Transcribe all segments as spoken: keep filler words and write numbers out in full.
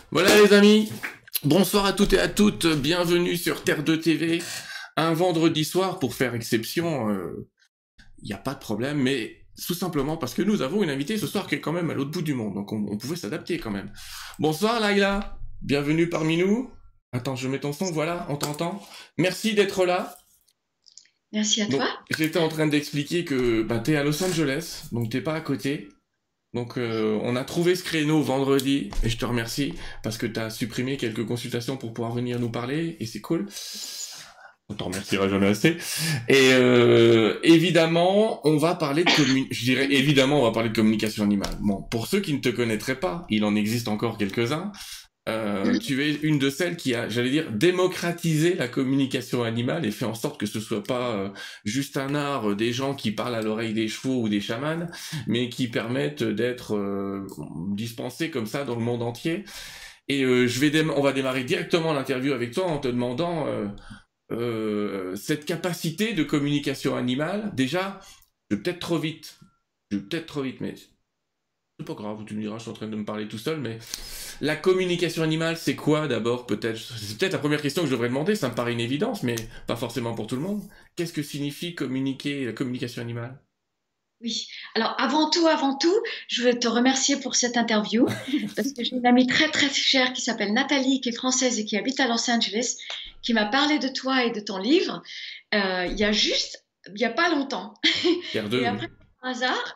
Voilà les amis, bonsoir à toutes et à toutes, bienvenue sur Terre deux T V. Un vendredi soir pour faire exception, il euh, n'y a pas de problème, mais tout simplement parce que nous avons une invitée ce soir qui est quand même à l'autre bout du monde, donc on, on pouvait s'adapter quand même. Bonsoir Laïla, bienvenue parmi nous. Attends, je mets ton son, voilà, on t'entend. Merci d'être là. Merci à Donc toi. j'étais en train d'expliquer que bah, t'es à Los Angeles, donc t'es pas à côté. Donc euh, on a trouvé ce créneau vendredi et je te remercie parce que tu as supprimé quelques consultations pour pouvoir venir nous parler et c'est cool. On t'en remerciera jamais assez. Et euh, évidemment, on va parler de commun... je dirais évidemment, on va parler de communication animale. Bon, pour ceux qui ne te connaîtraient pas, il en existe encore quelques-uns. Euh, tu es une de celles qui a, j'allais dire, démocratisé la communication animale et fait en sorte que ce soit pas euh, juste un art euh, des gens qui parlent à l'oreille des chevaux ou des chamans, mais qui permettent d'être euh, dispensés comme ça dans le monde entier. Et euh, je vais dé- on va démarrer directement l'interview avec toi en te demandant euh, euh, cette capacité de communication animale. Déjà, je vais peut-être trop vite, je vais peut-être trop vite, mais c'est pas grave, tu me diras, je suis en train de me parler tout seul, mais la communication animale, c'est quoi d'abord peut-être? C'est peut-être la première question que je devrais demander, ça me paraît une évidence, mais pas forcément pour tout le monde. Qu'est-ce que signifie communiquer, la communication animale? Oui. Alors, avant tout, avant tout, je veux te remercier pour cette interview parce que j'ai une amie très, très chère qui s'appelle Nathalie, qui est française et qui habite à Los Angeles, qui m'a parlé de toi et de ton livre euh, il y a juste, il n'y a pas longtemps. Pierre deux, Et oui. après, par hasard,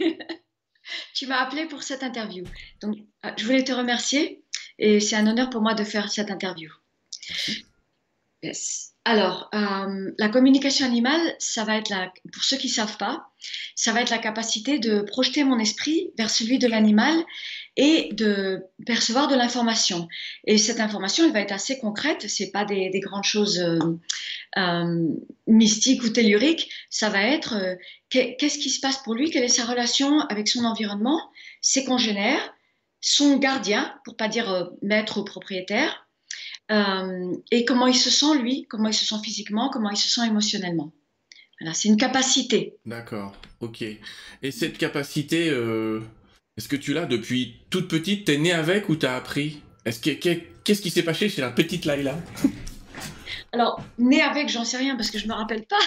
tu m'as appelé pour cette interview. Donc, euh, je voulais te remercier et c'est un honneur pour moi de faire cette interview. Merci. Yes. Alors, euh, la communication animale, ça va être la, pour ceux qui savent pas, ça va être la capacité de projeter mon esprit vers celui de l'animal et de percevoir de l'information. Et cette information, elle va être assez concrète. C'est pas des, des grandes choses euh, euh, mystiques ou telluriques. Ça va être euh, qu'est-ce qui se passe pour lui, quelle est sa relation avec son environnement, ses congénères, son gardien, pour pas dire euh, maître ou propriétaire euh, et comment il se sent lui, comment il se sent physiquement, comment il se sent émotionnellement. Voilà, c'est une capacité. D'accord, ok. Et cette capacité, euh, est-ce que tu l'as depuis toute petite? T'es née avec ou t'as appris? Est-ce que qu'est-ce qui s'est passé chez la petite Laïla? Alors, né avec, j'en sais rien parce que je me rappelle pas,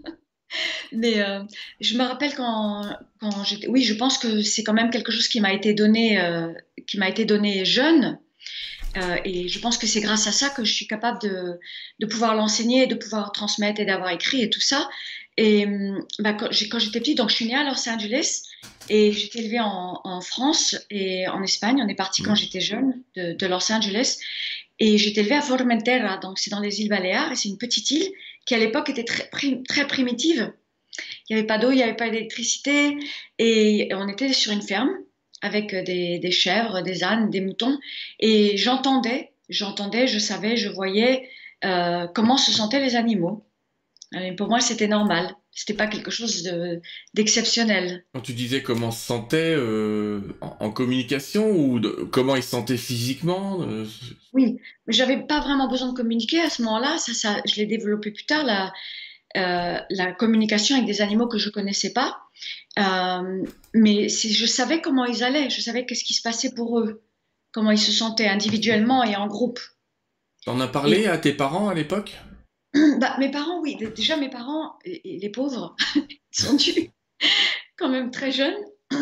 mais euh, je me rappelle quand, quand j'étais. Oui, je pense que c'est quand même quelque chose qui m'a été donné, euh, qui m'a été donné jeune. Euh, et je pense que c'est grâce à ça que je suis capable de, de pouvoir l'enseigner, de pouvoir transmettre et d'avoir écrit et tout ça. Et hum, bah, quand j'ai- quand j'étais petite, donc je suis née à Los Angeles et j'ai été élevée en, en France et en Espagne. On est parti quand Hmm. j'étais jeune de, de Los Angeles et j'ai été élevée à Formentera, donc c'est dans les îles Baléares et c'est une petite île qui à l'époque était très, prim- très primitive. Il n'y avait pas d'eau, il n'y avait pas d'électricité et on était sur une ferme avec des, des chèvres, des ânes, des moutons et j'entendais, j'entendais, je savais, je voyais euh, comment se sentaient les animaux. Et pour moi, c'était normal. C'était pas quelque chose de- d'exceptionnel. Quand tu disais comment se sentait euh, en, en communication ou de- comment il se sentait physiquement, euh, Oui, mais j'avais pas vraiment besoin de communiquer à ce moment-là. Ça, ça, je l'ai développé plus tard, la, euh, la communication avec des animaux que je connaissais pas. Euh, mais si je savais comment ils allaient, je savais qu'est-ce qui se passait pour eux, comment ils se sentaient individuellement et en groupe. t'en as Et parlé à tes parents à l'époque? bah, mes parents, oui, d- déjà mes parents, et- et les pauvres, ils ont dû quand même très jeunes,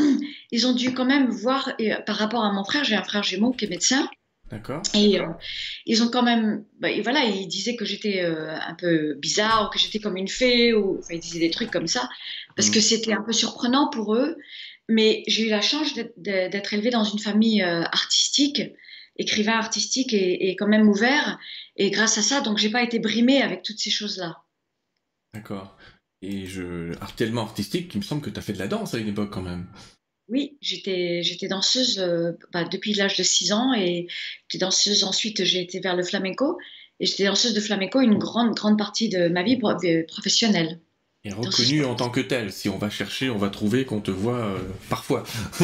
ils ont dû quand même voir, et, euh, par rapport à mon frère, j'ai un frère jumeau qui est médecin, D'accord. et euh, ils ont quand même, bah, et voilà, ils disaient que j'étais euh, un peu bizarre, ou que j'étais comme une fée, ou enfin, ils disaient des trucs comme ça, parce que Hmm. c'était un peu surprenant pour eux, mais j'ai eu la chance d'être d'être élevée dans une famille euh, artistique, écrivain artistique et, et quand même ouvert, et grâce à ça, donc j'ai pas été brimée avec toutes ces choses-là. D'accord. Et je, art tellement artistique, il me semble que t'as fait de la danse à une époque quand même. Oui, j'étais j'étais danseuse euh, bah, depuis l'âge de six ans et j'étais danseuse ensuite j'ai été vers le flamenco et j'étais danseuse de flamenco une grande grande partie de ma vie pro- euh, professionnelle. Et Danseuse reconnu en tant professionnelle. que tel. Si on va chercher, on va trouver qu'on te voit euh, parfois.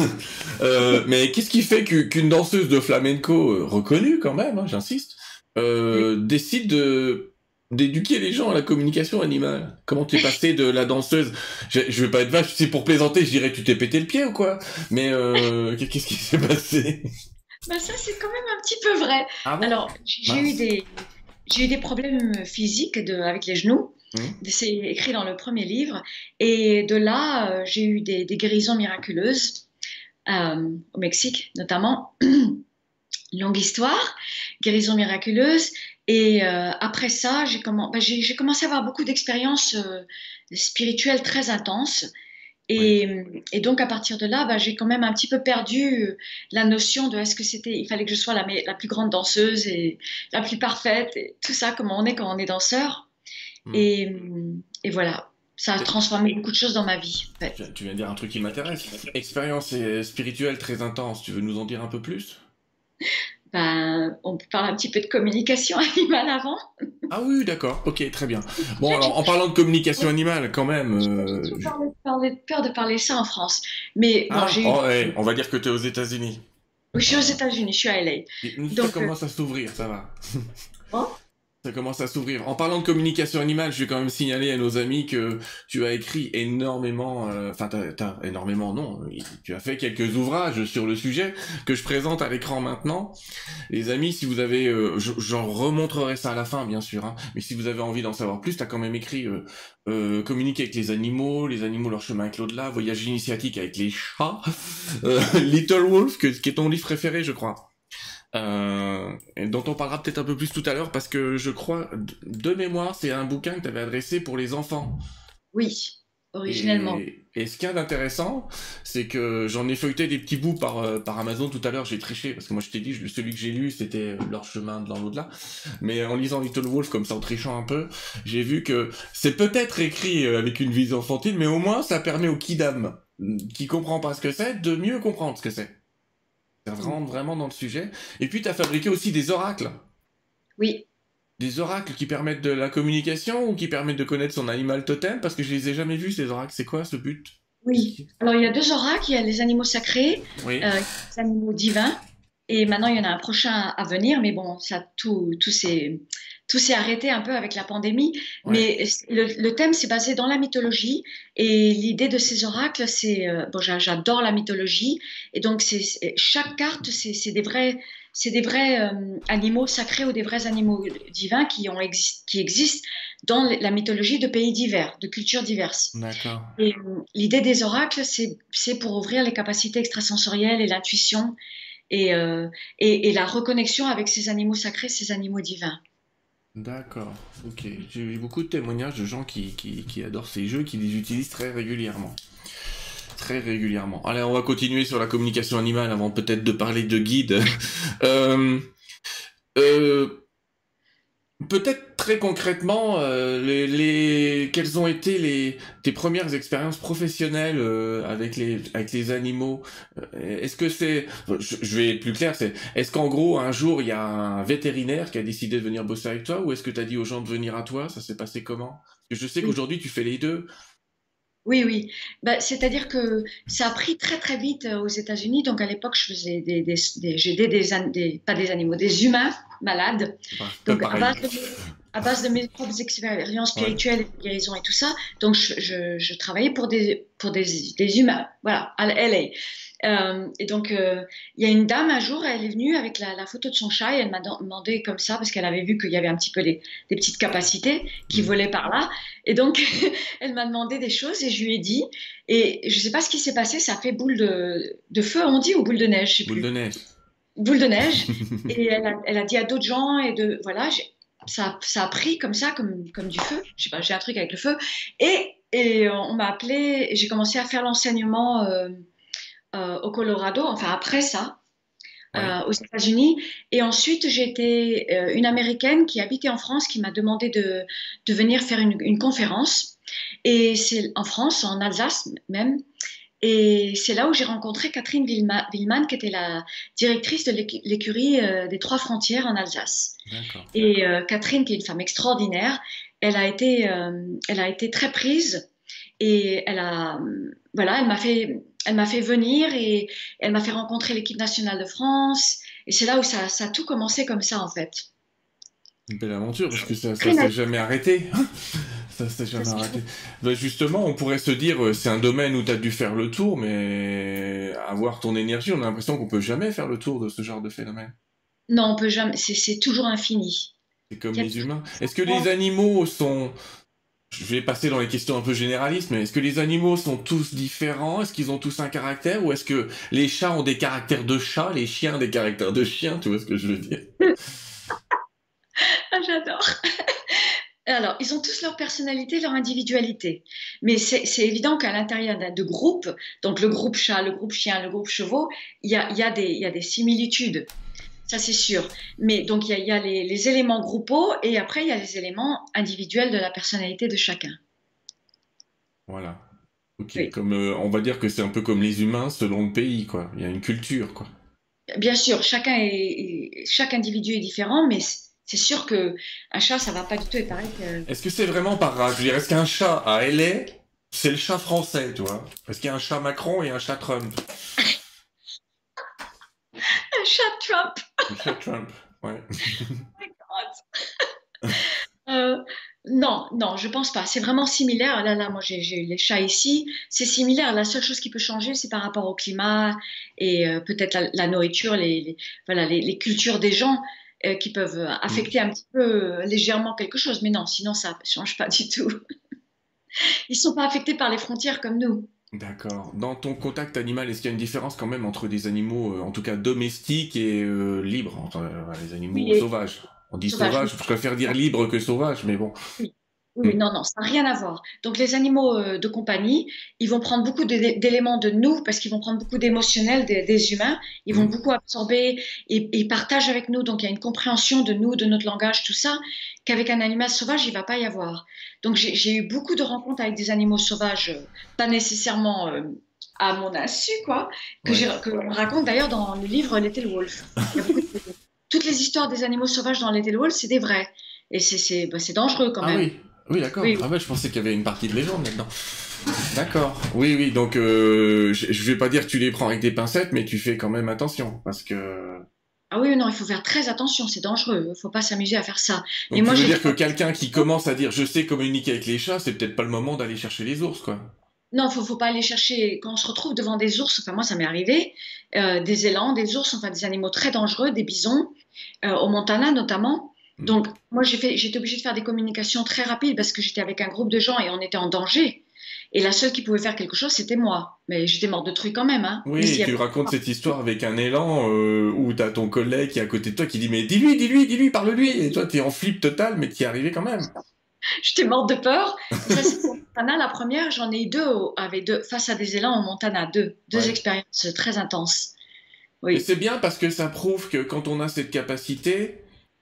Euh, mais qu'est-ce qui fait qu'u- qu'une danseuse de flamenco euh, reconnue quand même, hein, j'insiste, euh, décide de d'éduquer les gens à la communication animale? Comment t'es passé de la danseuse? Je, je vais pas être vache, si pour plaisanter, je dirais tu t'es pété le pied ou quoi? Mais euh, qu'est- qu'est-ce qui s'est passé? Bah ça, c'est quand même un petit peu vrai. Ah bon? Alors, j'ai eu Mince. des, j'ai eu des problèmes physiques de, avec les genoux. Hmm. C'est écrit dans le premier livre. Et de là, euh, j'ai eu des, des guérisons miraculeuses, euh, au Mexique notamment. Longue histoire, guérison miraculeuse. Et euh, après ça, j'ai commen- bah, j'ai- j'ai commencé à avoir beaucoup d'expériences euh, spirituelles très intenses. Oui. Et, et donc, à partir de là, bah, j'ai quand même un petit peu perdu euh, la notion de est-ce que c'était, il fallait que je sois la, me- la plus grande danseuse et la plus parfaite, et tout ça, comment on est quand on est danseur. Hmm. Et, et voilà, ça a transformé beaucoup de choses dans ma vie, en Tu fait. tu viens de dire un truc qui m'intéresse. Expérience euh, spirituelle très intense. Tu veux nous en dire un peu plus? Ben, on parle un petit peu de communication animale avant. Ah oui, d'accord. Ok, très bien. Bon, alors en parlant de communication animale, quand même. J'ai pas du euh, tout je- parlé- parlé- peur de parler ça en France. Mais bon, Ah, j'ai eu. oh, ouais, on va dire que tu es aux États-Unis. Je suis aux Ah. États-Unis, je suis à L A. Et ça Donc, euh, commence à s'ouvrir, ça va. bon, Ça commence à s'ouvrir. En parlant de communication animale, je vais quand même signaler à nos amis que tu as écrit énormément, euh, enfin t'as, t'as énormément non, tu as fait quelques ouvrages sur le sujet que je présente à l'écran maintenant. Les amis, si vous avez, euh, je- j'en remontrerai ça à la fin bien sûr, hein, mais si vous avez envie d'en savoir plus, t'as quand même écrit euh, euh, Communiquer avec les animaux, les animaux leur chemin avec l'au-delà, Voyage initiatique avec les chats, euh, Little Wolf, que, qui est ton livre préféré je crois. Euh, et dont on parlera peut-être un peu plus tout à l'heure parce que je crois, de de mémoire, c'est un bouquin que tu avais adressé pour les enfants. oui, originellement. Et, et ce qu'il y a d'intéressant, c'est que j'en ai feuilleté des petits bouts par, euh, par Amazon tout à l'heure, j'ai triché, parce que moi je t'ai dit, je- celui que j'ai lu, c'était Leur chemin dans l'au-delà. Mais en lisant Little Wolf, comme ça, en trichant un peu, j'ai vu que c'est peut-être écrit euh, avec une vision enfantine, mais au moins ça permet au kidam, qui comprend pas ce que c'est, de mieux comprendre ce que c'est. Ça Mm. rentre vraiment dans le sujet. Et puis, tu as fabriqué aussi des oracles. Oui, Des oracles qui permettent de la communication ou qui permettent de connaître son animal totem, parce que je les ai jamais vus, ces oracles. C'est quoi ce but? Qu'est-ce oui. qui- Alors, il y a deux oracles, il y a les animaux sacrés, Oui, euh, les animaux divins, et maintenant il y en a un prochain à venir, mais bon, ça tout, tout s'est tout s'est arrêté un peu avec la pandémie. ouais. Mais le, le thème s'est basé dans la mythologie, et l'idée de ces oracles, c'est euh, bon, j'a- j'adore la mythologie, et donc c'est c'est- chaque carte, c'est c'est des vrais c'est des vrais euh, animaux sacrés ou des vrais animaux divins qui ont exist- qui existent dans la mythologie de pays divers, de cultures diverses. D'accord. Et euh, l'idée des oracles, c'est c'est pour ouvrir les capacités extrasensorielles et l'intuition et, euh, et, et la reconnexion avec ces animaux sacrés, ces animaux divins. D'accord. Ok. J'ai eu beaucoup de témoignages de gens qui, qui, qui adorent ces jeux, qui les utilisent très régulièrement. Très régulièrement. Allez, on va continuer sur la communication animale avant peut-être de parler de guide. euh, euh, Peut-être très concrètement, euh, les, les, quelles ont été les, tes premières expériences professionnelles euh, avec les, avec les animaux? Euh, Est-ce que c'est, je, je vais être plus clair, c'est, est-ce qu'en gros un jour il y a un vétérinaire qui a décidé de venir bosser avec toi, ou est-ce que tu as dit aux gens de venir à toi? Ça s'est passé comment? Parce que je sais Oui, qu'aujourd'hui tu fais les deux. oui, oui. Bah, c'est-à-dire que ça a pris très très vite euh, aux États-Unis. Donc à l'époque, je faisais des, des, des- j'aidais des, an- des- pas des animaux, des humains malades. C'est pas, pas Donc à pareil. base de mes, à base de mes propres expériences Ouais. spirituelles et de guérison et tout ça. Donc je, je, je travaillais pour des pour des, des humains. Voilà, à L A. Euh, et donc, euh, il y a une dame un jour, elle est venue avec la, la photo de son chat et elle m'a de- demandé comme ça, parce qu'elle avait vu qu'il y avait un petit peu des, des petites capacités qui Hmm. volaient par là. Et donc, elle m'a demandé des choses et je lui ai dit. Et je ne sais pas ce qui s'est passé, ça a fait boule de, de feu, on dit, ou boule de neige, je ne sais Boule de plus. neige. Boule de neige. Et elle a, elle a dit à d'autres gens, et de, voilà, j'ai- ça, ça a pris comme ça, comme, comme du feu. Je sais pas, j'ai un truc avec le feu. Et, et on m'a appelé, et j'ai commencé à faire l'enseignement. Euh, euh, au Colorado, enfin après ça, Ouais. euh, aux États-Unis. Et ensuite, j'ai été euh, une Américaine qui habitait en France, qui m'a demandé de, de venir faire une, une conférence. Et c'est en France, en Alsace même. Et c'est là où j'ai rencontré Catherine Villema- Villeman, qui était la directrice de l'écu- l'écurie euh, des Trois Frontières en Alsace. D'accord. Et euh, Catherine, qui est une femme extraordinaire, elle a été, euh, elle a été très prise et elle a, voilà, elle m'a fait, elle m'a fait venir et elle m'a fait rencontrer l'équipe nationale de France. Et c'est là où ça, ça a tout commencé comme ça, en fait. Une belle aventure parce que ça, ça Très s'est nat- jamais arrêté. Ça s'est Ça, jamais c'est arrêté. chouette. Ben justement, on pourrait se dire, euh, c'est un domaine où tu as dû faire le tour, mais avoir ton énergie, on a l'impression qu'on peut jamais faire le tour de ce genre de phénomène. Non, on peut jamais. C'est c'est toujours infini. C'est comme Il y a les toujours humains. ça. Est-ce que les animaux sont... Je vais passer dans les questions un peu généralistes, mais est-ce que les animaux sont tous différents? Est-ce qu'ils ont tous un caractère? Ou est-ce que les chats ont des caractères de chats, les chiens des caractères de chiens? Tu vois ce que je veux dire? Ah, j'adore. Alors, ils ont tous leur personnalité, leur individualité. Mais c'est c'est évident qu'à l'intérieur d'un- de groupes, donc le groupe chat, le groupe chien, le groupe chevaux, il y a, il y a des, il y a des similitudes. Ça, c'est sûr. Mais donc, il y a, il y a les, les éléments groupaux et après, il y a les éléments individuels de la personnalité de chacun. Voilà. Ok, Oui. comme euh, on va dire que c'est un peu comme les humains selon le pays, quoi. Il y a une culture, quoi. Bien sûr, chacun est, est- chaque individu est différent, mais c'est c'est sûr que un chat, ça va pas du tout être pareil que Est-ce que c'est vraiment par race? Je veux dire, est-ce qu'un chat à L A, c'est le chat français, tu vois? Est-ce qu'il y a un chat Macron et un chat Trump? un chat Trump. Le chat Trump, ouais. Euh, non, non, je pense pas. C'est vraiment similaire. Là, là, moi, j'ai j'ai les chats ici. C'est similaire. La seule chose qui peut changer, c'est par rapport au climat et euh, peut-être la, la nourriture, les, les- voilà, les, les cultures des gens euh, qui peuvent euh, Hmm. affecter un petit peu euh, légèrement quelque chose. Mais non, sinon, ça ne change pas du tout. Ils sont pas affectés par les frontières comme nous. D'accord. Dans ton contact animal, est-ce qu'il y a une différence quand même entre des animaux, euh, en tout cas domestiques et euh, libres, enfin, euh, les Oui, animaux et sauvages? On dit sauvages, oui. sauvages, je préfère dire libre que sauvage, mais bon. Oui, oui, Hmm. oui, non, non, ça n'a rien à voir. Donc, les animaux euh, de compagnie, ils vont prendre beaucoup d'é- d'éléments de nous parce qu'ils vont prendre beaucoup d'émotionnel des, des humains. Ils vont Hmm. beaucoup absorber et, et ils partagent avec nous. Donc, il y a une compréhension de nous, de notre langage, tout ça, qu'avec un animal sauvage, il va pas y avoir. Donc, j'ai j'ai eu beaucoup de rencontres avec des animaux sauvages, euh, pas nécessairement euh, à mon insu, quoi, que Ouais. j'ai, que je raconte d'ailleurs dans le livre Little Wolf. Il y a beaucoup de... Toutes les histoires des animaux sauvages dans Little Wolf, c'est des vrais. Et c'est c'est- bah, c'est dangereux quand Ah même. oui, oui, d'accord. Oui, Ah ouais, je pensais qu'il y avait une partie de légende là-dedans. D'accord. Oui, oui, donc euh, je, je vais pas dire que tu les prends avec des pincettes, mais tu fais quand même attention, parce que... ah oui, non, il faut faire très attention, c'est dangereux. Il faut pas s'amuser à faire ça. Mais Donc tu moi, veux j'ai dire que fait... quelqu'un qui commence à dire je sais communiquer avec les chats, c'est peut-être pas le moment d'aller chercher les ours, quoi. Non, faut, faut pas aller chercher. Quand on se retrouve devant des ours, enfin moi, ça m'est arrivé, euh, des élans, des ours, enfin des animaux très dangereux, des bisons, euh, au Montana notamment. Hmm. Donc, moi, j'ai fait, j'étais obligée de faire des communications très rapides parce que j'étais avec un groupe de gens et on était en danger. Et la seule qui pouvait faire quelque chose, c'était moi. Mais j'étais morte de truie quand même, hein. Mais Oui, s'il et y tu avait... racontes cette histoire avec un élan euh, où t'as ton collègue qui est à côté de toi qui dit mais dis-lui, dis-lui, dis-lui, parle-lui, et toi t'es en flip total, mais t'y es arrivé quand même. J'étais morte de peur. Et ça, c'était au Montana, la première. J'en ai eu deux, au- avec deux face à des élans au Montana. Deux. Deux Ouais. expériences très intenses. Et Oui. c'est bien parce que ça prouve que quand on a cette capacité,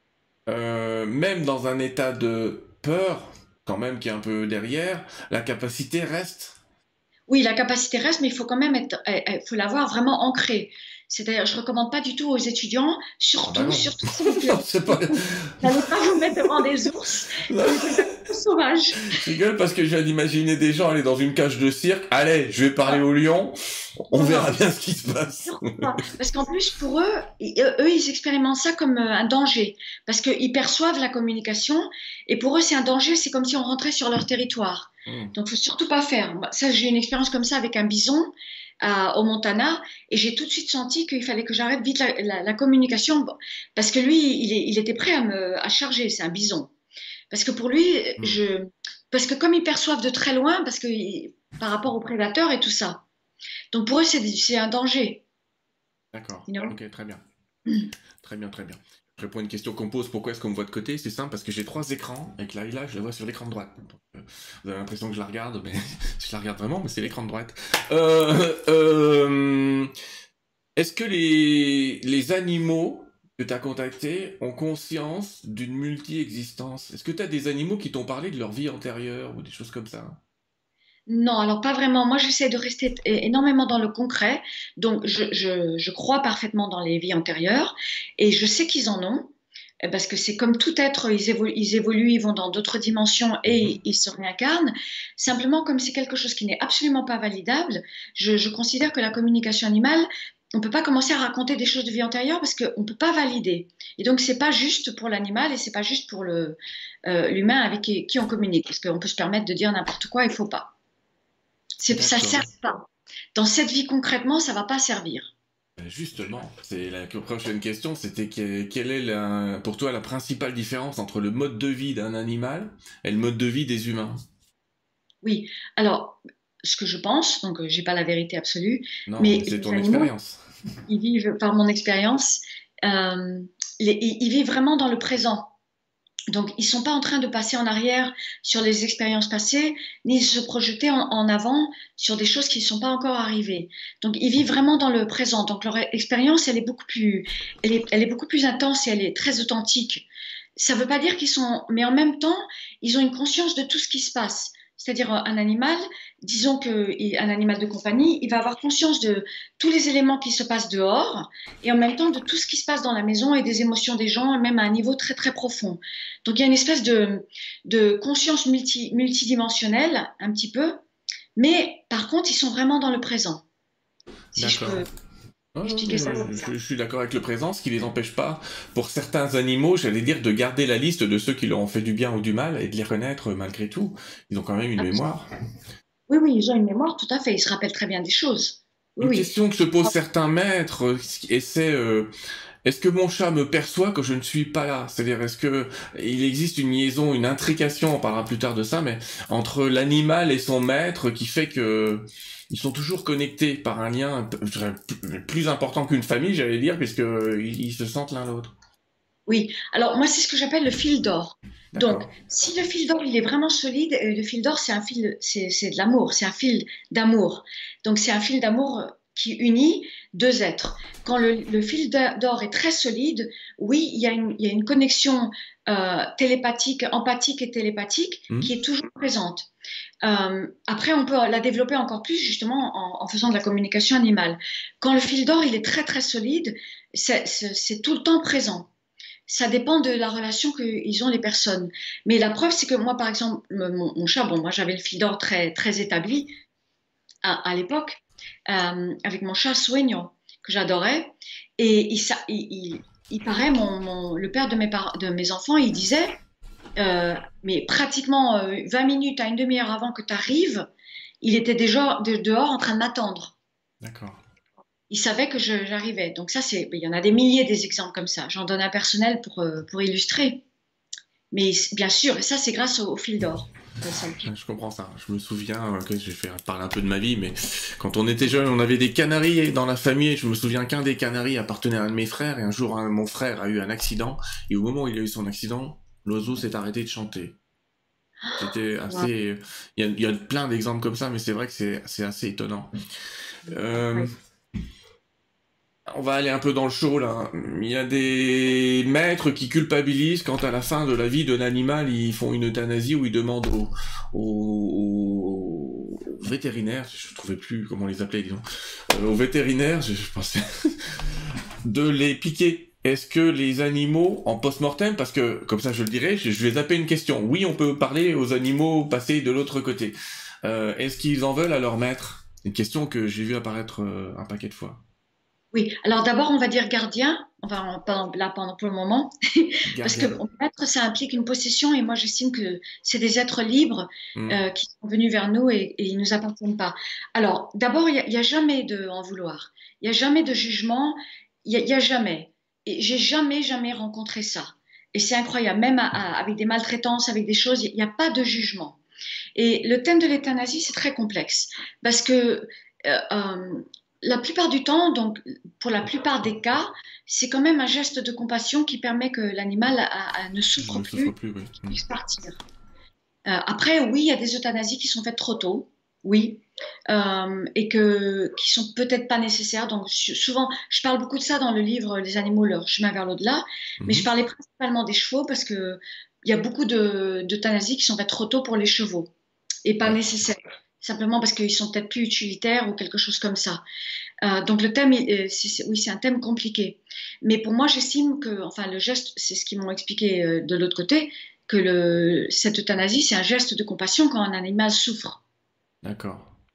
euh, même dans un état de peur, quand même qui est un peu derrière, la capacité reste. Oui, la capacité reste, mais il faut quand même être, il faut l'avoir vraiment ancrée. C'est-à-dire, je recommande pas du tout aux étudiants, Ah bah surtout, non. surtout si vous Non, plaît, c'est pas... n'allez pas vous mettre devant des ours Non, ou des animaux sauvages. je rigole parce que je viens d'imaginer des gens aller dans une cage de cirque. Allez, je vais parler Non, au lion, on non, verra non, bien ce qui se passe. surtout pas. Parce qu'en plus, pour eux, ils- eux, ils expérimentent ça comme euh, un danger. Parce qu'ils perçoivent la communication et pour eux, c'est un danger, c'est comme si on rentrait sur leur territoire. Hmm. Donc, faut surtout pas faire. Moi, ça, j'ai eu une expérience comme ça avec un bison à- au Montana et j'ai tout de suite senti qu'il fallait que j'arrête vite la, la- la communication bon, parce que lui, il, est- il était prêt à me à charger. C'est un bison. Parce que pour lui, Hmm. je, parce que comme ils perçoivent de très loin, parce que ils- par rapport aux prédateurs et tout ça. Donc pour eux, c'est c'est un danger. D'accord. You know? Ok, très bien. Très bien, très bien. Je réponds à une question qu'on pose, pourquoi est-ce qu'on me voit de côté? C'est simple, parce que j'ai trois écrans, et que là, là, je la vois sur l'écran de droite. Donc, euh, vous avez l'impression que je la regarde, mais je la regarde vraiment, mais c'est l'écran de droite. Euh, euh, est-ce que les, les animaux que tu as contactés ont conscience d'une multi-existence? Est-ce que tu as des animaux qui t'ont parlé de leur vie antérieure, ou des choses comme ça? Non, alors pas vraiment. Moi, j'essaie de rester é- énormément dans le concret. Donc, je, je, je crois parfaitement dans les vies antérieures et je sais qu'ils en ont. euh, Parce que c'est comme tout être, ils évoluent, ils évoluent, ils vont dans d'autres dimensions et Mhm. ils se réincarnent. Simplement, comme c'est quelque chose qui n'est absolument pas validable, je, je considère que la communication animale, on peut pas commencer à raconter des choses de vie antérieure parce qu'on peut pas valider. Et donc, c'est pas juste pour l'animal et c'est pas juste pour le, euh, l'humain avec qui, qui on communique. Parce qu'on peut se permettre de dire n'importe quoi, il faut pas. C'est, ça D'accord. sert pas. Dans cette vie concrètement, ça va pas servir. Ben, justement, c'est la prochaine question, c'était que- quelle est la- pour toi la principale différence entre le mode de vie d'un animal et le mode de vie des humains? Oui. Alors, ce que je pense, donc euh, j'ai pas la vérité absolue, Non, mais mais c'est les ton animaux, expérience. ils vivent, par mon expérience, euh, les- ils, ils vivent vraiment dans le présent. Donc, ils sont pas en train de passer en arrière sur les expériences passées, ni de se projeter en, en avant sur des choses qui ne sont pas encore arrivées. Donc, ils vivent vraiment dans le présent. Donc, leur expérience, elle est beaucoup plus, elle est, elle est beaucoup plus intense et elle est très authentique. Ça ne veut pas dire qu'ils sont, mais en même temps, ils ont une conscience de tout ce qui se passe. C'est-à-dire un animal, disons qu'un animal de compagnie, il va avoir conscience de tous les éléments qui se passent dehors et en même temps de tout ce qui se passe dans la maison et des émotions des gens, même à un niveau très très profond. Donc il y a une espèce de, de conscience multi, multidimensionnelle, un petit peu, mais par contre, ils sont vraiment dans le présent, si je D'accord. peux Non, non, expliquer mais ça je, comme ça. je- je suis d'accord avec le présent, ce qui les empêche pas, pour certains animaux, j'allais dire, de garder la liste de ceux qui leur ont fait du bien ou du mal et de les renaître malgré tout. Ils ont quand même une mémoire. Oui, oui, ils ont une mémoire, tout à fait, ils se rappellent très bien des choses. Oui, Une oui. question que se posent certains maîtres, euh, et c'est euh, est-ce que mon chat me perçoit que je ne suis pas là? C'est-à-dire, est-ce que il existe une liaison, une intrication, on parlera plus tard de ça, mais entre l'animal et son maître qui fait que ils sont toujours connectés par un lien je dirais, plus important qu'une famille, j'allais dire, puisque ils ils se sentent l'un l'autre. Oui, alors moi c'est ce que j'appelle le fil d'or. Donc, D'accord. si le fil d'or il est vraiment solide, euh, le fil d'or c'est un fil, c'est c'est de l'amour, c'est un fil d'amour. Donc c'est un fil d'amour qui unit deux êtres. Quand le, le fil d'a- d'or est très solide, oui, il y a une, il y a une connexion euh, télépathique, empathique et télépathique Hmm. qui est toujours présente. Euh, après, on peut la développer encore plus justement en, en faisant de la communication animale. Quand le fil d'or il est très très solide, c'est c'est- c'est tout le temps présent. Ça dépend de la relation qu'ils ont les personnes. Mais la preuve, c'est que moi, par exemple, mon, mon chat, bon, moi j'avais le fil d'or très, très établi à, à l'époque, euh, avec mon chat Sueño, que j'adorais. Et il, ça, il, il, il paraît, mon, mon- le père de mes, par- de mes enfants, il disait, euh, mais pratiquement euh, vingt minutes à une demi-heure avant que tu arrives, il était déjà de- dehors en train de m'attendre. D'accord. Il savait que je- j'arrivais. Donc ça, c'est, il y en a des milliers des exemples comme ça. J'en donne un personnel pour, euh, pour illustrer. Mais bien sûr, et ça, c'est grâce au, au fil d'or. que ça le fait. Je comprends ça. Je me souviens, que je vais faire parler un peu de ma vie, mais quand on était jeune, on avait des canaris dans la famille. Et je me souviens qu'un des canaris appartenait à un de mes frères. Et un jour, un- mon frère a eu un accident. Et au moment où il a eu son accident, l'oiseau s'est arrêté de chanter. C'était Wow. assez. Il y a, il y a plein d'exemples comme ça, mais c'est vrai que c'est c'est assez étonnant. Euh, Ouais. On va aller un peu dans le show là. Il y a des maîtres qui culpabilisent quand à la fin de la vie de l'animal ils font une euthanasie où ils demandent aux, aux, aux vétérinaires, je ne trouvais plus comment les appeler, disons, euh, aux vétérinaires, je, je pensais, de les piquer. Est-ce que les animaux en post-mortem, parce que comme ça je le dirais, je, je vais zapper une question. Oui, on peut parler aux animaux passés de l'autre côté. Euh, Est-ce qu'ils en veulent à leur maître? Une question que j'ai vu apparaître euh, un paquet de fois. Oui, alors d'abord, on va dire gardien, enfin, pendant, là, pendant pour le moment, parce que Gardien. maître, ça implique une possession, et moi, j'estime que c'est des êtres libres Hmm. euh, qui sont venus vers nous et, et ils nous appartiennent pas. Alors, d'abord, il n'y a, il y a jamais de en vouloir, il n'y a jamais de jugement, il n'y a, il y a jamais. Et j'ai jamais, jamais rencontré ça. Et c'est incroyable, même à- à- avec des maltraitances, avec des choses, il n'y a pas de jugement. Et le thème de l'euthanasie, c'est très complexe parce que euh, euh, la plupart du temps, donc pour la plupart des cas, c'est quand même un geste de compassion qui permet que l'animal a- a- ne souffre Ne souffre plus, plus, oui. qu'il Hmm. puisse partir. Euh, après, oui, il y a des euthanasies qui sont faites trop tôt, oui, euh, et que, qui sont peut-être pas nécessaires. Donc su- souvent, je parle beaucoup de ça dans le livre Les animaux, leur chemin vers l'au-delà, mais je Mhm. parlais principalement des chevaux parce que il y a beaucoup de d'euthanasies qui sont faites trop tôt pour les chevaux et pas Ouais. nécessaires. Simplement parce qu'ils sont peut-être plus utilitaires ou quelque chose comme ça. Euh, donc le thème, il- euh, c'est- c'est- oui, c'est un thème compliqué. Mais pour moi, j'estime que, enfin, le geste, c'est ce qu'ils m'ont expliqué euh, de l'autre côté, que le, cette euthanasie, c'est un geste de compassion quand un animal souffre. D'accord.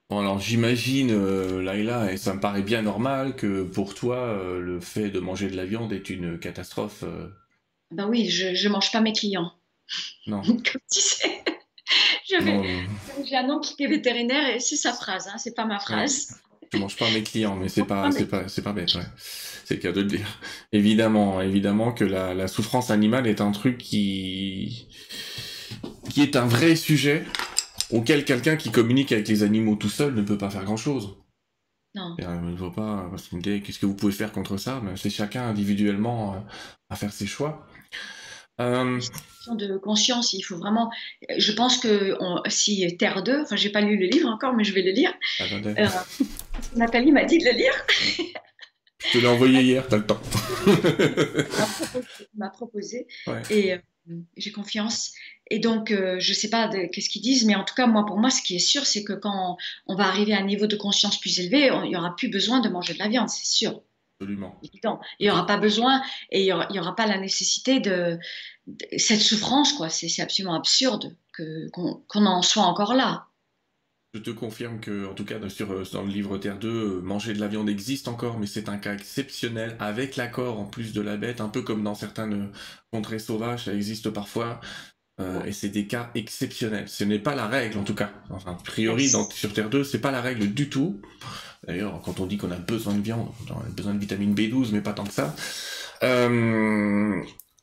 Bon, alors j'imagine, euh, Laïla, et ça me paraît bien normal que pour toi, euh, le fait de manger de la viande est une catastrophe. euh, Ben oui, je je mange pas mes clients. Non, Comme tu sais, je vais- non, euh, j'ai un oncle qui est vétérinaire et c'est sa phrase, hein, c'est pas ma ouais. phrase. Je mange pas mes clients, mais Je c'est mange pas pas, c'est mes- pas, c'est pas bête, ouais. C'est le cas de le dire. Évidemment, évidemment que la, la souffrance animale est un truc qui, qui est un vrai sujet auquel quelqu'un qui communique avec les animaux tout seul ne peut pas faire grand chose. Non. Et, euh, je vois pas, parce qu'on me dit, qu'est-ce que vous pouvez faire contre ça? Ben, c'est chacun individuellement euh, à faire ses choix. Euh, Oui, c'est une question de conscience, il faut vraiment. Je pense que on- si Terre deux, enfin, j'ai pas lu le livre encore, mais je vais le lire. attendez, Euh, Nathalie m'a dit de le lire. je te l'ai envoyé hier, t'as le temps. m'a proposé, m'a proposé Ouais. et euh, j'ai confiance. Et donc, euh, je sais pas de- qu'est-ce qu'ils disent, mais en tout cas, moi, pour moi, ce qui est sûr, c'est que quand on va arriver à un niveau de conscience plus élevé, on- il y aura plus besoin de manger de la viande, c'est sûr. Absolument. Évident. Il n'y aura pas besoin et il n'y aura, il y aura pas la nécessité de, de- cette souffrance, quoi. C'est c'est absolument absurde que, qu'on, qu'on en soit encore là. Je te confirme que, en tout cas, sur, euh, dans le livre Terre deux, euh, manger de la viande existe encore, mais c'est un cas exceptionnel, avec l'accord en plus de la bête, un peu comme dans certaines euh, contrées sauvages, ça existe parfois, euh, et c'est des cas exceptionnels. Ce n'est pas la règle, en tout cas. Enfin, a priori, dans, Yes. sur Terre deux, c'est pas la règle du tout. D'ailleurs, quand on dit qu'on a besoin de viande, on a besoin de vitamine B douze, mais pas tant que ça. Euh,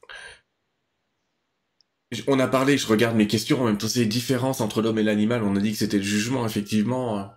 on a parlé, je regarde mes questions, en même temps, ces différences entre l'homme et l'animal, on a dit que c'était le jugement, effectivement.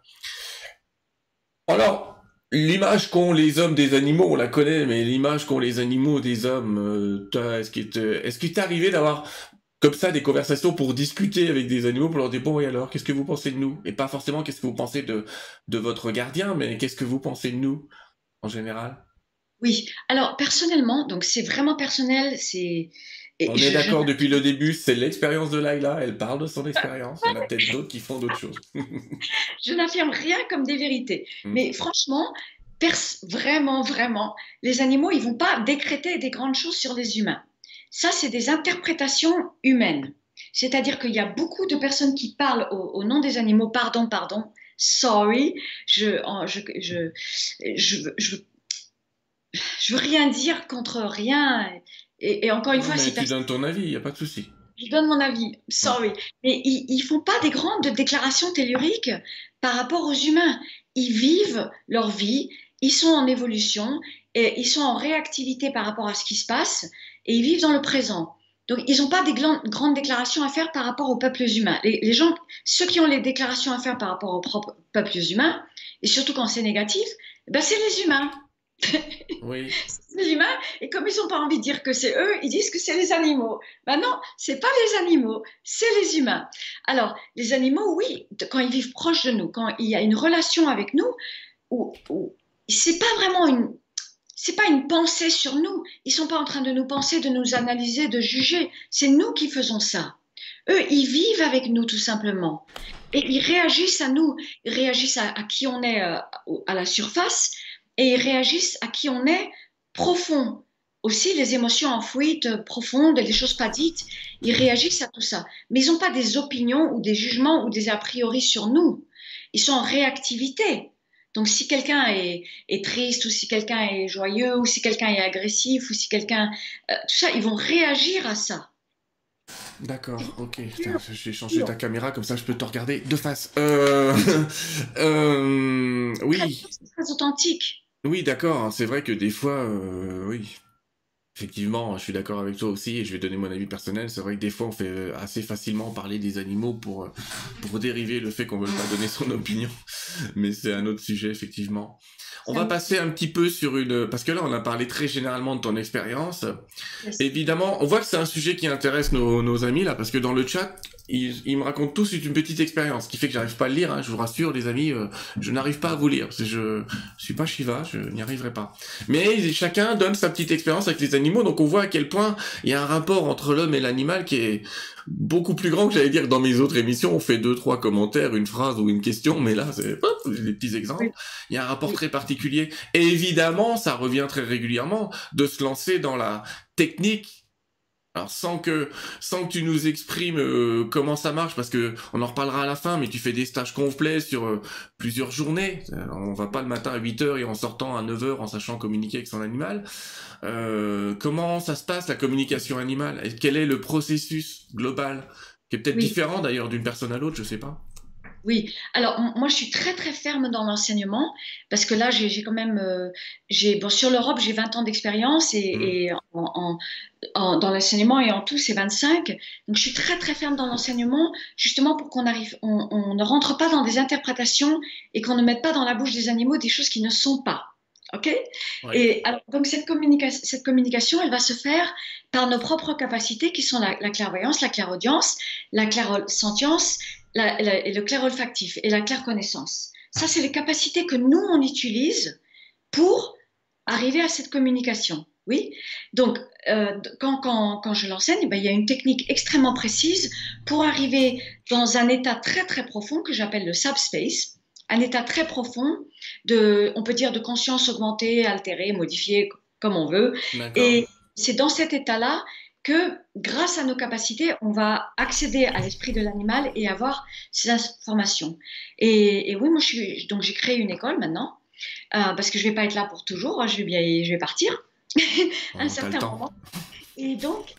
Alors, l'image qu'ont les hommes des animaux, on la connaît, mais l'image qu'ont les animaux des hommes, euh, toi, est-ce qu'il te- est-ce qu'il t'est arrivé d'avoir comme ça des conversations pour discuter avec des animaux, pour leur dire, bon, et alors, qu'est-ce que vous pensez de nous? Et pas forcément qu'est-ce que vous pensez de, de votre gardien, mais qu'est-ce que vous pensez de nous, en général? Oui. Alors, personnellement, donc c'est vraiment personnel, c'est, et On est je, je, d'accord depuis le début, c'est l'expérience de Laila, elle parle de son expérience, il y en a peut-être d'autres qui font d'autres choses. je n'affirme rien comme des vérités. Hmm. Mais franchement, pers- vraiment, vraiment, les animaux, ils vont pas décréter des grandes choses sur les humains. Ça, c'est des interprétations humaines. C'est-à-dire qu'il y a beaucoup de personnes qui parlent au, au nom des animaux. Pardon, pardon, sorry, je, en- je, je, je, je, je veux rien dire contre rien. Et, et encore une Non, fois, mais si tu personne donnes ton avis, il n'y a pas de souci. je donne mon avis, Hmm. sorry. Mais ils, ils font pas des grandes déclarations telluriques par rapport aux humains. Ils vivent leur vie, ils sont en évolution, et ils sont en réactivité par rapport à ce qui se passe, et ils vivent dans le présent. Donc, ils n'ont pas des glan- grandes déclarations à faire par rapport aux peuples humains. Les, les gens, ceux qui ont les déclarations à faire par rapport aux propres peuples humains, et surtout quand c'est négatif, ben c'est les humains. Oui, Les humains, et comme ils n'ont pas envie de dire que c'est eux, ils disent que c'est les animaux. Ben non, c'est pas les animaux, c'est les humains. Alors, les animaux, oui, de- quand ils vivent proches de nous, quand il y a une relation avec nous, où, où c'est pas vraiment une, c'est pas une pensée sur nous. Ils sont pas en train de nous penser, de nous analyser, de juger. C'est nous qui faisons ça. Eux, ils vivent avec nous tout simplement. Et ils réagissent à nous, ils réagissent à, à qui on est euh, à la surface et ils réagissent à qui on est profond. Aussi, les émotions enfouies, euh, profondes, les choses pas dites, ils réagissent à tout ça. Mais ils n'ont pas des opinions ou des jugements ou des a priori sur nous. Ils sont en réactivité. Donc, si quelqu'un est, est triste ou si quelqu'un est joyeux ou si quelqu'un est agressif ou si quelqu'un... euh, tout ça, ils vont réagir à ça. d'accord, ok. Putain, Pur, je vais changer pur. ta caméra, comme ça je peux te regarder de face. Euh... euh... Très, Oui, très authentique. oui, d'accord, hein, c'est vrai que des fois, euh, oui, effectivement, je suis d'accord avec toi aussi, et je vais donner mon avis personnel. C'est vrai que des fois, on fait euh, assez facilement parler des animaux pour, euh, pour dériver le fait qu'on ne veut pas donner son opinion. Mais c'est un autre sujet, effectivement. On va passer un petit peu sur une... Parce que là, on a parlé très généralement de ton expérience. Évidemment, on voit que c'est un sujet qui intéresse nos, nos amis, là, parce que dans le chat, ils, ils me racontent tous une petite expérience, ce qui fait que j'arrive pas à le lire, hein, je vous rassure, les amis, euh, je n'arrive pas à vous lire, parce que je, je suis pas Shiva, je n'y arriverai pas. Mais chacun donne sa petite expérience avec les animaux, donc on voit à quel point il y a un rapport entre l'homme et l'animal qui est beaucoup plus grand que j'allais dire que dans mes autres émissions, on fait deux, trois commentaires, une phrase ou une question, mais là, c'est hop, des petits exemples. Oui, Il y a un rapport oui, très particulier. Et évidemment, ça revient très régulièrement de se lancer dans la technique Alors sans que sans que tu nous exprimes euh, comment ça marche, parce que on en reparlera à la fin, mais tu fais des stages complets sur euh, plusieurs journées. Euh, On va pas le matin à huit heures et en sortant à neuf heures en sachant communiquer avec son animal. Euh, comment ça se passe la communication animale? Et quel est le processus global? Qui est peut-être Oui. différent d'ailleurs d'une personne à l'autre, je sais pas. Oui, alors m- moi je suis très très ferme dans l'enseignement parce que là j'ai j'ai quand même euh, j'ai bon sur l'Europe j'ai vingt ans d'expérience et, Hmm. et en, en- en- dans l'enseignement et en tout c'est vingt-cinq. Donc je suis très très ferme dans l'enseignement justement pour qu'on arrive on, on ne rentre pas dans des interprétations et qu'on ne mette pas dans la bouche des animaux des choses qui ne sont pas. OK? Ouais. Et alors, donc cette communication cette communication elle va se faire par nos propres capacités qui sont la, la clairvoyance, la clairaudience, la clairsentience la, la, et le clair olfactif et la claire connaissance. Ça, c'est les capacités que nous, on utilise pour arriver à cette communication. Oui. Donc, euh, quand, quand, quand je l'enseigne, ben, il y a une technique extrêmement précise pour arriver dans un état très, très profond que j'appelle le subspace, un état très profond de, on peut dire, de conscience augmentée, altérée, modifiée, comme on veut. D'accord. Et c'est dans cet état-là que grâce à nos capacités, on va accéder à l'esprit de l'animal et avoir ces informations. Et, et oui, moi, je suis, donc j'ai créé une école maintenant, euh, parce que je vais pas être là pour toujours, hein, je vais bien, je vais partir à un Oh, t'as le certain temps. moment. Et donc,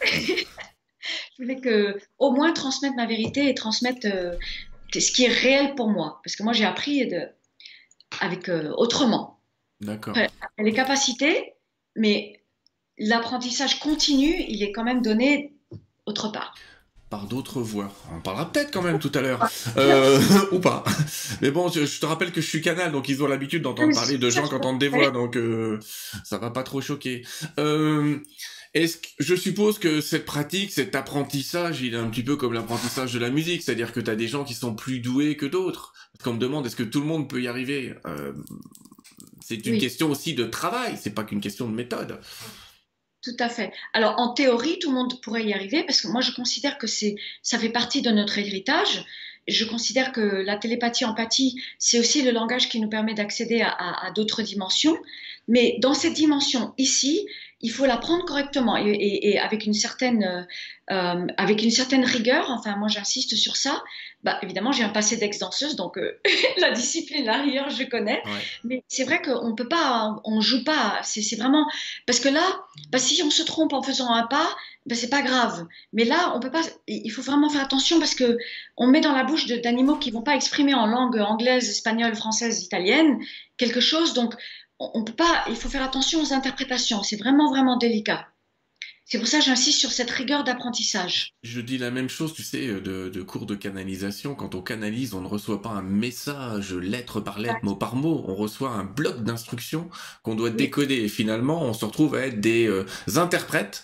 je voulais que, au moins transmettre ma vérité et transmettre euh, ce qui est réel pour moi, parce que moi, j'ai appris de, avec euh, autrement. D'accord. Après, les capacités, mais l'apprentissage continu, il est quand même donné autre part. Par d'autres voies. On en parlera peut-être quand même tout à l'heure. Euh, ou pas. Mais bon, je, je te rappelle que je suis canal, donc ils ont l'habitude d'entendre parler de Ça, gens je qui peux entendent des voix, faire. donc euh, ça va pas trop choquer. Euh, est-ce que, je suppose que cette pratique, cet apprentissage, il est un petit peu comme l'apprentissage de la musique, c'est-à-dire que tu as des gens qui sont plus doués que d'autres. Parce qu'on me demande, est-ce que tout le monde peut y arriver? euh, C'est une Oui. question aussi de travail, c'est pas qu'une question de méthode. Tout à fait. Alors, en théorie, tout le monde pourrait y arriver parce que moi, je considère que c'est, ça fait partie de notre héritage. Je considère que la télépathie-empathie, c'est aussi le langage qui nous permet d'accéder à, à- à d'autres dimensions. Mais dans cette dimension ici, il faut l'apprendre correctement et, et- et avec une certaine, euh, euh, avec une certaine rigueur. Enfin, moi, j'insiste sur ça. Bah, évidemment, j'ai un passé d'ex-danseuse, donc euh, la discipline, la rigueur, je connais. Ouais. Mais c'est vrai qu'on peut pas, on joue pas. C'est c'est vraiment parce que là. Bah, si on se trompe en faisant un pas, bah, c'est pas grave. Mais là, on peut pas. Il faut vraiment faire attention parce que on met dans la bouche de- d'animaux qui vont pas exprimer en langue anglaise, espagnole, française, italienne quelque chose. Donc, on, on peut pas. Il faut faire attention aux interprétations. C'est vraiment vraiment délicat. C'est pour ça que j'insiste sur cette rigueur d'apprentissage. Je dis la même chose, tu sais, euh, de, de cours de canalisation. Quand on canalise, on ne reçoit pas un message lettre par lettre, mot par mot. On reçoit un bloc d'instructions qu'on doit Oui, décoder. Et finalement, on se retrouve à être des euh, interprètes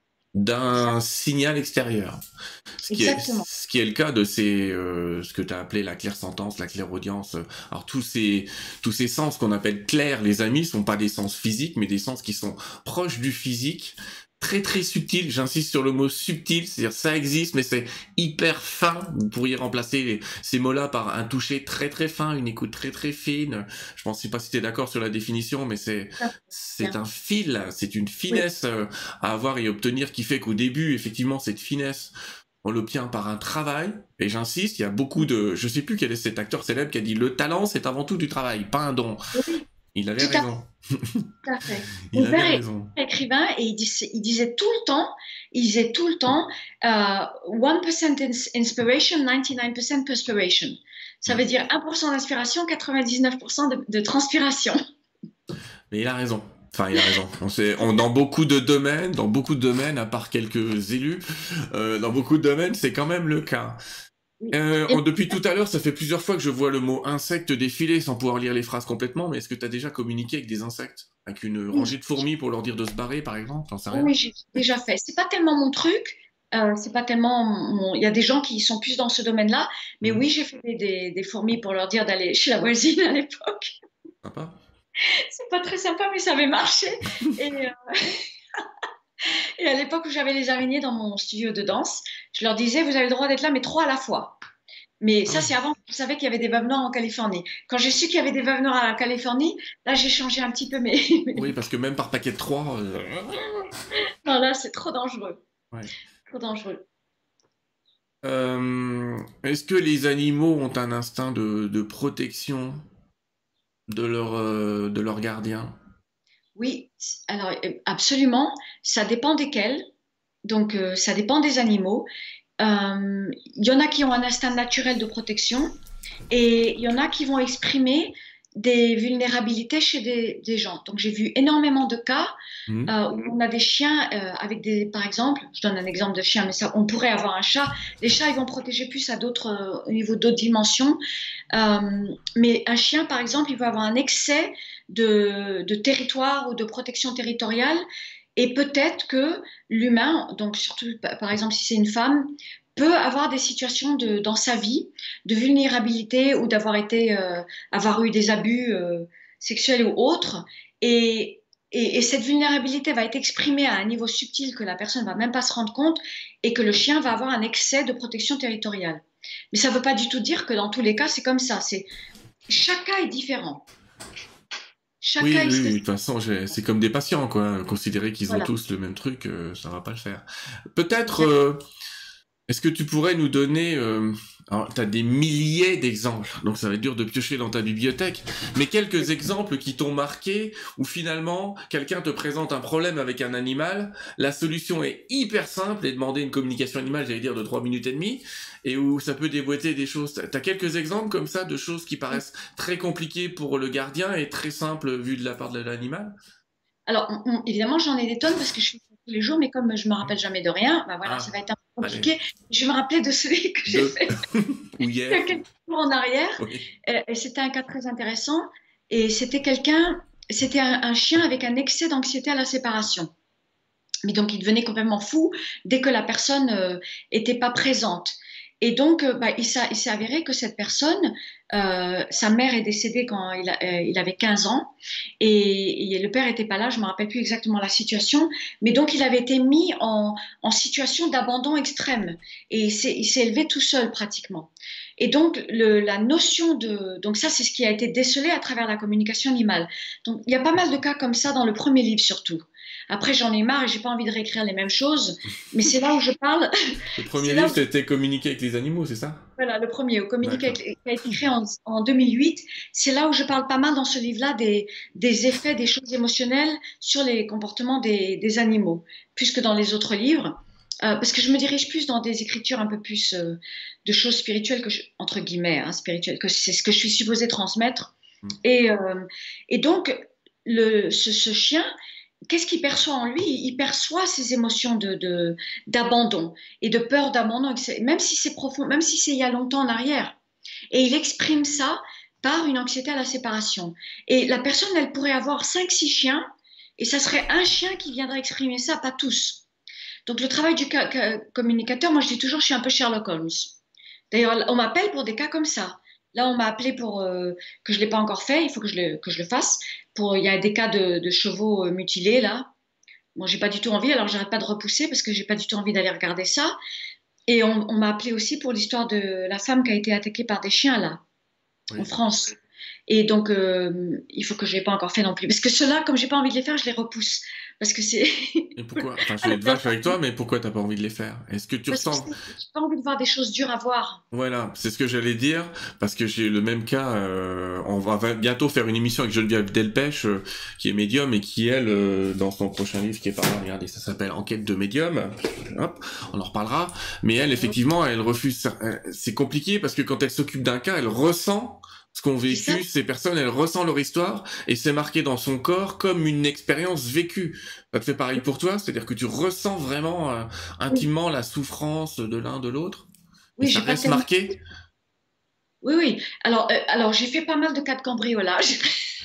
d'un signal extérieur. Ce qui est, exactement. ce qui est le cas de ces, euh, ce que tu as appelé la clairsentence, la clairaudience. Alors tous ces, tous ces sens qu'on appelle clairs, les amis, sont pas des sens physiques, mais des sens qui sont proches du physique, très très subtils. J'insiste sur le mot subtil, c'est-à-dire ça existe, mais c'est hyper fin. Vous pourriez remplacer les- ces mots-là par un toucher très très fin, une écoute très très fine. Je pense pas si tu es d'accord sur la définition, mais c'est c'est Bien. un fil, c'est une Oui, finesse euh, à avoir et obtenir qui fait qu'au début, effectivement, cette finesse, on l'obtient par un travail. Et j'insiste, il y a beaucoup de, je sais plus quel est cet acteur célèbre qui a dit le talent, c'est avant tout du travail, pas un don. oui, Il avait tout à raison. Tout à fait. Il Mon avait père est raison. écrivain et il disait, il disait tout le temps, il disait tout le temps, euh, one percent ins- inspiration, quatre-vingt-dix-neuf pour cent perspiration. Ça Hmm. veut dire un pour cent d'inspiration, quatre-vingt-dix-neuf pour cent de, de transpiration. Mais il a raison. Enfin, il a raison. On sait, on, dans beaucoup de domaines, dans beaucoup de domaines, à part quelques élus, euh, dans beaucoup de domaines, c'est quand même le cas. Oui. Euh, Et en- depuis tout à l'heure, ça fait plusieurs fois que je vois le mot insecte défiler sans pouvoir lire les phrases complètement, mais est-ce que tu as déjà communiqué avec des insectes? Avec une oui, rangée de fourmis pour leur dire de se barrer, par exemple? J'en sais rien. oui, j'ai déjà fait. C'est pas tellement mon truc. Euh, c'est pas tellement mon- Il y a des gens qui sont plus dans ce domaine-là, mais Hmm. oui, j'ai fait des, des- des fourmis pour leur dire d'aller chez la voisine à l'époque. Sympa. C'est pas très sympa, mais ça avait marché. Et, euh, Et à l'époque où j'avais les araignées dans mon studio de danse, je leur disais, vous avez le droit d'être là, mais trois à la fois. Mais Ah ça, oui. c'est avant que je savais qu'il y avait des veuves noires en Californie. Quand j'ai su qu'il y avait des veuves noires en Californie, là, j'ai changé un petit peu mes... Oui, parce que même par paquet de trois, euh, Non, là, c'est trop dangereux. Ouais. Trop dangereux. Euh, est-ce que les animaux ont un instinct de, de protection de leur, euh, de leur gardien? Oui, alors euh, absolument, ça dépend desquels. Donc, euh, ça dépend des animaux. Euh, Il y en a qui ont un instinct naturel de protection et il y en a qui vont exprimer des vulnérabilités chez des, des gens. Donc, j'ai vu énormément de cas Hmm. euh, où on a des chiens euh, avec des, par exemple, je donne un exemple de chien, mais ça, on pourrait avoir un chat. Les chats, ils vont protéger plus à d'autres, euh, au niveau d'autres dimensions. Euh, mais un chien, par exemple, il va avoir un excès de, de territoire ou de protection territoriale. Et peut-être que l'humain, donc surtout par exemple si c'est une femme, peut avoir des situations de, dans sa vie de vulnérabilité ou d'avoir été, euh, avoir eu des abus euh, sexuels ou autres. Et, et, et cette vulnérabilité va être exprimée à un niveau subtil que la personne ne va même pas se rendre compte et que le chien va avoir un excès de protection territoriale. Mais ça ne veut pas du tout dire que dans tous les cas, c'est comme ça. C'est, chaque cas est différent. Chaque Oui, cas est oui, oui, de spécifique. toute façon, j'ai- c'est comme des patients, quoi. Considérer qu'ils ont Voilà. tous le même truc, euh, ça va pas le faire. Peut-être, Exact. euh, est-ce que tu pourrais nous donner, euh, alors, t'as des milliers d'exemples, donc ça va être dur de piocher dans ta bibliothèque, mais quelques exemples qui t'ont marqué, où finalement, quelqu'un te présente un problème avec un animal, la solution est hyper simple, et demander une communication animale, j'allais dire, de trois minutes et demie, et où ça peut déboîter des choses. T'as t'as quelques exemples comme ça de choses qui paraissent très compliquées pour le gardien et très simples vues de la part de l'animal? Alors, on- on- évidemment, j'en ai des tonnes parce que je fais ça tous les jours, mais comme je me rappelle jamais de rien, bah voilà, ça va Ah, être un peu allez, compliqué. Je vais me rappeler de celui que j'ai deux, fait ou il y a hier, quelques jours en arrière. oui. Euh, Et c'était un cas très intéressant. Et c'était quelqu'un, c'était un, un chien avec un excès d'anxiété à la séparation. Mais donc, il devenait complètement fou dès que la personne euh, était pas présente. Et donc, euh, bah, il s'est il s'est avéré que cette personne, euh, sa mère est décédée quand il, a- euh, il avait quinze ans et, et le père était pas là, je me rappelle plus exactement la situation, mais donc il avait été mis en, en situation d'abandon extrême et il s'est il s'est élevé tout seul pratiquement. Et donc, le, la notion de... Donc ça, c'est ce qui a été décelé à travers la communication animale. Donc, il y a pas mal de cas comme ça dans le premier livre surtout. Après, j'en ai marre et j'ai pas envie de réécrire les mêmes choses, mais c'est là où je parle. Le premier C'est là livre, où, c'était communiquer avec les animaux, c'est ça? voilà, le premier, au communiqué avec- D'accord. qui a été créé en, en deux mille huit, c'est là où je parle pas mal dans ce livre-là des, des effets, des choses émotionnelles sur les comportements des, des animaux, plus que dans les autres livres. Euh, parce que je me dirige plus dans des écritures un peu plus euh, de choses spirituelles que je- entre guillemets hein, spirituelles, que c'est ce que je suis supposée transmettre. Mm. Et, euh, et donc le, ce, ce chien, qu'est-ce qu'il perçoit en lui? Il perçoit ces émotions de, de- d'abandon et de peur d'abandon, même si c'est profond, même si c'est il y a longtemps en arrière. Et il exprime ça par une anxiété à la séparation. Et la personne, elle pourrait avoir cinq, six chiens, et ça serait un chien qui viendrait exprimer ça, pas tous. Donc le travail du communicateur, moi je dis toujours, je suis un peu Sherlock Holmes. D'ailleurs, on m'appelle pour des cas comme ça. Là, on m'a appelé pour euh, que je ne l'ai pas encore fait, il faut que je le, que je le fasse. Pour, il y a des cas de, de chevaux euh, mutilés, là. Moi, j'ai pas du tout envie, alors j'arrête pas de repousser parce que j'ai pas du tout envie d'aller regarder ça. Et on, on m'a appelé aussi pour l'histoire de la femme qui a été attaquée par des chiens, là, en Oui. France. Et donc, euh, il faut que je l'ai pas encore fait non plus. Parce que ceux-là, comme j'ai pas envie de les faire, je les repousse. Parce que c'est. Et pourquoi? Enfin, je vais être vache avec toi, mais pourquoi t'as pas envie de les faire? Est-ce que tu Parce que ressens? c'est- j'ai pas envie de voir des choses dures à voir. Voilà, c'est ce que j'allais dire, parce que j'ai le même cas. Euh, on va bientôt faire une émission avec Geneviève Delpech, euh, qui est médium et qui, elle, euh, dans son prochain livre qui est par là, regardez, ça s'appelle Enquête de médium. Hop, on en reparlera. Mais elle, effectivement, elle refuse. euh, C'est compliqué parce que quand elle s'occupe d'un cas, elle ressent ce qu'ont C'est ça? vécu ces personnes, elle ressent leur histoire et c'est marqué dans son corps comme une expérience vécue. Ça te fait pareil pour toi, c'est-à-dire que tu ressens vraiment euh, Oui, intimement la souffrance de l'un de l'autre et oui, ça j'ai pas reste tellement. marqué. Oui, oui. Alors, euh, alors j'ai fait pas mal de cas de cambriolage.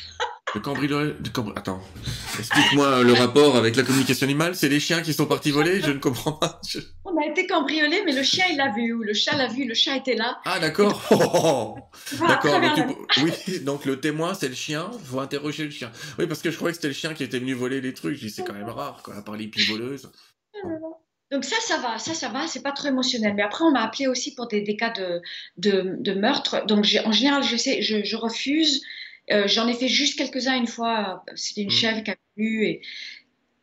Le cambriolage... de cambri- Attends, explique-moi le rapport avec la communication animale. C'est les chiens qui sont partis voler? Je ne comprends pas. Je- On a été cambriolé, mais le chien, il l'a vu, ou le chat l'a vu, le chat était là. Ah, Et donc, d'accord. Oh, oh, oh. on va à D'accord, donc travers tu... la nuit. Oui, donc le témoin, c'est le chien. Faut interroger le chien. Oui, parce que je croyais que c'était le chien qui était venu voler les trucs. Je dis, c'est quand même rare, quoi, à part les pivoleuses. Bon. Donc ça, ça va, ça, ça va, c'est pas trop émotionnel. Mais après, on m'a appelé aussi pour des, des cas de, de, de meurtre. Donc j'ai- en général, je sais, je, je refuse. Euh, j'en ai fait juste quelques-uns une fois. C'était une Hmm. chèvre qui a plu.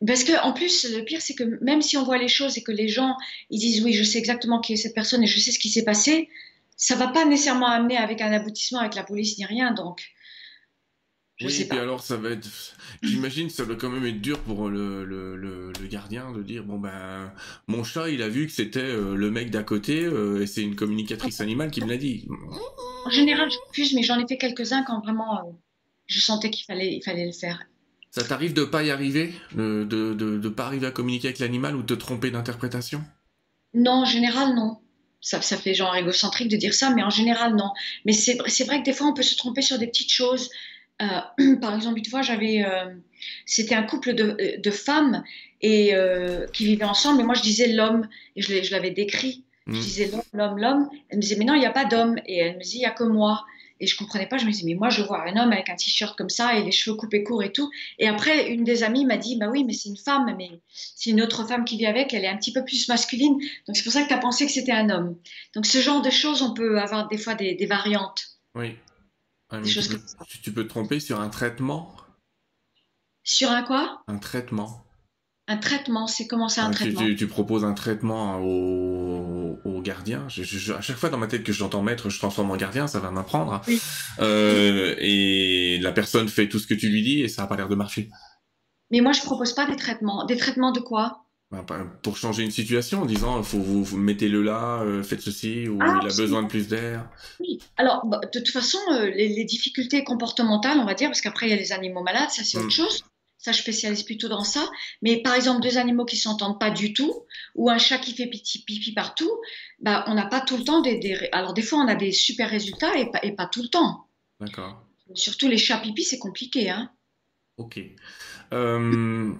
Parce que en plus, le pire, c'est que même si on voit les choses et que les gens ils disent oui, je sais exactement qui est cette personne et je sais ce qui s'est passé, ça va pas nécessairement amener avec un aboutissement avec la police ni rien. Donc, je Oui, sais puis pas. alors ça va être, j'imagine que ça doit quand même être dur pour le, le, le, le gardien de dire, bon ben, mon chat, il a vu que c'était euh, le mec d'à côté, euh, et c'est une communicatrice animale qui me l'a dit. En général, je refuse, mais j'en ai fait quelques-uns quand vraiment euh, je sentais qu'il fallait, il fallait le faire. Ça t'arrive de pas y arriver, de, de, de, de pas arriver à communiquer avec l'animal ou de te tromper d'interprétation? Non, en général, non. Ça, ça fait genre égocentrique de dire ça, mais en général, non. Mais c'est, c'est vrai que des fois, on peut se tromper sur des petites choses. Euh, par exemple, une fois, j'avais, euh, c'était un couple de, de femmes et euh, qui vivaient ensemble, et moi, je disais l'homme, et je l'ai- je l'avais décrit. Je Hmm. disais l'homme, l'homme, l'homme. Elle me disait, mais non, il n'y a pas d'homme. Et elle me disait, il n'y a que moi. Et je comprenais pas. Je me disais, mais moi, je vois un homme avec un t-shirt comme ça et les cheveux coupés courts et tout. Et après, une des amies m'a dit, bah oui, mais c'est une femme, mais c'est une autre femme qui vit avec, elle est un petit peu plus masculine. Donc c'est pour ça que tu as pensé que c'était un homme. Donc ce genre de choses, on peut avoir des fois des, des variantes, Oui. Ouais, des mais tu choses peux, comme ça. tu tu peux te tromper sur un traitement. Sur un quoi? Un traitement. Un traitement, c'est comment ça un Ouais, tu, traitement? tu, tu proposes un traitement au, au gardien. Je, je- je- à chaque fois dans ma tête que j'entends maître, je transforme en gardien, ça va m'apprendre. Oui. Euh, et la personne fait tout ce que tu lui dis et ça a pas l'air de marcher. Mais moi, je propose pas des traitements. Des traitements de quoi? Ben, pas- Pour changer une situation en disant, faut vous, vous mettez-le là, euh, faites ceci, ou Ah, il a besoin de absolument. plus d'air. Oui. Alors, bah, de toute façon, euh, les, les difficultés comportementales, on va dire, parce qu'après, il y a les animaux malades, ça, c'est autre Hmm, chose. Ça, je spécialise plutôt dans ça. Mais par exemple, deux animaux qui s'entendent pas du tout, ou un chat qui fait pipi, pipi partout, bah, on n'a pas tout le temps des, des- Alors, des fois, on a des super résultats et pas, et pas tout le temps. d'accord. Surtout les chats pipi, c'est compliqué, hein. Ok. Euh,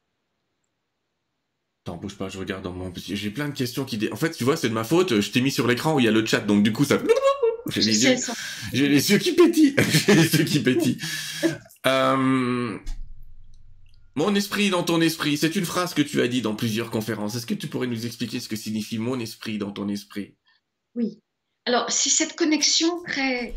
Attends, bouge pas, je regarde dans mon... J'ai plein de questions qui... dé- En fait, tu vois, c'est de ma faute, je t'ai mis sur l'écran où il y a le chat, donc du coup, ça... J'ai Je les sais, yeux... ça. J'ai les yeux qui pétillent. J'ai les yeux qui pétillent. Euh... Mon esprit dans ton esprit, c'est une phrase que tu as dit dans plusieurs conférences. Est-ce que tu pourrais nous expliquer ce que signifie mon esprit dans ton esprit? Oui. Alors, c'est cette connexion très,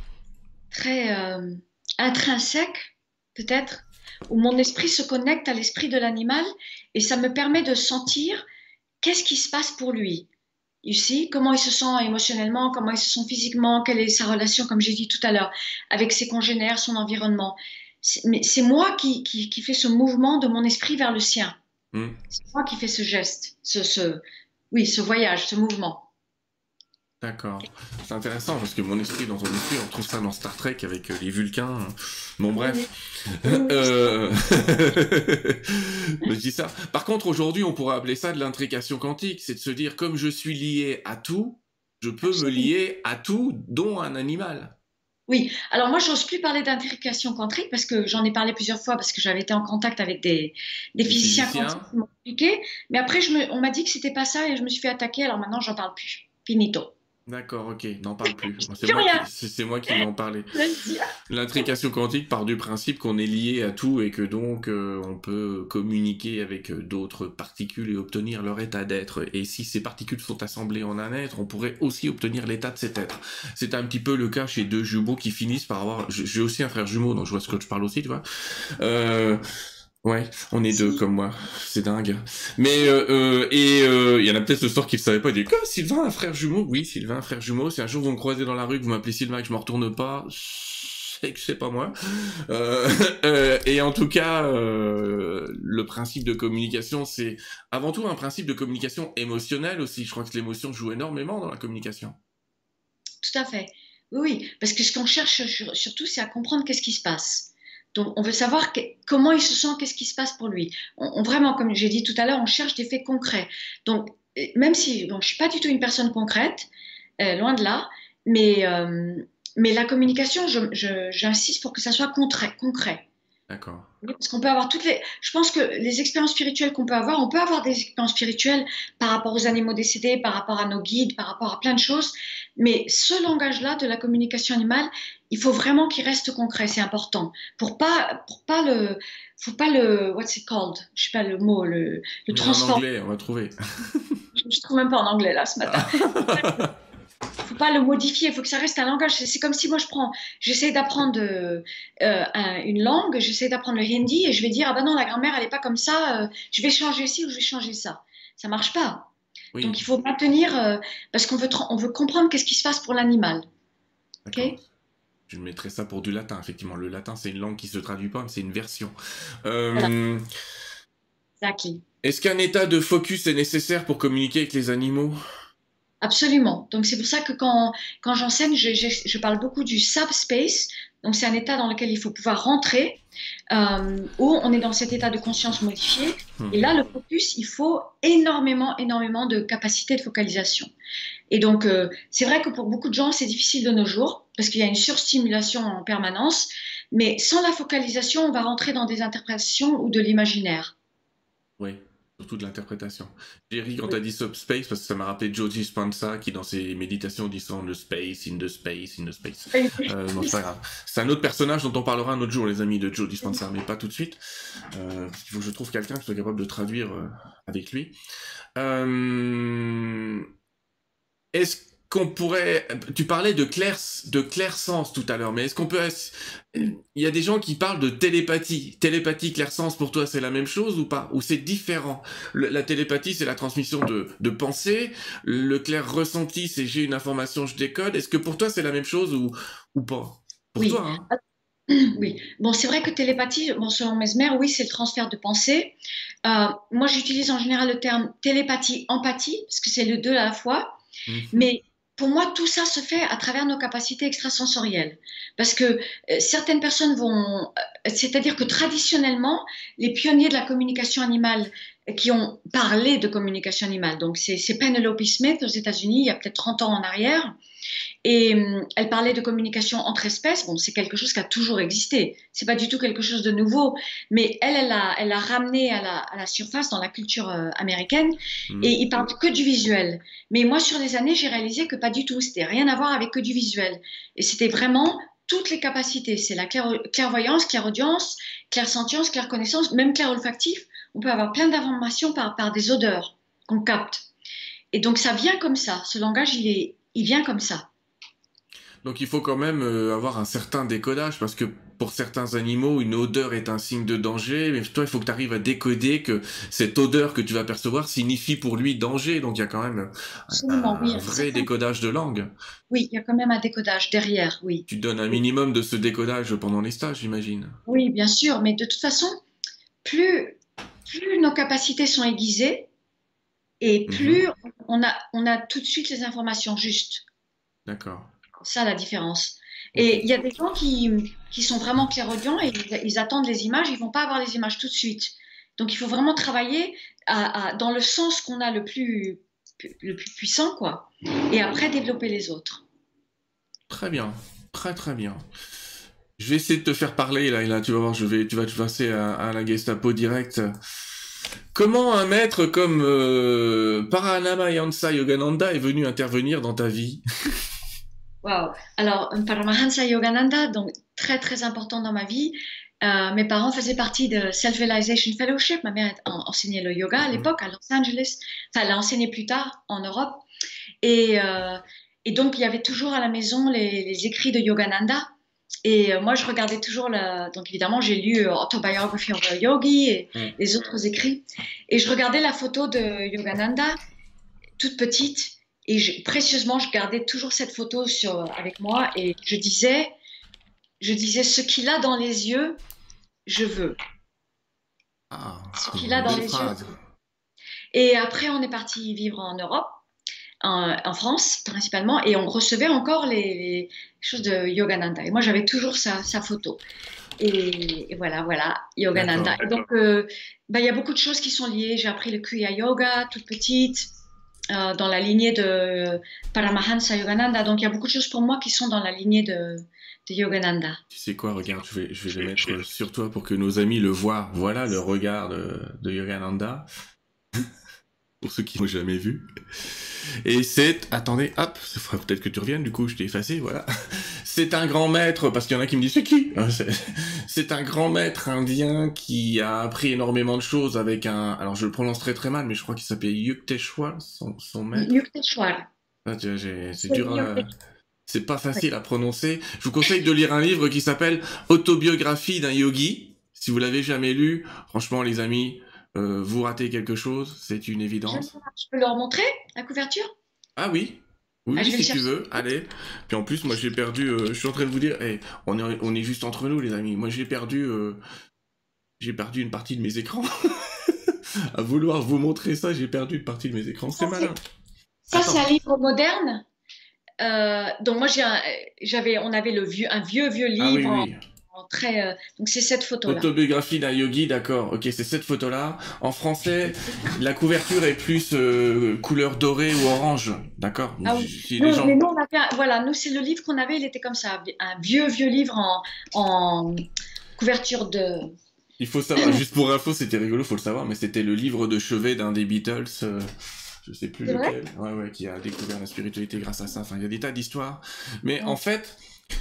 très euh, intrinsèque, peut-être, où mon esprit se connecte à l'esprit de l'animal et ça me permet de sentir qu'est-ce qui se passe pour lui. Ici, comment il se sent émotionnellement, comment il se sent physiquement, quelle est sa relation, comme j'ai dit tout à l'heure, avec ses congénères, son environnement. C'est- Mais c'est moi qui, qui, qui fais ce mouvement de mon esprit vers le sien. Hmm. C'est moi qui fais ce geste, ce, ce, oui, ce voyage, ce mouvement. D'accord. C'est intéressant parce que mon esprit dans ton esprit, on trouve ça dans Star Trek avec euh, les Vulcains. Bon, Oui, oui, bref. oui, oui, Euh... Mais je dis ça. Par contre, aujourd'hui, on pourrait appeler ça de l'intrication quantique. C'est de se dire, comme je suis lié à tout, je peux me absolument. lier à tout, dont un animal. Oui, alors moi, j'ose plus parler d'intrication quantique parce que j'en ai parlé plusieurs fois parce que j'avais été en contact avec des, des Les physiciens quantiques physiciens. qui m'ont expliqué. Mais après, je me, on m'a dit que c'était pas ça et je me suis fait attaquer. Alors maintenant, j'en parle plus. Finito. D'accord, ok, n'en parle plus. Je dis C'est plus moi qui, rien. c'est c'est moi qui vais en parler. Je vais le dire. L'intrication quantique part du principe qu'on est lié à tout et que donc euh, on peut communiquer avec euh, d'autres particules et obtenir leur état d'être. Et si ces particules sont assemblées en un être, on pourrait aussi obtenir l'état de cet être. C'est un petit peu le cas chez deux jumeaux qui finissent par avoir... J'ai aussi un frère jumeau, donc je vois ce que je parle aussi, tu vois. Euh... Ouais, on est deux Si. comme moi, c'est dingue. Mais euh, euh, et euh, il y en a peut-être ce soir qui ne savaient pas, ils disent quoi, Sylvain, un frère jumeau? Oui, Sylvain, un frère jumeau. Si un jour vous me croisez dans la rue, que vous m'appelez Sylvain et que je me retourne pas, c'est que c'est pas moi. Euh, euh, et en tout cas, euh, le principe de communication, c'est avant tout un principe de communication émotionnelle aussi. Je crois que l'émotion joue énormément dans la communication. Tout à fait. Oui, oui. Parce que ce qu'on cherche sur- surtout, c'est à comprendre qu'est-ce qui se passe. Donc, on veut savoir que- comment il se sent, qu'est-ce qui se passe pour lui. On, on- vraiment, comme j'ai dit tout à l'heure, on cherche des faits concrets. Donc, euh, même si bon, je ne suis pas du tout une personne concrète, euh, loin de là, mais, euh, mais la communication, je- je- j'insiste pour que ça soit concret. concret. D'accord. Oui, parce qu'on peut avoir toutes les. Je pense que les expériences spirituelles qu'on peut avoir, on peut avoir des expériences spirituelles par rapport aux animaux décédés, par rapport à nos guides, par rapport à plein de choses. Mais ce langage-là de la communication animale, il faut vraiment qu'il reste concret, c'est important. Pour pas, pour pas le, faut pas le, what's it called? Je sais pas le mot, le, le Mais en transformer. anglais, on va trouver. Je, je trouve même pas en anglais là ce matin. faut pas le modifier, il faut que ça reste un langage. C'est comme si moi je prends, j'essaie d'apprendre euh, euh, un- une langue, j'essaie d'apprendre le hindi et je vais dire, ah ben non, la grammaire, elle est pas comme ça, euh, je vais changer ci ou je vais changer ça. Ça marche pas. Donc il Oui, faut maintenir, euh, parce qu'on veut, tra- on veut comprendre qu'est-ce qui se passe pour l'animal. d'accord. OK? Je mettrais ça pour du latin, effectivement. Le latin, c'est une langue qui se traduit pas, mais c'est une version. Voilà, Euh, exactly. Est-ce qu'un état de focus est nécessaire pour communiquer avec les animaux? Absolument. Donc c'est pour ça que quand, quand j'enseigne, je, je, je parle beaucoup du subspace. Donc c'est un état dans lequel il faut pouvoir rentrer, euh, où on est dans cet état de conscience modifié. Et Hmm. là, le focus, il faut énormément, énormément de capacité de focalisation. Et donc euh, c'est vrai que pour beaucoup de gens, c'est difficile de nos jours, parce qu'il y a une surstimulation en permanence. Mais sans la focalisation, on va rentrer dans des interprétations ou de l'imaginaire. Oui, surtout de l'interprétation. J'ai ri quand Oui. t'as dit subspace parce que ça m'a rappelé Joe Dispenza qui, dans ses méditations, dit souvent le space, in the space, in the space. Euh, non, c'est pas grave. C'est un autre personnage dont on parlera un autre jour, les amis de Joe Dispenza, mais pas tout de suite. Euh, parce qu'il faut que je trouve quelqu'un qui soit capable de traduire euh, avec lui. Euh, Est-ce qu'on pourrait... Tu parlais de clair, de clair-sens tout à l'heure, mais est-ce qu'on peut... Il y a des gens qui parlent de télépathie. Télépathie, clair-sens, pour toi, c'est la même chose ou pas? Ou c'est différent? Le- La télépathie, c'est la transmission de, de pensée. Le clair ressenti, c'est j'ai une information, je décode. Est-ce que pour toi, c'est la même chose ou, ou pas? Pour Oui. toi, hein? Oui, bon, c'est vrai que télépathie, bon, selon Mesmer, oui, c'est le transfert de pensée. Euh, moi, j'utilise en général le terme télépathie-empathie, parce que c'est le deux à la fois. Mhm. Mais pour moi, tout ça se fait à travers nos capacités extrasensorielles. Parce que euh, certaines personnes vont... euh, c'est-à-dire que traditionnellement, les pionniers de la communication animale euh, qui ont parlé de communication animale, donc c'est c'est Penelope Smith aux États-Unis, il y a peut-être trente ans en arrière, et hum, elle parlait de communication entre espèces. Bon, c'est quelque chose qui a toujours existé. C'est pas du tout quelque chose de nouveau. Mais elle, elle a, elle a ramené à la, à la surface dans la culture euh, américaine. Et Mhm. il parle que du visuel. Mais moi, sur les années, j'ai réalisé que pas du tout. C'était rien à voir avec que du visuel. Et c'était vraiment toutes les capacités. C'est la clair- clairvoyance, clairaudience, clairsentience, clairconnaissance, même clairolfactif. On peut avoir plein d'informations par, par des odeurs qu'on capte. Et donc, ça vient comme ça. Ce langage, il est, il vient comme ça. Donc il faut quand même euh, avoir un certain décodage parce que pour certains animaux, une odeur est un signe de danger, mais toi, il faut que tu arrives à décoder que cette odeur que tu vas percevoir signifie pour lui danger. Donc il y a quand même un, Absolument, oui. un Un vrai certain- décodage de langue. Oui, il y a quand même un décodage derrière, oui. Tu donnes un Et- minimum de ce décodage pendant les stages, j'imagine. oui, bien sûr, mais de toute façon, plus, plus nos capacités sont aiguisées et plus Mhm. on a, on a tout de suite les informations justes. D'accord. C'est ça la différence. Ok. Et il y a des gens qui, qui sont vraiment clairaudients et ils, ils attendent les images, ils vont pas avoir les images tout de suite. Donc il faut vraiment travailler à- à- dans le sens qu'on a le plus, le plus puissant, quoi. Et après développer les autres. Très bien. Très très bien. Je vais essayer de te faire parler là, et là tu vas voir, je vais, tu vas te passer à, à la Gestapo direct. Comment un maître comme euh, Paranamayansa Yogananda est venu intervenir dans ta vie? Wow. Alors, euh, Paramahansa Yogananda, donc très très important dans ma vie. Euh, mes parents faisaient partie de Self-Realization Fellowship. Ma mère en- enseignait le yoga à Mhm. l'époque à Los Angeles. Enfin, elle l'a enseigné plus tard en Europe. Et, euh, et donc, il y avait toujours à la maison les, les écrits de Yogananda. Et euh, moi, je regardais toujours la... Donc, évidemment, j'ai lu euh, Autobiography of a Yogi et Mhm. les autres écrits. Et je regardais la photo de Yogananda toute petite et je- précieusement, je gardais toujours cette photo sur, avec moi et je disais, je disais ce qu'il a dans les yeux, je veux. Ah, Ce c'est qu'il a une dans belle les yeux. phrase. Et après, on est parti vivre en Europe, en, en France principalement, et on recevait encore les, les choses de Yogananda. Et moi, j'avais toujours sa, sa photo. Et, et voilà, voilà, Yogananda. D'accord. Et donc, euh, bah, il y a beaucoup de choses qui sont liées. J'ai appris le Kriya Yoga toute petite. Euh, dans la lignée de Paramahansa Yogananda. Donc, il y a beaucoup de choses pour moi qui sont dans la lignée de, de Yogananda. Tu sais quoi, regarde, je vais, je vais les mettre sur toi pour que nos amis le voient. Voilà le regard de, de Yogananda, pour ceux qui l'ont jamais vu. Et c'est... Attendez, hop, il faudrait peut-être que tu reviennes, du coup, je t'ai effacé, voilà. C'est un grand maître, parce qu'il y en a qui me disent, c'est qui? C'est c'est un grand maître indien qui a appris énormément de choses avec un... Alors, je le prononce très très mal, mais je crois qu'il s'appelle Yukteswar, son, son maître. Yukteswar. Ah, tu vois, j'ai- c'est C'est dur à... yogique. C'est pas Oui. facile à prononcer. Je vous conseille de lire un livre qui s'appelle Autobiographie d'un yogi. Si vous l'avez jamais lu, franchement, les amis, euh, vous ratez quelque chose, c'est une Je, évidence. je peux leur montrer la couverture? Ah oui, oui, Ah, oui, je vais le si tu chercher. veux, allez. Puis en plus, moi j'ai perdu, euh, je suis en train de vous dire, eh, on est, on est juste entre nous, les amis. Moi j'ai perdu, euh, j'ai perdu une partie de mes écrans. À vouloir vous montrer ça, j'ai perdu une partie de mes écrans. Ça, C'est malin. c'est ça, c'est Attends. un livre moderne. Euh, donc moi, j'ai un- j'avais, on avait le vieux, un vieux, vieux Ah oui, livre en, oui. en très. Euh, donc c'est cette photo-là. Autobiographie d'un yogi, d'accord. Ok, c'est cette photo-là. En français, la couverture est plus euh, couleur dorée ou orange, d'accord. Ah oui. Si les Nous, mais gens, nous, on avait un- voilà, nous, c'est le livre qu'on avait, il était comme ça, un vieux, vieux livre en, en couverture de. il faut savoir. Juste pour info, c'était rigolo, faut le savoir, mais c'était le livre de chevet d'un des Beatles. euh, je sais plus C'est vrai? lequel. Ouais, ouais, qui a découvert la spiritualité grâce à ça. Enfin, il y a des tas d'histoires. Mais en Ouais. fait,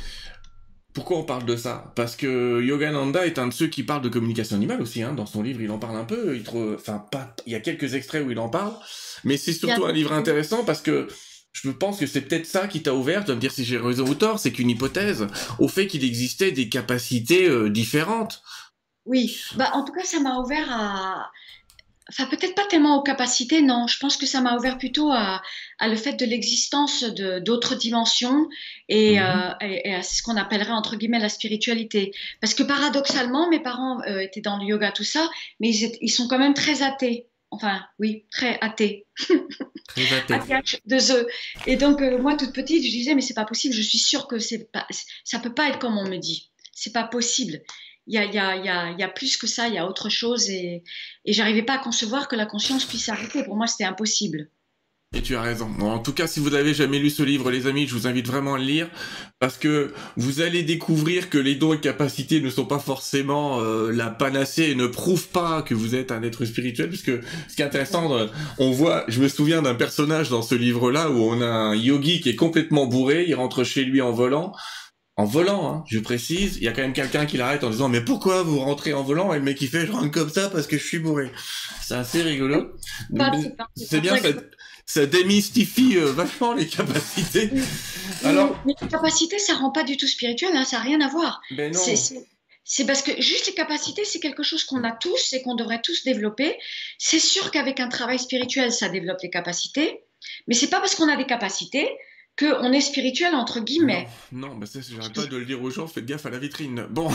pourquoi on parle de ça? Parce que Yogananda est un de ceux qui parle de communication animale aussi, hein. Dans son livre, il en parle un peu. Il trouve, enfin, pas, il y a quelques extraits où il en parle, mais c'est Il y a surtout un livre intéressant parce que je pense que c'est peut-être ça qui t'a ouvert, tu vas me dire si j'ai raison ou tort, c'est qu'une hypothèse, au fait qu'il existait des capacités euh, différentes. Oui, bah, en tout cas, ça m'a ouvert à. Enfin, peut-être pas tellement aux capacités, non. Je pense que ça m'a ouvert plutôt à, à le fait de l'existence de d'autres dimensions et, Mhm. euh, et- et à ce qu'on appellerait entre guillemets la spiritualité. Parce que paradoxalement, mes parents euh, étaient dans le yoga, tout ça, mais ils, étaient- ils sont quand même très athées. Enfin, oui, très athées. Très athée. A T H deux E. Et donc, euh, moi, toute petite, je disais, mais c'est pas possible, je suis sûre que c'est pas, ça peut pas être comme on me dit. C'est pas possible. Il y a, il y a, il y a, il y a plus que ça, il y a autre chose. Et, et j'arrivais pas à concevoir que la conscience puisse s'arrêter. Pour moi, c'était impossible. Et tu as raison. Bon, en tout cas, si vous n'avez jamais lu ce livre, les amis, je vous invite vraiment à le lire parce que vous allez découvrir que les dons et capacités ne sont pas forcément euh, la panacée et ne prouvent pas que vous êtes un être spirituel. Puisque ce qui est intéressant, euh, on voit, je me souviens d'un personnage dans ce livre-là où on a un yogi qui est complètement bourré, il rentre chez lui en volant. En volant, hein, je précise, il y a quand même quelqu'un qui l'arrête en disant mais pourquoi vous rentrez en volant? Et le mec il fait je rentre comme ça parce que je suis bourré. C'est assez rigolo. Pas, c'est pas, c'est C'est pas bien, vrai ça, que- ça démystifie euh, vachement les capacités. Oui. Mais, Alors, mais les capacités, ça rend pas du tout spirituel, hein, ça n'a rien à voir. ben C'est, non. c'est, c'est parce que juste les capacités, c'est quelque chose qu'on a tous et qu'on devrait tous développer. C'est sûr qu'avec un travail spirituel, ça développe les capacités, mais c'est pas parce qu'on a des capacités qu'on est spirituel, entre Ben non, guillemets. non, ben ça, j'arrête pas de le dire aux gens, faites gaffe à la vitrine. Bon.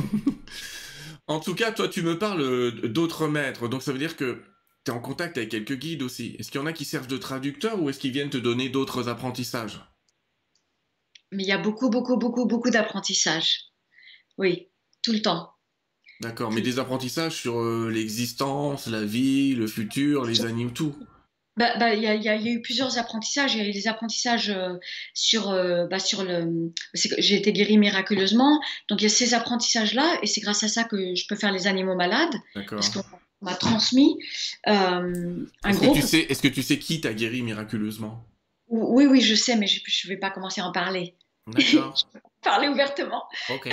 En tout cas, toi, tu me parles euh, d'autres maîtres, donc ça veut dire que tu es en contact avec quelques guides aussi. Est-ce qu'il y en a qui servent de traducteurs ou est-ce qu'ils viennent te donner d'autres apprentissages? Mais il y a beaucoup, beaucoup, beaucoup, beaucoup d'apprentissage. Oui, tout le temps. D'accord, mais Tout le des apprentissages sur euh, l'existence, la vie, le futur, les temps. animes, tout. Bah, bah, il y a, il y a- il y a eu plusieurs apprentissages. Il y a eu des apprentissages euh, sur, euh, bah, sur le. C'est que j'ai été guérie miraculeusement. Donc il y a ces apprentissages-là, et c'est grâce à ça que je peux faire les animaux malades, parce D'accord. qu'on m'a transmis euh, un Est-ce que tu groupe. sais, est-ce que tu sais qui t'a guéri miraculeusement? Oui, oui, je sais, mais je ne vais pas commencer à en parler. D'accord. Parler ouvertement. Ok.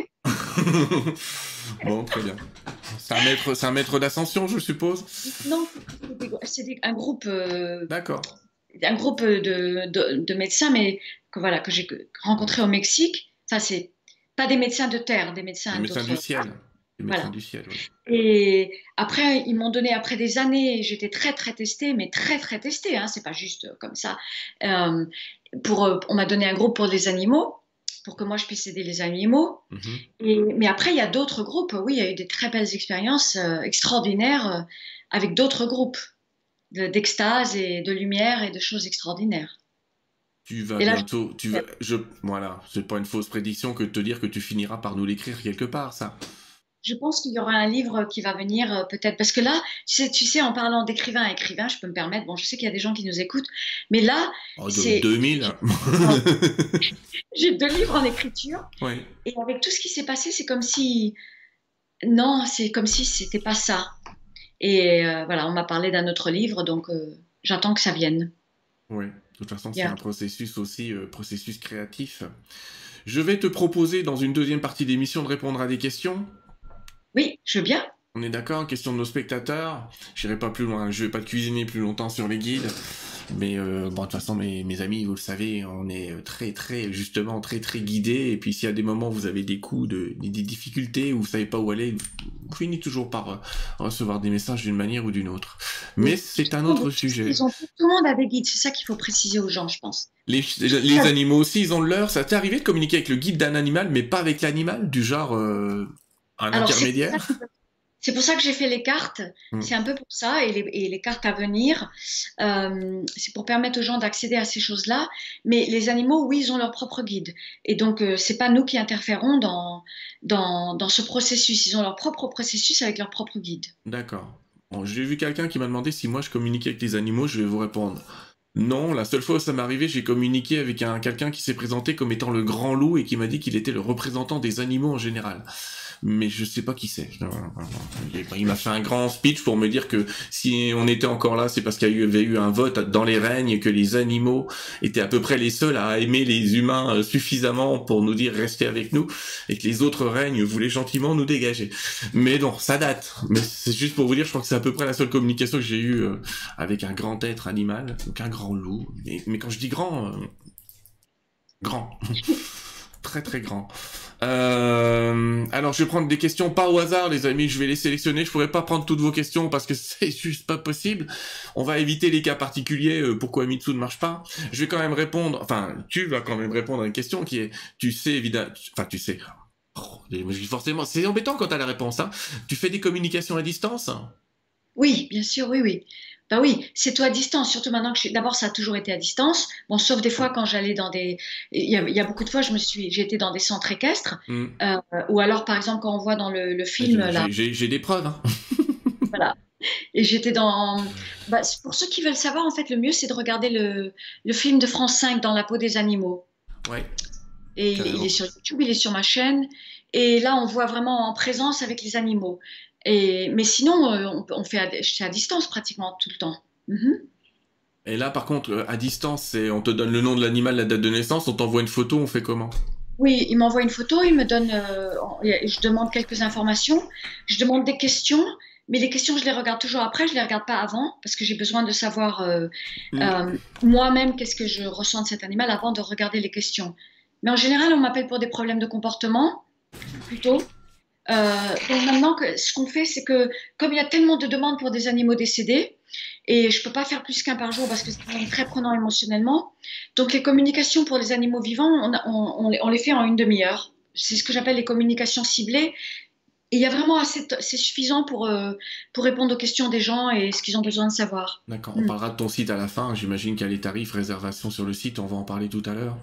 Bon, très bien. C'est un maître, c'est un maître d'ascension, je suppose. Non, c'est des- un groupe, euh, D'accord. un groupe de, de, de médecins, mais que voilà que j'ai rencontré au Mexique. Enfin, c'est pas des médecins de terre, des Les médecins médecins d'autres. du ciel. Les médecins Voilà. du ciel, oui. Et après, ils m'ont donné, après des années, j'étais très, très testée, mais très, très testée, hein, c'est pas juste comme ça. Euh, pour, euh, on m'a donné un groupe pour les animaux, pour que moi je puisse aider les animaux. Mhm. Et, mais après, il y a d'autres groupes. Oui, il y a eu des très belles expériences euh, extraordinaires euh, avec d'autres groupes de- d'extase et de lumière et de choses extraordinaires. Tu vas Et là, bientôt, tu je, vas, je, voilà, c'est pas une fausse prédiction que de te dire que tu finiras par nous l'écrire quelque part, ça. je pense qu'il y aura un livre qui va venir euh, peut-être. Parce que là, tu sais, tu sais, en parlant d'écrivain à écrivain, je peux me permettre, bon, je sais qu'il y a des gens qui nous écoutent, mais là, Oh, de c'est, deux mille. j'ai deux livres en écriture Oui. et avec tout ce qui s'est passé, c'est comme si, non, c'est comme si c'était pas ça. Et euh, voilà, on m'a parlé d'un autre livre, donc euh, j'attends que ça vienne. Oui. De toute façon, c'est Yeah. un processus aussi, euh, processus créatif. Je vais te proposer dans une deuxième partie d'émission de répondre à des questions. Oui, je veux bien. On est d'accord, question de nos spectateurs. J'irai pas plus loin, je vais pas te cuisiner plus longtemps sur les guides. Mais euh, bon, de toute façon, mes, mes amis, vous le savez, on est très, très, justement, très, très guidés. Et puis, s'il y a des moments où vous avez des coups, de, des, des difficultés, où vous savez pas où aller, vous finissez toujours par euh, recevoir des messages d'une manière ou d'une autre. Mais Oui. c'est un autre sujet. Ils ont, tout le monde a des guides, c'est ça qu'il faut préciser aux gens, je pense. Les, les animaux aussi, ils ont le leur. Ça t'est arrivé de communiquer avec le guide d'un animal, mais pas avec l'animal, du genre euh, un Alors, c'est intermédiaire? C'est pour ça que j'ai fait les cartes. Hmm. C'est un peu pour ça. Et les, et les cartes à venir, euh, c'est pour permettre aux gens d'accéder à ces choses-là. Mais les animaux, oui, ils ont leur propre guide. Et donc, euh, c'est pas nous qui interférons dans, dans, dans ce processus. Ils ont leur propre processus avec leur propre guide. D'accord. Bon, j'ai vu quelqu'un qui m'a demandé si moi je communiquais avec les animaux. Je vais vous répondre. Non, la seule fois où ça m'est arrivé, j'ai communiqué avec un quelqu'un qui s'est présenté comme étant le grand loup et qui m'a dit qu'il était le représentant des animaux en général. Mais je sais pas qui c'est. Il m'a fait un grand speech pour me dire que si on était encore là, c'est parce qu'il y avait eu un vote dans les règnes et que les animaux étaient à peu près les seuls à aimer les humains suffisamment pour nous dire restez avec nous et que les autres règnes voulaient gentiment nous dégager. Mais non, ça date. Mais c'est juste pour vous dire, je crois que c'est à peu près la seule communication que j'ai eue avec un grand être animal, donc un grand loup. Mais, mais quand je dis grand, euh, grand. Très très grand. Euh, alors je vais prendre des questions pas au hasard les amis, je vais les sélectionner, je pourrais pas prendre toutes vos questions parce que c'est juste pas possible. On va éviter les cas particuliers, euh, pourquoi Mitsu ne marche pas. Je vais quand même répondre, enfin tu vas quand même répondre à une question qui est, tu sais évidemment, enfin tu sais, oh, forcément c'est embêtant quand t'as la réponse, hein. Tu fais des communications à distance? Oui, bien sûr, oui, oui. Bah oui, c'est tout à distance, surtout maintenant que je suis... D'abord, ça a toujours été à distance. Bon, sauf des fois quand j'allais dans des... Il y a, il y a beaucoup de fois, je me suis... j'ai été dans des centres équestres. Mm. Euh, ou alors, par exemple, quand on voit dans le, le film... là, J'ai des preuves. Hein. Voilà. Et j'étais dans... Bah, pour ceux qui veulent savoir, en fait, le mieux, c'est de regarder le, le film de France cinq, Dans la peau des animaux. Ouais. Et il, il est sur YouTube, il est sur ma chaîne. Et là, on voit vraiment en présence avec les animaux. Et, mais sinon, euh, on, on fait à, c'est à distance pratiquement tout le temps. Mm-hmm. Et là, par contre, à distance, on te donne le nom de l'animal, la date de naissance, on t'envoie une photo, on fait comment? Oui, il m'envoie une photo, il me donne, euh, je demande quelques informations, je demande des questions, mais les questions, je les regarde toujours après, je les regarde pas avant, parce que j'ai besoin de savoir euh, mm. euh, moi-même qu'est-ce que je ressens de cet animal avant de regarder les questions. Mais en général, on m'appelle pour des problèmes de comportement, plutôt. Euh, donc maintenant, que, ce qu'on fait, c'est que comme il y a tellement de demandes pour des animaux décédés, et je ne peux pas faire plus qu'un par jour parce que c'est très prenant émotionnellement, donc les communications pour les animaux vivants, on, on, on, on les fait en une demi-heure. C'est ce que j'appelle les communications ciblées. Et il y a vraiment assez, c'est suffisant pour, euh, pour répondre aux questions des gens et ce qu'ils ont besoin de savoir. D'accord, on mmh. parlera de ton site à la fin, j'imagine qu'il y a les tarifs, réservation sur le site, on va en parler tout à l'heure.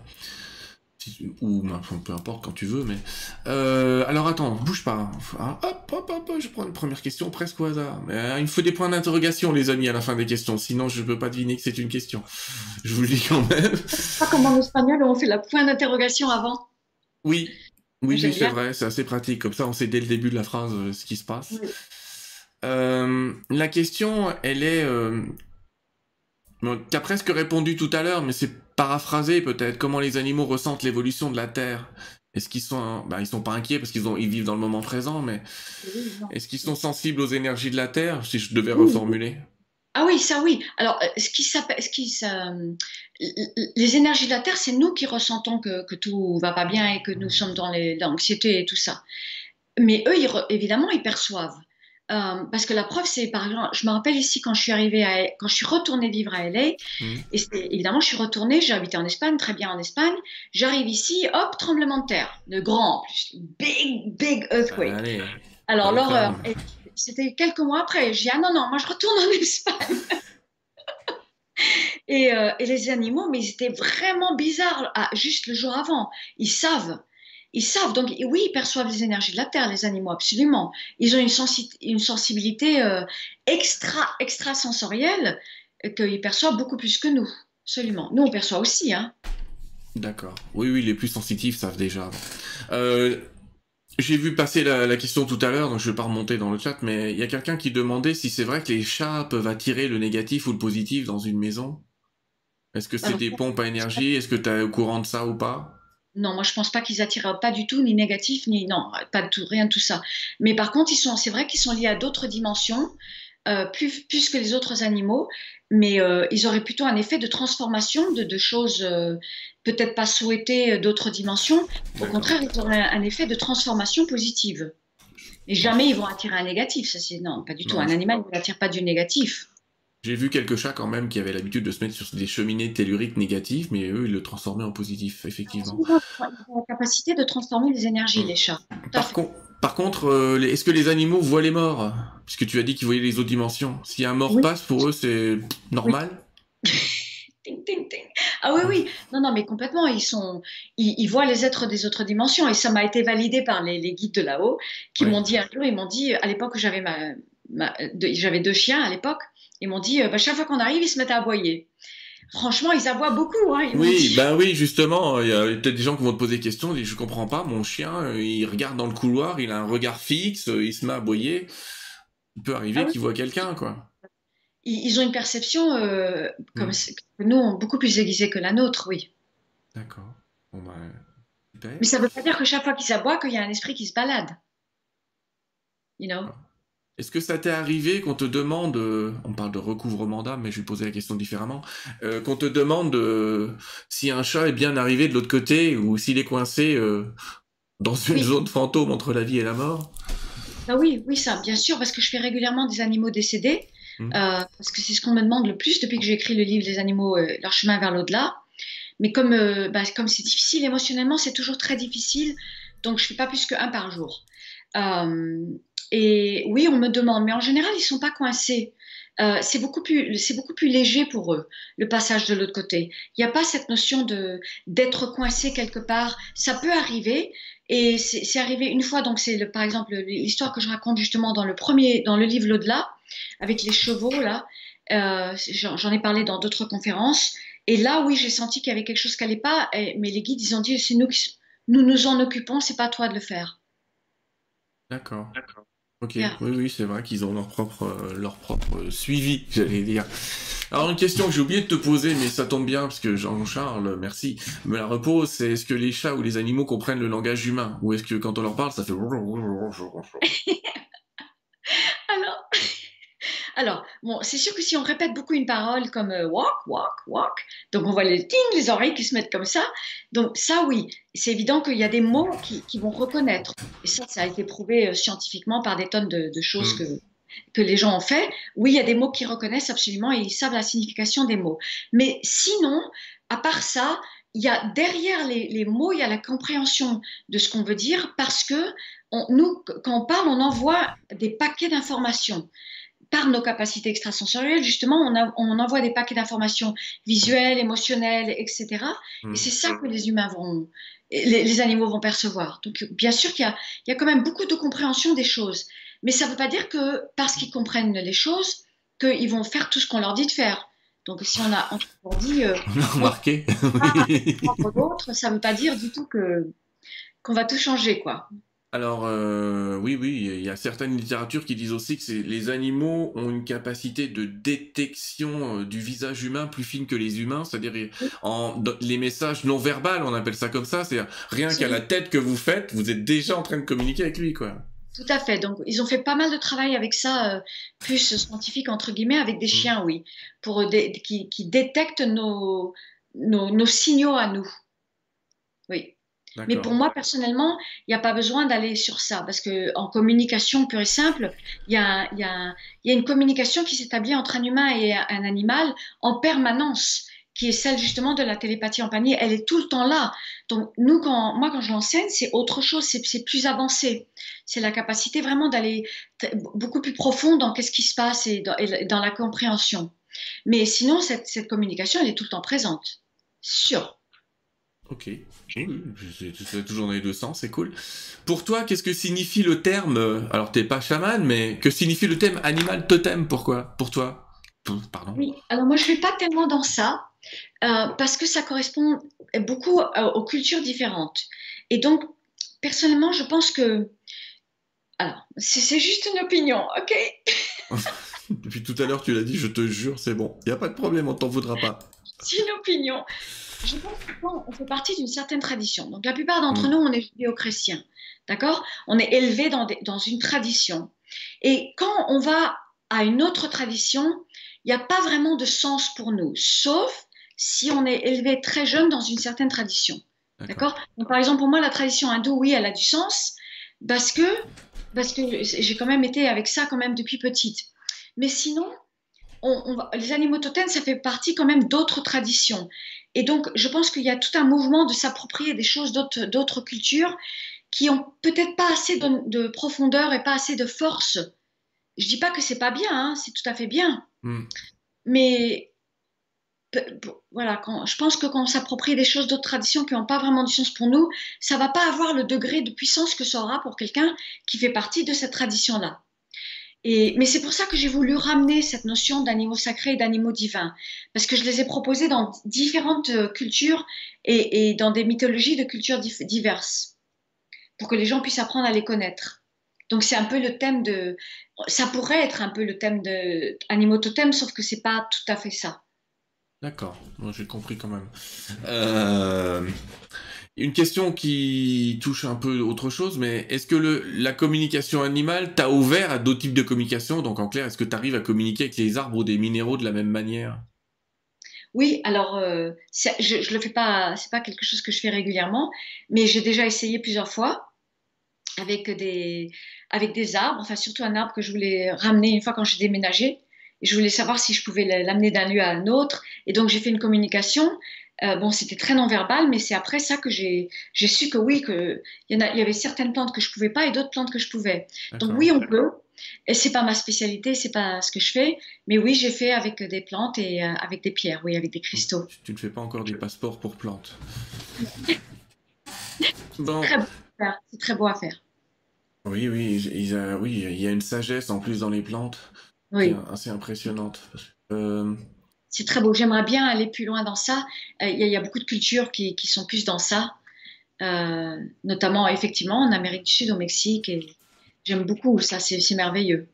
Ou peu importe quand tu veux, mais euh, alors attends, bouge pas. Ah, hop, hop, hop, je prends une première question presque au hasard. Mais, euh, il me faut des points d'interrogation, les amis, à la fin des questions. Sinon, je peux pas deviner que c'est une question. Je vous le dis quand même. Pas comme en espagnol, on fait la point d'interrogation avant. Oui, oui, oui c'est vrai, c'est assez pratique. Comme ça, on sait dès le début de la phrase euh, ce qui se passe. Oui. Euh, la question, elle est. Euh... Tu as presque répondu tout à l'heure, mais c'est paraphrasé peut-être. Comment les animaux ressentent l'évolution de la Terre? Est-ce qu'ils sont, bah, ils sont pas inquiets parce qu'ils ont, ils vivent dans le moment présent, mais oui, est-ce qu'ils sont sensibles aux énergies de la Terre, si je devais oui. reformuler? Ah oui, ça oui. Alors, ce qui s'appelle, ce qui, ça, les énergies de la Terre, c'est nous qui ressentons que, que tout va pas bien et que nous sommes dans l'anxiété et tout ça. Mais eux, ils, évidemment, ils perçoivent. Euh, parce que la preuve, c'est par exemple, je me rappelle ici quand je suis arrivée à, quand je suis retournée vivre à L A, mmh. et évidemment, je suis retournée, j'ai habité en Espagne, très bien en Espagne. J'arrive ici, hop, tremblement de terre, de grand en plus, big, big earthquake. Allez, alors l'horreur. C'était quelques mois après. J'ai dit ah non non, moi je retourne en Espagne. et, euh, et les animaux, mais ils étaient vraiment bizarres. Ah, juste le jour avant, ils savent. Ils savent, donc oui, ils perçoivent les énergies de la Terre, les animaux, absolument. Ils ont une, sensi une sensibilité euh, extra, extra sensorielle euh, qu'ils perçoivent beaucoup plus que nous, absolument. Nous, on perçoit aussi, hein. D'accord. Oui, oui, les plus sensitifs savent déjà. Euh, J'ai vu passer la, la question tout à l'heure, donc je ne vais pas remonter dans le chat, mais il y a quelqu'un qui demandait si c'est vrai que les chats peuvent attirer le négatif ou le positif dans une maison. Est-ce que c'est Alors, des pompes à énergie? Est-ce que tu es au courant de ça ou pas? Non, moi je pense pas qu'ils attirent pas du tout, ni négatif, ni non, pas de tout, rien de tout ça. Mais par contre, ils sont, c'est vrai qu'ils sont liés à d'autres dimensions. euh, plus, plus que les autres animaux, mais euh, ils auraient plutôt un effet de transformation de, de choses euh, peut-être pas souhaitées d'autres dimensions. Au D'accord. contraire, ils auraient un, un effet de transformation positive. Et jamais ils vont attirer un négatif. Ça, c'est non, pas du tout. Non, Un je- animal n'attire pas du négatif. j'ai vu quelques chats quand même qui avaient l'habitude de se mettre sur des cheminées telluriques négatives, mais eux, ils le transformaient en positif, effectivement. Ils ont la capacité de transformer les énergies, Hmm. les chats. Tout à Par fait. con- Par contre, euh, les- est-ce que les animaux voient les morts? Puisque tu as dit qu'ils voyaient les autres dimensions. Si un mort Oui, passe, pour eux, c'est oui. normal? Ting, ting, ting. Ah oui, oui. Non, non, mais complètement. Ils sont, ils, ils voient les êtres des autres dimensions. Et ça m'a été validé par les, les guides de là-haut qui Ouais. m'ont dit un jour, ils m'ont dit, à l'époque où j'avais ma, ma- deux- j'avais deux chiens à l'époque, ils m'ont dit, euh, bah, chaque fois qu'on arrive, ils se mettent à aboyer. Franchement, ils aboient beaucoup, hein. Ils m'ont Oui, dit. ben oui, justement, il y a peut-être des gens qui vont te poser des questions, ils disent, je comprends pas, mon chien, euh, il regarde dans le couloir, il a un regard fixe, euh, il se met à aboyer. Il peut Ah arriver oui. qu'il voit quelqu'un, quoi. Ils, ils ont une perception euh, comme Hmm. c'est- que nous, on- beaucoup plus aiguisée que la nôtre, oui. D'accord. Bon, ben, super. Mais ça ne veut pas dire que chaque fois qu'ils aboient, qu'il y a un esprit qui se balade, you know. Est-ce que ça t'est arrivé qu'on te demande, euh, on parle de recouvrement d'âme, mais je vais poser la question différemment, euh, qu'on te demande euh, si un chat est bien arrivé de l'autre côté ou s'il est coincé euh, dans une Oui, zone fantôme entre la vie et la mort? ah oui, oui, ça, bien sûr, parce que je fais régulièrement des animaux décédés, Hmm. euh, parce que c'est ce qu'on me demande le plus depuis que j'ai écrit le livre Les animaux, euh, leur chemin vers l'au-delà. Mais comme euh, bah, comme c'est difficile émotionnellement, c'est toujours très difficile, donc je fais pas plus qu'un par jour. Euh, et oui, on me demande, mais en général, ils sont pas coincés. Euh, c'est beaucoup plus, c'est beaucoup plus léger pour eux, le passage de l'autre côté. Il n'y a pas cette notion de d'être coincé quelque part. Ça peut arriver, et c'est c'est arrivé une fois. Donc c'est le- par exemple l'histoire que je raconte justement dans le premier, dans le livre L'au-delà, avec les chevaux là. Euh, j'en j'en ai parlé dans d'autres conférences. Et là, oui, j'ai senti qu'il y avait quelque chose qui n'allait pas. Et- mais les guides, ils ont dit, c'est nous qui, nous nous en occupons, c'est pas à toi de le faire. D'accord. Ok, Yeah. oui, oui, c'est vrai qu'ils ont leur propre, euh, leur propre euh, suivi, j'allais dire. Alors une question que j'ai oublié de te poser, mais ça tombe bien parce que Jean-Charles, merci, me la repose, c'est est-ce que les chats ou les animaux comprennent le langage humain? Ou est-ce que quand on leur parle, ça fait... Alors, alors, bon, c'est sûr que si on répète beaucoup une parole comme euh, walk, walk, walk, donc on voit les ting, les oreilles qui se mettent comme ça. Donc ça, oui, c'est évident qu'il y a des mots qui, qui vont reconnaître. Et ça, ça a été prouvé euh, scientifiquement par des tonnes de, de choses que, Hmm. que les gens ont fait. Oui, il y a des mots qu'ils reconnaissent absolument et ils savent la signification des mots. Mais sinon, à part ça, il y a derrière les, les mots, il y a la compréhension de ce qu'on veut dire parce que on- nous, quand on parle, on envoie des paquets d'informations par nos capacités extrasensorielles, justement, on, a- on envoie des paquets d'informations visuelles, émotionnelles, et cetera. Et Hmm. c'est ça que les humains vont, les, les animaux vont percevoir. Donc, bien sûr qu'il y a, il y a quand même beaucoup de compréhension des choses. Mais ça ne veut pas dire que parce qu'ils comprennent les choses, qu'ils vont faire tout ce qu'on leur dit de faire. Donc, si on a on leur dit euh, On a montre remarqué. pas Oui. contre l'autre, ça ne veut pas dire du tout que qu'on va tout changer, quoi. Alors, euh, oui, oui, il y a certaines littératures qui disent aussi que c'est- les animaux ont une capacité de détection euh, du visage humain plus fine que les humains, c'est-à-dire euh, Oui, en, dans les messages non verbaux, on appelle ça comme ça, c'est-à-dire rien qu'à la absolument. tête que vous faites, vous êtes déjà en train de communiquer avec lui, quoi. Tout à fait. Donc, ils ont fait pas mal de travail avec ça, euh, plus scientifique, entre guillemets, avec des Hmm. chiens, oui, pour euh, dé- qui, qui détectent nos, nos, nos signaux à nous. Oui. Mais pour D'accord. moi, personnellement, il n'y a pas besoin d'aller sur ça, parce que en communication pure et simple, il y a, il y a, il y a une communication qui s'établit entre un humain et un animal en permanence, qui est celle justement de la télépathie en panier. Elle est tout le temps là. Donc, nous, quand, moi, quand je l'enseigne, c'est autre chose, c'est c'est plus avancé. C'est la capacité vraiment d'aller t- beaucoup plus profond dans qu'est-ce qui se passe et dans, et dans la compréhension. Mais sinon, cette, cette communication, elle est tout le temps présente. Sûr. Ok. Oui, oui, c'est c'est toujours dans les deux sens, c'est cool. Pour toi, qu'est-ce que signifie le terme, euh, alors t'es pas chaman, mais que signifie le terme animal totem, pourquoi? Pour toi? P- Pardon. Oui, alors moi je ne suis pas tellement dans ça euh, parce que ça correspond beaucoup euh, aux cultures différentes. Et donc, personnellement, je pense que, alors, c'est c'est juste une opinion, ok? Depuis tout à l'heure, tu l'as dit, je te jure, c'est bon. Y a pas de problème, on t'en voudra pas. C'est une opinion. Je pense que quand on fait partie d'une certaine tradition. Donc, la plupart d'entre nous, Hmm. on est judéo-chrétiens, d'accord? On est élevé dans, des- dans une tradition. Et quand on va à une autre tradition, il n'y a pas vraiment de sens pour nous, sauf si on est élevé très jeune dans une certaine tradition. D'accord. D'accord? Donc, par exemple, pour moi, la tradition hindoue, oui, elle a du sens parce que, parce que j'ai quand même été avec ça quand même depuis petite. Mais sinon, on, on va- les animaux totems, ça fait partie quand même d'autres traditions. Et donc, je pense qu'il y a tout un mouvement de s'approprier des choses d'autres d'autres cultures qui ont peut-être pas assez de, de profondeur et pas assez de force. Je dis pas que c'est pas bien, hein, c'est tout à fait bien. Hmm. Mais pe- pe- voilà, quand, je pense que quand on s'approprie des choses d'autres traditions qui n'ont pas vraiment du sens pour nous, ça va pas avoir le degré de puissance que ça aura pour quelqu'un qui fait partie de cette tradition-là. Et, mais c'est pour ça que j'ai voulu ramener cette notion d'animaux sacrés et d'animaux divins, parce que je les ai proposés dans différentes euh, cultures et, et dans des mythologies de cultures dif- diverses, pour que les gens puissent apprendre à les connaître. Donc c'est un peu le thème de, ça pourrait être un peu le thème de animaux totems, sauf que c'est pas tout à fait ça. D'accord. Moi, j'ai compris quand même. Euh, Une question qui touche un peu autre chose, mais est-ce que le, la communication animale t'a ouvert à d'autres types de communication? Donc en clair, est-ce que tu arrives à communiquer avec les arbres ou des minéraux de la même manière? Oui, alors euh, c'est- je, je le fais pas, c'est pas quelque chose que je fais régulièrement, mais j'ai déjà essayé plusieurs fois avec des, avec des arbres, enfin surtout un arbre que je voulais ramener une fois quand j'ai déménagé. Et je voulais savoir si je pouvais l'amener d'un lieu à un autre. Et donc j'ai fait une communication. Euh, bon, c'était très non-verbal, mais c'est après ça que j'ai j'ai su que oui, que il y en a, il y avait certaines plantes que je pouvais pas et d'autres plantes que je pouvais. Donc D'accord. oui, on peut. Et c'est pas ma spécialité, c'est pas ce que je fais, mais oui, j'ai fait avec des plantes et euh, avec des pierres, oui, avec des cristaux. Tu, tu ne fais pas encore des passeports pour plantes. Bon. Très beau à faire. C'est très beau à faire. Oui, oui, ils- ils, euh, oui, il y a une sagesse en plus dans les plantes qui est Oui. assez impressionnante. Euh, C'est très beau. J'aimerais bien aller plus loin dans ça. Euh, Il y, a il y a beaucoup de cultures qui, qui sont plus dans ça, euh, notamment effectivement en Amérique du Sud, au Mexique. Et j'aime beaucoup ça, c'est c'est merveilleux.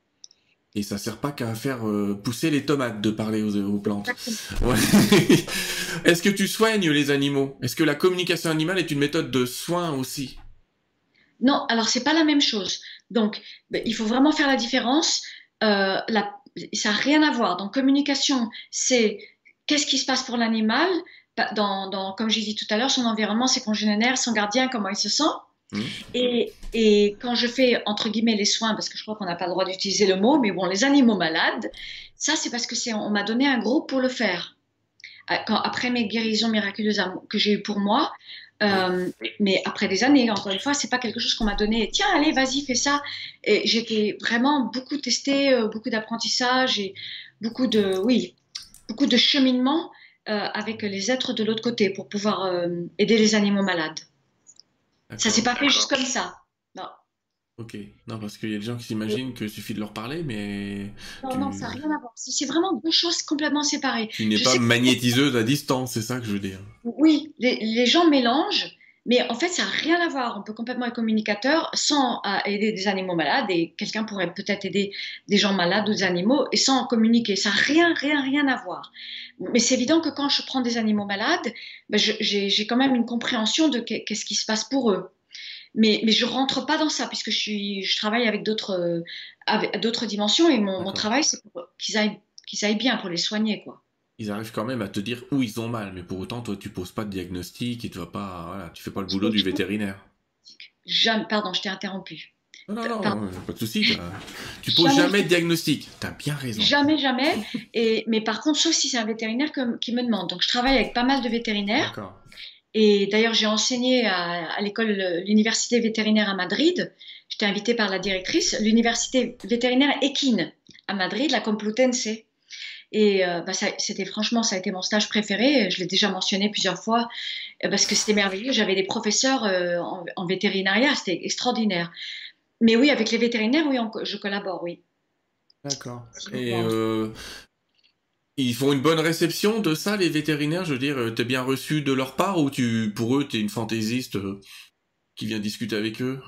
et ça sert pas qu'à faire euh, pousser les tomates de parler aux, aux plantes. Ouais. Est-ce que tu soignes les animaux? Est-ce que la communication animale est une méthode de soin aussi? Non, alors c'est pas la même chose. Donc, ben, il faut vraiment faire la différence. Euh, la- Ça n'a rien à voir. Donc, communication, c'est qu'est-ce qui se passe pour l'animal, pa- dans, dans, comme j'ai dit tout à l'heure, son environnement, ses congénères, son gardien, comment il se sent. Hmm. Et, et quand je fais, entre guillemets, les soins, parce que je crois qu'on n'a pas le droit d'utiliser le mot, mais bon, les animaux malades, ça, c'est parce que c'est, on m'a donné un groupe pour le faire. Euh, Quand, après mes guérisons miraculeuses à mo- que j'ai eues pour moi, Oui. euh, mais après des années, encore une fois, c'est pas quelque chose qu'on m'a donné. Tiens, allez, vas-y, fais ça. Et j'étais vraiment beaucoup testée, euh, beaucoup d'apprentissage et beaucoup de, oui, beaucoup de cheminement euh, avec les êtres de l'autre côté pour pouvoir euh, aider les animaux malades. Ça s'est D'accord. pas fait juste comme ça. Non. Ok. Non, parce qu'il y a des gens qui s'imaginent qu'il suffit de leur parler, mais Non, non, ça n'a tu, rien à voir. C'est c'est vraiment deux choses complètement séparées. tu n'es Je pas sais que magnétiseuse à distance, c'est ça que je veux dire. oui, les, les gens mélangent, mais en fait, ça n'a rien à voir. On peut complètement être communicateur sans euh, aider des animaux malades et quelqu'un pourrait peut-être aider des gens malades ou des animaux et sans communiquer. Ça n'a rien, rien, rien à voir. Mais c'est évident que quand je prends des animaux malades, ben, je- j'ai j'ai quand même une compréhension de qu'est- qu'est-ce qui se passe pour eux. Mais, mais je rentre pas dans ça puisque je suis, je travaille avec d'autres, euh, avec d'autres dimensions et mon, mon D'accord. travail, c'est pour qu'ils aillent, qu'ils aillent bien, pour les soigner, quoi. Ils arrivent quand même à te dire où ils ont mal, mais pour autant, toi, tu poses pas de diagnostic et tu vas pas, voilà, tu fais pas le Je boulot pose du jamais, vétérinaire. jamais- pardon, je t'ai interrompu. Non, non, P- Pardon, non, euh, pas de souci. t'as- Tu poses jamais, jamais de diagnostic. T'as bien raison. jamais, jamais. Et, mais par contre, sauf si c'est un vétérinaire comme- qui me demande. Donc, je travaille avec pas mal de vétérinaires. D'accord. Et d'ailleurs, j'ai enseigné à, à l'école, l'université vétérinaire à Madrid. J'étais invitée par la directrice, l'université vétérinaire équine à Madrid, la Complutense. Et euh, bah, ça- c'était franchement, ça a été mon stage préféré. Je l'ai déjà mentionné plusieurs fois euh, parce que c'était merveilleux. J'avais des professeurs euh, en, en vétérinaire, c'était extraordinaire. Mais oui, avec les vétérinaires, oui, on- je collabore, oui. D'accord. Si Et besoin. euh, ils font une bonne réception de ça, les vétérinaires? Je veux dire, euh, t'es bien reçu de leur part ou tu, pour eux, t'es une fantaisiste euh, qui vient discuter avec eux?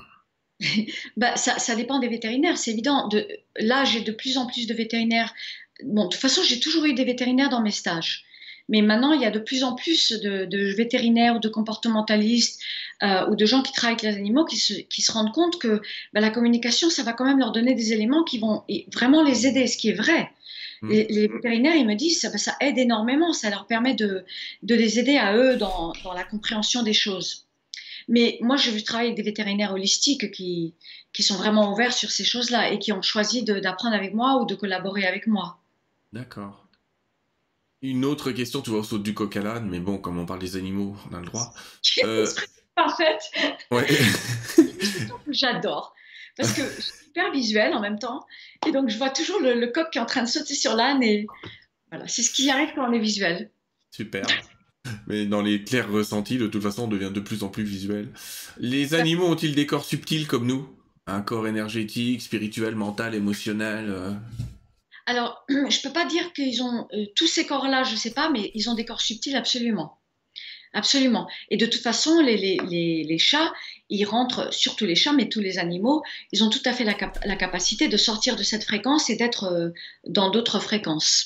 Bah, ça, ça dépend des vétérinaires, c'est évident. De, là, j'ai de plus en plus de vétérinaires. Bon, de toute façon, j'ai toujours eu des vétérinaires dans mes stages. Mais maintenant, il y a de plus en plus de, de vétérinaires ou de comportementalistes euh, ou de gens qui travaillent avec les animaux qui se, qui se rendent compte que ben, la communication, ça va quand même leur donner des éléments qui vont vraiment les aider, ce qui est vrai. Hmm. Les, les vétérinaires, ils me disent, ça, ben, ça aide énormément, ça leur permet de, de les aider à eux dans, dans la compréhension des choses. Mais moi, je travaille avec des vétérinaires holistiques qui, qui sont vraiment ouverts sur ces choses-là et qui ont choisi d'apprendre avec moi ou de collaborer avec moi. D'accord. Une autre question, tu vois, on saute du coq à l'âne, mais bon, comme on parle des animaux, on a le droit. Euh... Parfaite. Ouais. J'adore. Parce que je suis hyper visuelle en même temps. Et donc, je vois toujours le, le coq qui est en train de sauter sur l'âne. Et voilà, c'est ce qui arrive quand on est visuel. Super. Mais dans les clairs ressentis, de toute façon, on devient de plus en plus visuel. Les animaux ont-ils des corps subtils comme nous? Un corps énergétique, spirituel, mental, émotionnel euh... Alors, je ne peux pas dire qu'ils ont euh, tous ces corps-là, je ne sais pas, mais ils ont des corps subtils absolument. Absolument. Et de toute façon, les, les, les, les chats, ils rentrent, surtout les chats, mais tous les animaux, ils ont tout à fait la, cap la capacité de sortir de cette fréquence et d'être euh, dans d'autres fréquences.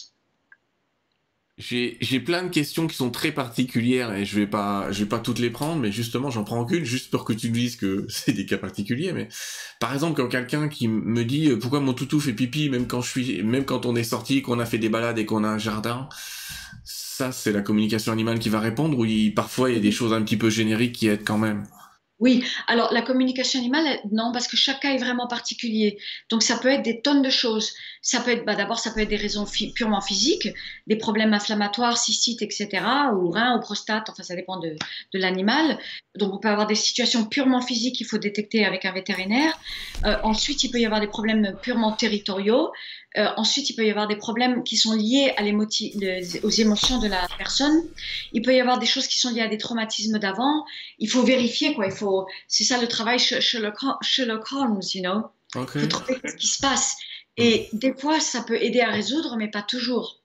J'ai plein de questions qui sont très particulières et je vais pas, je vais pas toutes les prendre, mais justement, j'en prends qu'une juste pour que tu me dises que c'est des cas particuliers. Mais par exemple, quand quelqu'un qui me dit pourquoi mon toutou fait pipi, même quand je suis, même quand on est sorti, qu'on a fait des balades et qu'on a un jardin, ça c'est la communication animale qui va répondre ou il, parfois il y a des choses un petit peu génériques qui aident quand même. Oui, alors la communication animale, non, parce que chaque cas est vraiment particulier. Donc ça peut être des tonnes de choses. Ça peut être, bah, d'abord, ça peut être des raisons purement physiques, des problèmes inflammatoires, cystites, et cetera, ou reins, ou prostate, enfin ça dépend de, de l'animal. Donc on peut avoir des situations purement physiques qu'il faut détecter avec un vétérinaire. Euh, ensuite, il peut y avoir des problèmes purement territoriaux. Euh, ensuite, il peut y avoir des problèmes qui sont liés à les, aux émotions de la personne. Il peut y avoir des choses qui sont liées à des traumatismes d'avant. Il faut vérifier, quoi. Il faut, c'est ça le travail Sherlock, Sherlock Holmes, you know. Okay. Il faut trouver ce qui se passe. Et mmh. des fois, ça peut aider à résoudre, mais pas toujours.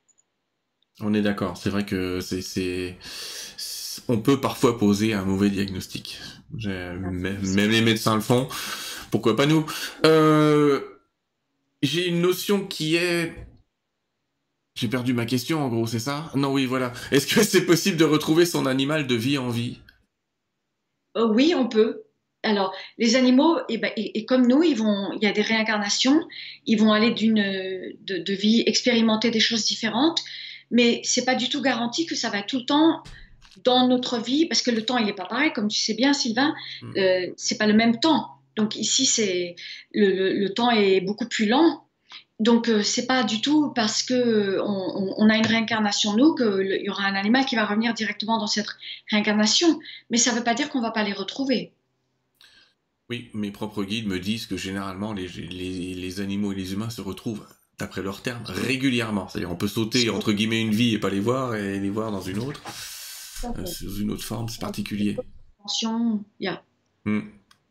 On est d'accord. C'est vrai que c'est, c'est, on peut parfois poser un mauvais diagnostic. Même, même les médecins le font. Pourquoi pas nous? Euh... J'ai une notion qui est... J'ai perdu ma question en gros, c'est ça? Non, oui, voilà. Est-ce que c'est possible de retrouver son animal de vie en vie? euh, Oui, on peut. Alors, les animaux, et, ben, et, et comme nous, ils vont, il y a des réincarnations, ils vont aller d'une de, de vie, expérimenter des choses différentes, mais c'est pas du tout garanti que ça va être tout le temps dans notre vie, parce que le temps, il n'est pas pareil, comme tu sais bien, Sylvain, mmh. euh, c'est pas le même temps. Donc ici, c'est le, le, le temps est beaucoup plus lent. Donc euh, c'est pas du tout parce que on, on a une réincarnation nous qu'il y aura un animal qui va revenir directement dans cette réincarnation. Mais ça ne veut pas dire qu'on va pas les retrouver. Oui, mes propres guides me disent que généralement les, les, les animaux et les humains se retrouvent, d'après leurs termes, régulièrement. C'est-à-dire on peut sauter entre guillemets une vie et pas les voir et les voir dans une autre, euh, sous une autre forme, c'est particulier. Attention, yeah. Mm.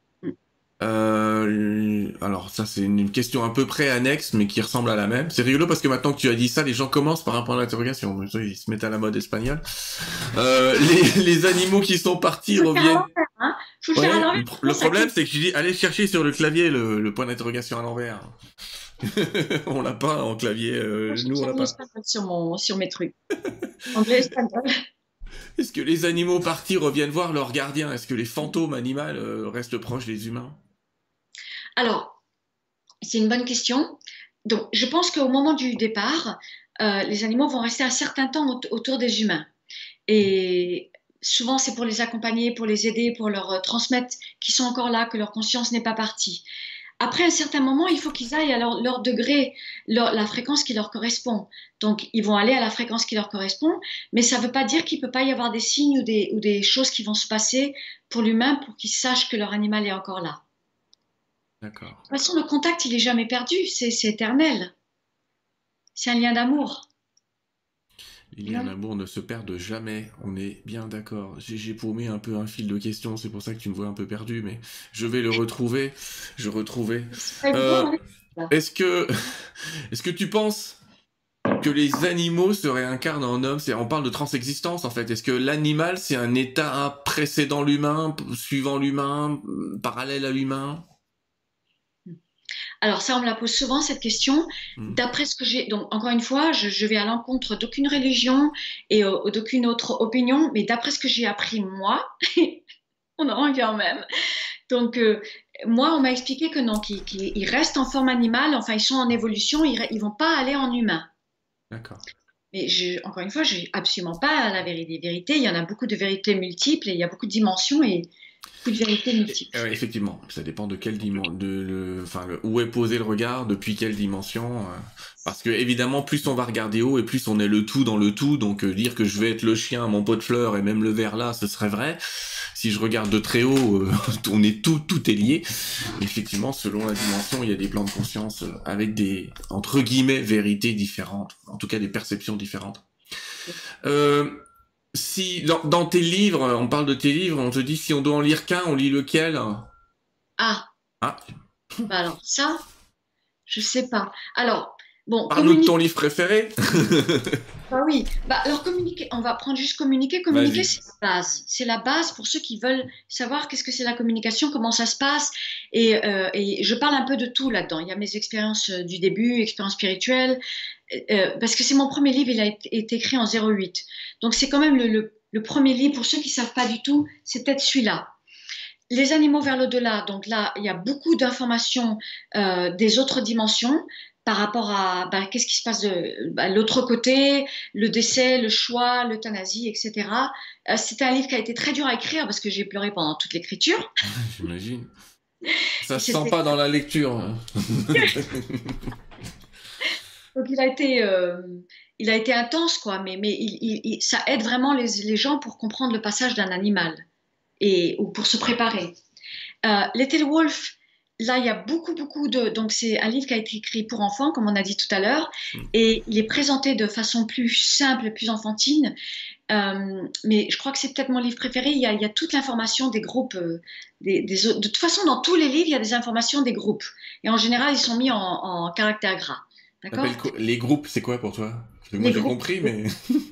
Euh, alors ça c'est une question à peu près annexe mais qui ressemble à la même. C'est rigolo parce que maintenant que tu as dit ça, les gens commencent par un point d'interrogation. Ils se mettent à la mode espagnole. Euh, les, les animaux qui sont partis reviennent. Hein, ouais, le, le problème c'est que je dis allez chercher sur le clavier le, le point d'interrogation à l'envers. On l'a pas en clavier. Euh, Moi, nous on l'a pas. Sur, mon, sur mes trucs. Anglais, espagnol. Est-ce que les animaux partis reviennent voir leurs gardiens? Est-ce que les fantômes animaux euh, restent proches des humains? Alors, c'est une bonne question. Donc, je pense qu'au moment du départ, euh, les animaux vont rester un certain temps autour des humains. Et souvent, c'est pour les accompagner, pour les aider, pour leur transmettre qu'ils sont encore là, que leur conscience n'est pas partie. Après un certain moment, il faut qu'ils aillent à leur, leur degré, leur, la fréquence qui leur correspond. Donc, ils vont aller à la fréquence qui leur correspond, mais ça ne veut pas dire qu'il ne peut pas y avoir des signes ou des, ou des choses qui vont se passer pour l'humain pour qu'il sache que leur animal est encore là. D'accord. De toute façon, le contact, il n'est jamais perdu, c'est éternel. C'est un lien d'amour. Les liens d'amour ne se perdent jamais, on est bien d'accord. J'ai paumé un peu un fil de questions, c'est pour ça que tu me vois un peu perdu, mais je vais le retrouver. Je retrouvais. Euh, est-ce que, est-ce que tu penses que les animaux se réincarnent en hommes? On parle de transexistence en fait. Est-ce que l'animal c'est un état précédant l'humain, suivant l'humain, parallèle à l'humain? Alors ça, on me la pose souvent, cette question. Hmm. D'après ce que j'ai... Donc, encore une fois, je, je vais à l'encontre d'aucune religion et euh, d'aucune autre opinion, mais d'après ce que j'ai appris, moi, on en revient même. Donc, euh, moi, on m'a expliqué que non, qu'ils qu'ils- ils restent en forme animale, enfin, ils sont en évolution, ils, ne vont pas aller en humain. D'accord. Mais je, encore une fois, je n'ai absolument pas la vérité. Vérité, il y en a beaucoup de vérités multiples et il y a beaucoup de dimensions et beaucoup de vérités multiples. Euh, effectivement, ça dépend de quelle dimension, de le, enfin, le- où est posé le regard, depuis quelle dimension. euh, parce que évidemment, plus on va regarder haut et plus on est le tout dans le tout. Donc euh, dire que je vais être le chien, mon pot de fleurs et même le verre là, ce serait vrai. Si je regarde de très haut, euh, on est tout, tout est lié. Effectivement, selon la dimension, il y a des plans de conscience euh, avec des entre guillemets vérités différentes, en tout cas des perceptions différentes. Euh, si dans, dans tes livres, on parle de tes livres, on te dit si on doit en lire qu'un, on lit lequel? Ah, Ah, bah alors ça, je sais pas. Alors, bon, parle-nous de ton communiquer. livre préféré. Bah oui, bah alors communiquer, on va prendre juste communiquer. Communiquer, Vas-y. c'est la base. C'est la base pour ceux qui veulent savoir qu'est-ce que c'est la communication, comment ça se passe. Et, euh, et je parle un peu de tout là-dedans. Il y a mes expériences euh, du début, expériences spirituelles, euh, parce que c'est mon premier livre, il a été, été écrit en zéro huit. Donc c'est quand même le, le, le premier livre. Pour ceux qui savent pas du tout, c'est peut-être celui-là. Les animaux vers l'au-delà, donc là, il y a beaucoup d'informations euh, des autres dimensions par rapport à bah, qu'est-ce qui se passe de bah, l'autre côté, le décès, le choix, l'euthanasie, et cetera. Euh, c'était un livre qui a été très dur à écrire parce que j'ai pleuré pendant toute l'écriture. J'imagine. Ça Et se sent c'était pas dans la lecture. Hein. donc il a été euh, il a été intense quoi, mais mais il, il- il- ça aide vraiment les, les gens pour comprendre le passage d'un animal et ou pour se préparer. Euh, Little Wolf, là, il y a beaucoup, beaucoup de... Donc, c'est un livre qui a été écrit pour enfants, comme on a dit tout à l'heure, et il est présenté de façon plus simple, plus enfantine. Euh, mais je crois que c'est peut-être mon livre préféré. Il y a, il y a toute l'information des groupes. euh, des, des autres- de toute façon, dans tous les livres, il y a des informations des groupes. Et en général, ils sont mis en, en caractère gras. T'appelles D'accord? quoi- les groupes, c'est quoi pour toi? Parce que moi Les j'ai groupes, compris, mais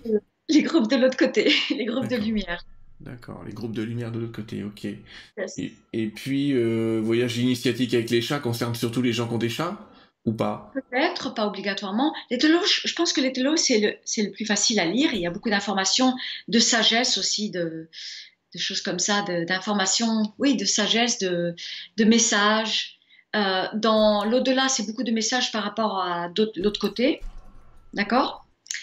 les groupes de l'autre côté, les groupes de d'accord, lumière. d'accord. Les groupes de lumière de l'autre côté, ok. Yes. Et, et puis euh, voyage initiatique avec les chats concerne surtout les gens qui ont des chats ou pas? Peut-être, pas obligatoirement. Les télos, je je pense que les télos, c'est le, c'est le plus facile à lire. Il y a beaucoup d'informations, de sagesse aussi, de, de choses comme ça, de- d'informations, oui, de sagesse, de, de messages. Euh, dans l'au-delà, c'est beaucoup de messages par rapport à d'autres- l'autre côté, d'accord?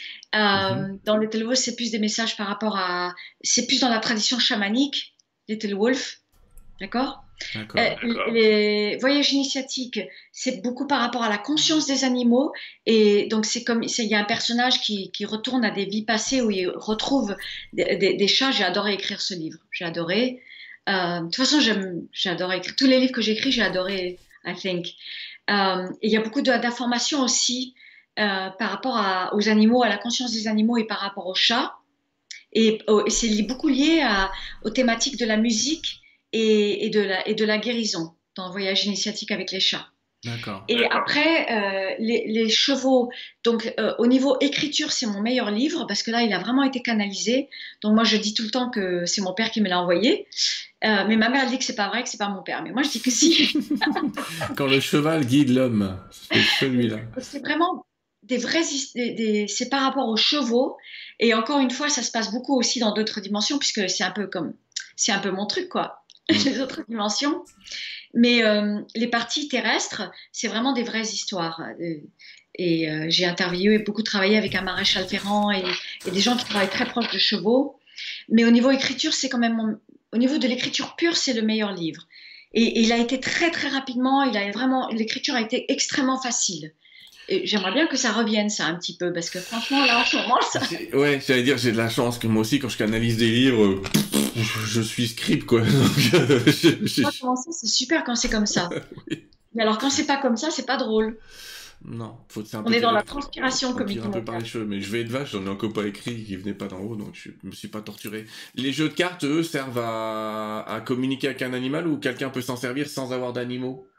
Mhm. Euh, dans les télos, c'est plus des messages par rapport à... C'est plus dans la tradition chamanique, les Wolf, d'accord? Euh, D'accord. les voyages initiatiques, c'est beaucoup par rapport à la conscience des animaux. Et donc, c'est comme, c'est- il y a un personnage qui, qui retourne à des vies passées où il retrouve des, des- des chats. J'ai adoré écrire ce livre. J'ai adoré. Euh, de toute façon, j'aime, j'ai adoré écrire. Tous les livres que j'écris, j'ai adoré, I think. Euh, et il y a beaucoup de- d'informations aussi euh, par rapport à- aux animaux, à la conscience des animaux et par rapport aux chats. Et, oh, et c'est li- beaucoup lié à- aux thématiques de la musique et, et de la, et de la guérison dans Voyage initiatique avec les chats. D'accord. Et après, euh, les, les chevaux, donc euh, au niveau écriture, c'est mon meilleur livre parce que là, il a vraiment été canalisé. Donc moi, je dis tout le temps que c'est mon père qui me l'a envoyé. Euh, mais ma mère, elle dit que c'est pas vrai, que c'est pas mon père. Mais moi, je dis que si. Quand le cheval guide l'homme, c'est celui-là. C'est vraiment des vrais, his- des, des- c'est par rapport aux chevaux. Et encore une fois, ça se passe beaucoup aussi dans d'autres dimensions, puisque c'est un peu comme, c'est un peu mon truc, quoi, Mm. les autres dimensions. Mais euh, les parties terrestres, c'est vraiment des vraies histoires. Euh, Et euh, j'ai interviewé et beaucoup travaillé avec un maréchal ferrant et, et des gens qui travaillent très proches de chevaux. Mais au niveau écriture, c'est quand même mon- au niveau de l'écriture pure, c'est le meilleur livre. Et, et il a été très très rapidement, il a vraiment, l'écriture a été extrêmement facile. Et j'aimerais bien que ça revienne, ça, un petit peu, parce que franchement, là, en ce moment, ça... J'ai- Ouais, j'allais dire, j'ai de la chance que moi aussi, quand je canalise des livres, euh, je, je suis script, quoi. Donc, euh, je- je- Moi, commencer, c'est super quand c'est comme ça. oui. Mais alors, quand c'est pas comme ça, c'est pas drôle. Non, faut c'est un On peu est dans tiré, la transpiration, on comme il tire dit un mon peu par père. les cheveux. Mais je vais être vache, j'en ai encore pas écrit, qui venait pas d'en haut, donc je me suis pas torturé. Les jeux de cartes, eux, servent à, à communiquer avec un animal ou quelqu'un peut s'en servir sans avoir d'animaux?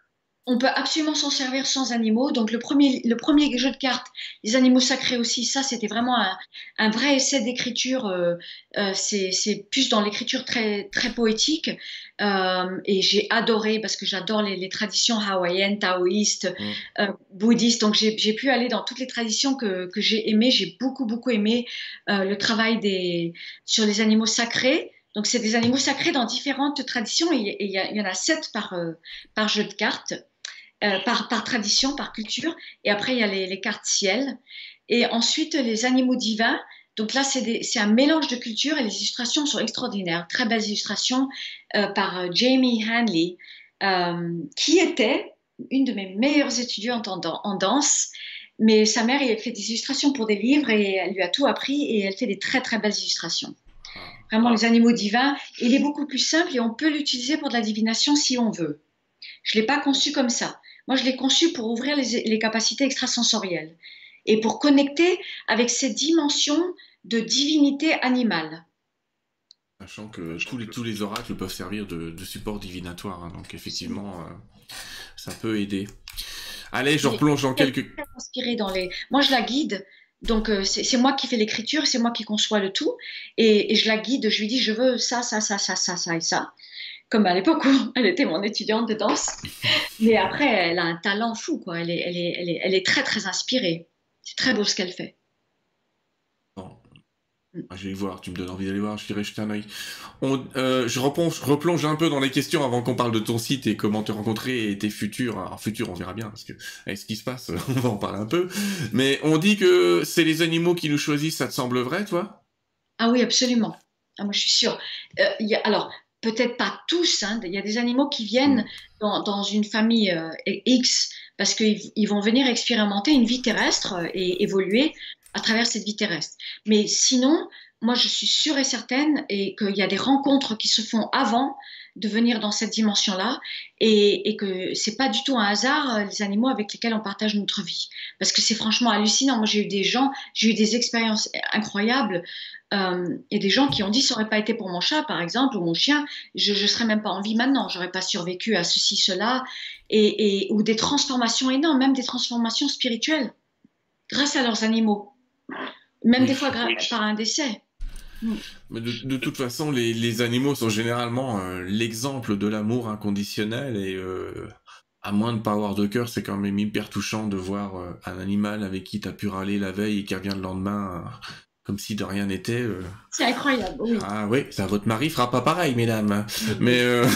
On peut absolument s'en servir sans animaux. Donc le premier, le premier jeu de cartes, les animaux sacrés aussi, ça c'était vraiment un, un vrai essai d'écriture. Euh, euh, c'est, c'est plus dans l'écriture très, très poétique. Euh, et j'ai adoré parce que j'adore les, les traditions hawaïennes, taoïstes, Mm. euh, bouddhistes. Donc j'ai, j'ai pu aller dans toutes les traditions que, que j'ai aimées. J'ai beaucoup, beaucoup aimé euh, le travail des, sur les animaux sacrés. Donc c'est des animaux sacrés dans différentes traditions et il y, y, y, en a sept par, euh, par jeu de cartes. Euh, par, par tradition, par culture. Et après, il y a les, les cartes ciel. Et ensuite, les animaux divins. Donc là, c'est un mélange de cultures et les illustrations sont extraordinaires. Très belles illustrations euh, par euh, Jamie Hanley, euh, qui était une de mes meilleures étudiantes en, en danse. Mais sa mère, elle fait des illustrations pour des livres et elle lui a tout appris et elle fait des très, très belles illustrations. Vraiment, les animaux divins. Il est beaucoup plus simple et on peut l'utiliser pour de la divination si on veut. Je ne l'ai pas conçu comme ça. Moi, je l'ai conçu pour ouvrir les, les capacités extrasensorielles et pour connecter avec ces dimensions de divinité animale. Sachant que tous les, tous les oracles peuvent servir de, de support divinatoire, hein, donc effectivement, euh, ça peut aider. Allez, je replonge dans quelques... Inspiré dans les... Moi, je la guide, donc euh, c'est moi qui fais l'écriture, c'est moi qui conçois le tout, et, et je la guide, je lui dis, je veux ça, ça, ça, ça, ça, ça et ça. Comme à l'époque où elle était mon étudiante de danse. Mais après, elle a un talent fou, quoi. Elle est, elle est, elle est, elle est très, très inspirée. C'est très beau ce qu'elle fait. Bon. Je vais y voir, tu me donnes envie d'aller voir, je dirais jeter un œil. On, euh, je, replonge, je replonge un peu dans les questions avant qu'on parle de ton site et comment te rencontrer et tes futurs. Alors, futurs, on verra bien, parce que avec ce qui se passe, on va en parler un peu. Mais on dit que c'est les animaux qui nous choisissent, ça te semble vrai, toi? Ah oui, absolument. Ah, moi, je suis sûre. Euh, y a, alors, peut-être pas tous, hein. Il y a des animaux qui viennent Mm. dans, dans une famille euh, X parce qu'ils ils vont venir expérimenter une vie terrestre euh, et évoluer à travers cette vie terrestre. Mais sinon, moi, je suis sûre et certaine et qu'il y a des rencontres qui se font avant de venir dans cette dimension-là et, et que c'est pas du tout un hasard euh, les animaux avec lesquels on partage notre vie. Parce que c'est franchement hallucinant. Moi, j'ai eu des gens, j'ai eu des expériences incroyables. Euh, et des gens qui ont dit, ça n'aurait pas été pour mon chat, par exemple, ou mon chien, je ne serais même pas en vie maintenant, j'aurais pas survécu à ceci, cela, et, et, ou des transformations énormes, même des transformations spirituelles, grâce à leurs animaux, même Oui. des fois oui. Par un décès. Mais de, de toute façon, les, les animaux sont généralement euh, l'exemple de l'amour inconditionnel et euh, à moins de pas avoir de cœur, c'est quand même hyper touchant de voir euh, un animal avec qui t'as pu râler la veille et qui revient le lendemain euh, comme si de rien n'était. Euh... C'est incroyable, oui. Ah oui, ça, votre mari fera pas pareil, mesdames. Mais euh...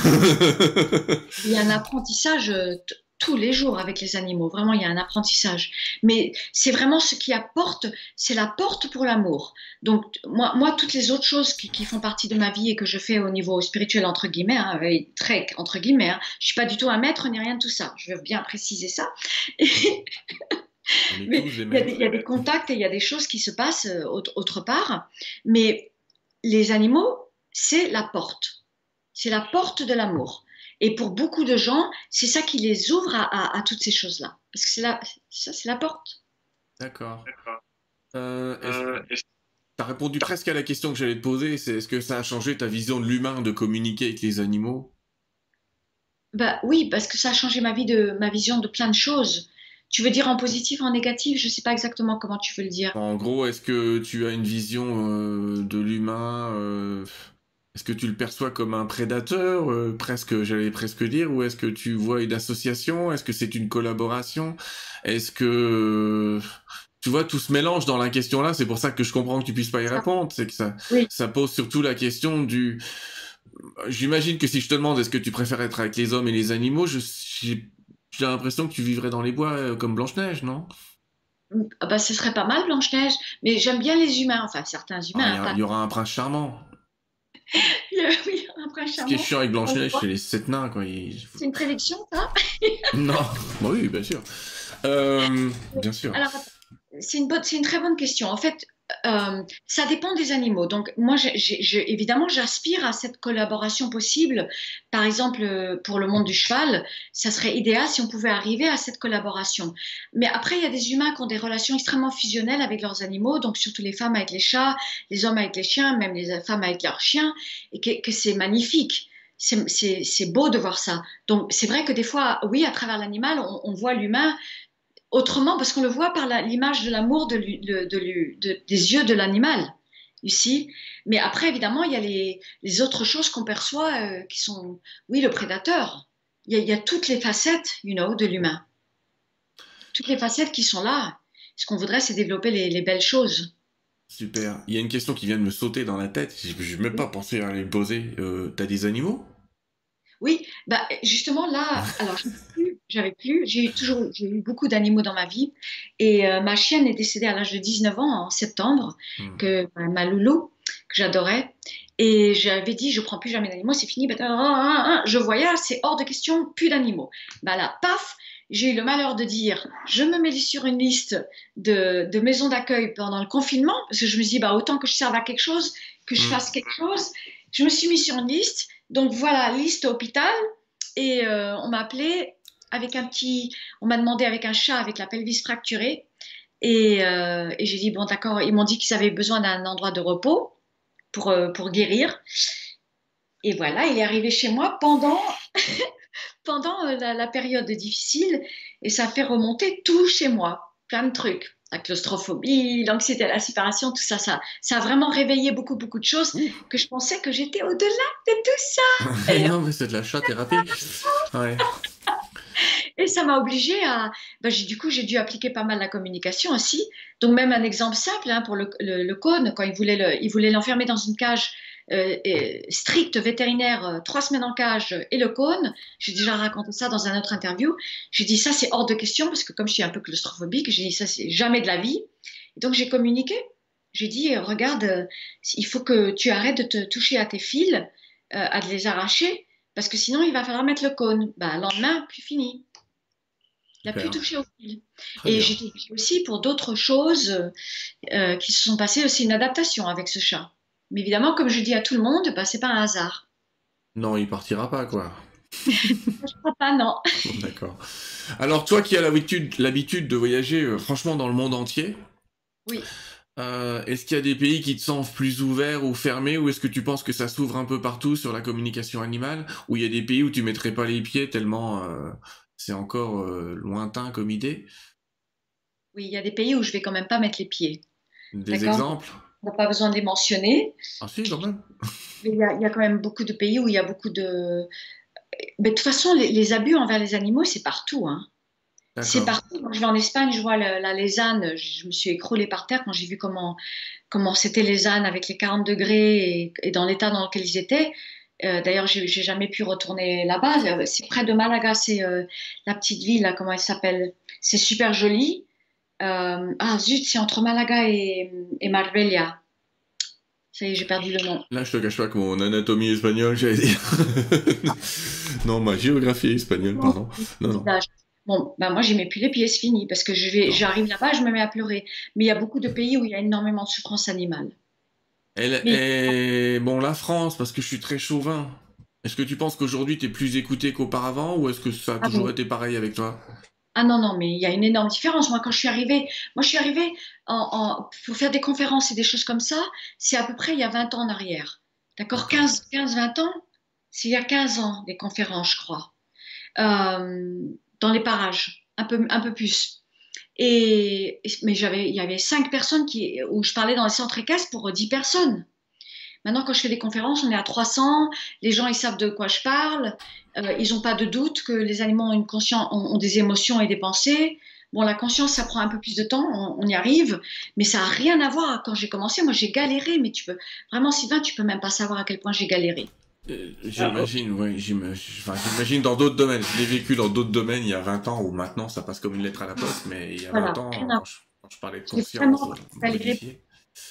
il y a un apprentissage tous les jours avec les animaux. Vraiment, il y a un apprentissage. Mais c'est vraiment ce qui apporte, c'est la porte pour l'amour. Donc, moi, moi, toutes les autres choses qui, qui font partie de ma vie et que je fais au niveau spirituel, entre guillemets, hein, très entre guillemets, hein, je ne suis pas du tout un maître ni rien de tout ça. Je veux bien préciser ça. Mais il y, a des, il y a des contacts et il y a des choses qui se passent euh, autre, autre part. Mais les animaux, c'est la porte. C'est la porte de l'amour. Et pour beaucoup de gens, c'est ça qui les ouvre à, à, à toutes ces choses-là. Parce que c'est la, ça, c'est la porte. D'accord. Euh, est-ce... Tu as répondu presque à la question que j'allais te poser, c'est est-ce que ça a changé ta vision de l'humain de communiquer avec les animaux? Bah oui, parce que ça a changé ma vie de ma vision de plein de choses. Tu veux dire en positif, en négatif? Je ne sais pas exactement comment tu veux le dire. En gros, est-ce que tu as une vision euh, de l'humain euh, est-ce que tu le perçois comme un prédateur, euh, presque, j'allais presque dire, ou est-ce que tu vois une association? Est-ce que c'est une collaboration? Est-ce que tu vois, tout se mélange dans la question là, c'est pour ça que je comprends que tu puisses pas y répondre, c'est que ça, oui. ça pose surtout la question du... J'imagine que si je te demande est-ce que tu préfères être avec les hommes et les animaux, je, j'ai, j'ai l'impression que tu vivrais dans les bois euh, comme Blanche-Neige, non? Ah bah, ce serait pas mal, Blanche-Neige, mais j'aime bien les humains, enfin certains humains. Il ah, y, y aura un prince charmant. Oui, un prince charmant. Ce qui est chiant avec Blanche-Neige, c'est les sept nains, quoi. Il... C'est une prédiction, ça? Non, bah oui, bien sûr. Euh, bien sûr. Alors, c'est une, bonne, c'est une très bonne question. En fait, euh, ça dépend des animaux. Donc, moi, j'ai, j'ai, évidemment, j'aspire à cette collaboration possible. Par exemple, pour le monde du cheval, ça serait idéal si on pouvait arriver à cette collaboration. Mais après, il y a des humains qui ont des relations extrêmement fusionnelles avec leurs animaux, donc surtout les femmes avec les chats, les hommes avec les chiens, même les femmes avec leurs chiens, et que, que c'est magnifique. c'est beau de voir ça. Donc, c'est vrai que des fois, oui, à travers l'animal, on, on voit l'humain autrement parce qu'on le voit par l'image de l'amour de, de, de, de, des yeux de l'animal ici. Mais après, évidemment, il y a les, les autres choses qu'on perçoit euh, qui sont, oui, le prédateur. Il y, a, il y a toutes les facettes, you know, de l'humain. Toutes les facettes qui sont là. Ce qu'on voudrait, c'est développer les, les belles choses. Super. Il y a une question qui vient de me sauter dans la tête. Je n'ai même pas pensé à les poser. Euh, T'as des animaux? Oui, bah justement là, alors j'avais plus, j'ai eu toujours, j'ai eu beaucoup d'animaux dans ma vie et euh, ma chienne est décédée à l'âge de dix-neuf ans en septembre, Hmm. que bah, ma loulou que j'adorais et j'avais dit je prends plus jamais d'animaux, c'est fini, bah, ah, ah, ah, je voyage, c'est hors de question, plus d'animaux. Bah là, paf, j'ai eu le malheur de dire je me mets sur une liste de, de maisons d'accueil pendant le confinement parce que je me suis dit bah autant que je serve à quelque chose, que je Hmm. fasse quelque chose. Je me suis mis sur une liste. Donc voilà, liste hôpital. Et euh, on m'a appelé avec un petit. On m'a demandé avec un chat avec la pelvis fracturée. Et, euh, et j'ai dit, bon, d'accord. Ils m'ont dit qu'ils avaient besoin d'un endroit de repos pour, euh, pour guérir. Et voilà, il est arrivé chez moi pendant, pendant euh, la, la période difficile. Et ça a fait remonter tout chez moi. Plein de trucs. La claustrophobie, l'anxiété à la séparation, tout ça, ça, ça a vraiment réveillé beaucoup, beaucoup de choses Ouh. que je pensais que j'étais au-delà de tout ça. Et Non, mais c'est de la chat-thérapie. Ouais. Et ça m'a obligée à. Ben, j'ai- du coup, j'ai dû appliquer pas mal la communication aussi. Donc, même un exemple simple hein, pour le, le, le cône, quand il voulait le- il voulait l'enfermer dans une cage euh, et- stricte vétérinaire, euh, trois semaines en cage et le cône, j'ai déjà raconté ça dans un autre interview. J'ai dit ça, c'est hors de question parce que comme je suis un peu claustrophobique, j'ai dit ça, c'est jamais de la vie. Et donc, j'ai communiqué. J'ai dit, euh, regarde, euh, il faut que tu arrêtes de te toucher à tes fils, euh, à de les arracher, parce que sinon, il va falloir mettre le cône. Ben, le lendemain, plus fini. Il n'a plus Super. touché au fil. Très Et bien. j'ai touché aussi pour d'autres choses euh, qui se sont passées aussi une adaptation avec ce chat. Mais évidemment, comme je dis à tout le monde, bah, c'est pas un hasard. Non, il partira pas, quoi. Je crois pas, non. D'accord. Alors, toi qui as l'habitude, l'habitude de voyager, euh, franchement, dans le monde entier, Oui. euh, est-ce qu'il y a des pays qui te semblent plus ouverts ou fermés, ou est-ce que tu penses que ça s'ouvre un peu partout sur la communication animale, ou il y a des pays où tu mettrais pas les pieds tellement euh, c'est encore euh, lointain comme idée? Oui, il y a des pays où je vais quand même pas mettre les pieds. Des D'accord? exemples? On n'a pas besoin de les mentionner. Ah si, quand même. Mais il y a, il y a quand même beaucoup de pays où il y a beaucoup de. Mais de toute façon, les, les abus envers les animaux, c'est partout, hein. C'est D'accord. partout. Quand je vais en Espagne, je vois le- la lésane. Je, je me suis écroulée par terre quand j'ai vu comment comment c'était les ânes avec les quarante degrés et, et dans l'état dans lequel ils étaient. Euh, D'ailleurs, j'ai j'ai jamais pu retourner là-bas. Euh, C'est près de Malaga, c'est euh, la petite ville, là, comment elle s'appelle? C'est super joli. Euh, ah zut, c'est entre Malaga et, et Marbella. Ça y est, j'ai perdu le nom. Là, je te cache pas que mon anatomie espagnole, j'allais dire. Non, ma géographie espagnole, Non, pardon. le Non, non. visage. Bon, ben moi, j'ai mes plus les pièces finies parce que je vais, Non. j'arrive là-bas, je me mets à pleurer. Mais il y a beaucoup de pays où il y a énormément de souffrance animale. Elle Mais est... Bon, la France, parce que je suis très chauvin. Est-ce que tu penses qu'aujourd'hui, t'es plus écouté qu'auparavant, ou est-ce que ça a ah toujours bon, été pareil avec toi? ah non, non, mais il y a une énorme différence. Moi, quand je suis arrivée, moi, je suis arrivée en, en- pour faire des conférences et des choses comme ça, c'est à peu près il y a vingt ans en arrière. D'accord? D'accord. quinze, quinze, vingt ans? C'est il y a quinze ans, des conférences, je crois. Euh, dans les parages, un peu, un peu plus. Et, mais j'avais, il y avait cinq personnes qui, où je parlais dans les centres équestres pour dix personnes. Maintenant, quand je fais des conférences, on est à trois cents. Les gens, ils savent de quoi je parle. Euh, ils n'ont pas de doute que les animaux ont, une conscience, ont, ont des émotions et des pensées. Bon, la conscience, ça prend un peu plus de temps, on, on y arrive, mais ça n'a rien à voir. Quand j'ai commencé, moi, j'ai galéré, mais tu peux vraiment, Sylvain, tu peux même pas savoir à quel point j'ai galéré. Euh, Ah, ok. J'imagine, oui, j'imagine enfin, j'imagine dans d'autres domaines. Je l'ai vécu dans d'autres domaines il y a vingt ans, où maintenant ça passe comme une lettre à la poste, mais il y a vingt Voilà, ans, rien à- quand je, quand je parlais de j'ai conscience vraiment euh, galéré. modifiée.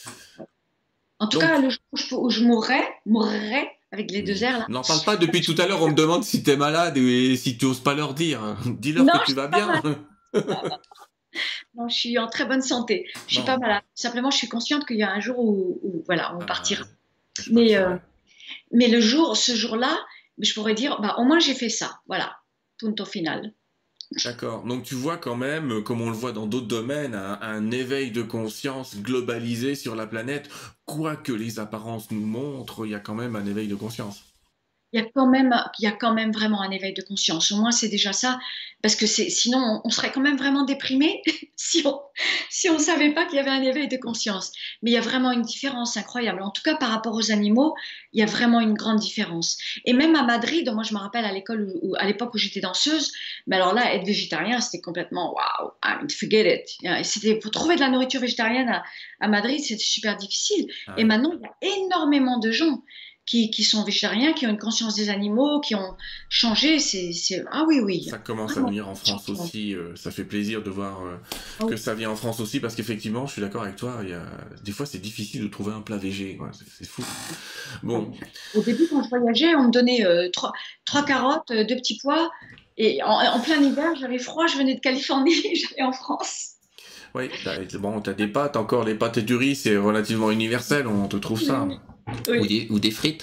En tout cas, Donc, le jour où je, où je mourrais, mourrais avec les deux mais airs là. n'en parle pas depuis tout à l'heure, on me demande si t'es malade et si tu oses pas leur dire. Dis-leur Non, que je tu suis vas pas bien. malade. Non, je suis en très bonne santé. Je suis pas Bon, malade. Simplement, je suis consciente qu'il y a un jour où, où, voilà, on euh, partira. je Mais, partirai. euh, mais le jour, ce jour-là, je pourrais dire, bah, au moins j'ai fait ça. Voilà, punto final. D'accord. Donc tu vois quand même, euh, comme on le voit dans d'autres domaines, un, un éveil de conscience globalisé sur la planète. Quoi que les apparences nous montrent, il y a quand même un éveil de conscience. il y a quand même, il y a quand même vraiment un éveil de conscience. Au moins, c'est déjà ça, parce que c'est, sinon, on, on serait quand même vraiment déprimé si on, si on savait pas qu'il y avait un éveil de conscience. Mais il y a vraiment une différence incroyable. En tout cas, par rapport aux animaux, il y a vraiment une grande différence. Et même à Madrid, moi, je me rappelle à l'école où, où- à l'époque où j'étais danseuse, mais alors là, être végétarien, c'était complètement waouh, I mean, forget it. Et c'était, pour trouver de la nourriture végétarienne à, à Madrid, c'était super difficile. Ah Et ouais. maintenant, il y a énormément de gens qui, qui sont végétariens, qui ont une conscience des animaux, qui ont changé. C'est, c'est... Ah oui, oui, il y Ça a commence à vraiment venir en un France changement. aussi. Euh, ça fait plaisir de voir euh, Ah que oui. ça vient en France aussi parce qu'effectivement, je suis d'accord avec toi. Il y a... Des fois, c'est difficile de trouver un plat végé. Ouais, c'est c'est fou. Bon, Au début, quand je voyageais, on me donnait euh, trois, trois carottes, euh, deux petits pois. Et en, en plein hiver, j'avais froid, je venais de Californie, j'allais en France. oui, t'as, bon, t'as des pâtes, encore les pâtes et du riz, c'est relativement universel, on te trouve ça. Ou Oui. des, ou des frites.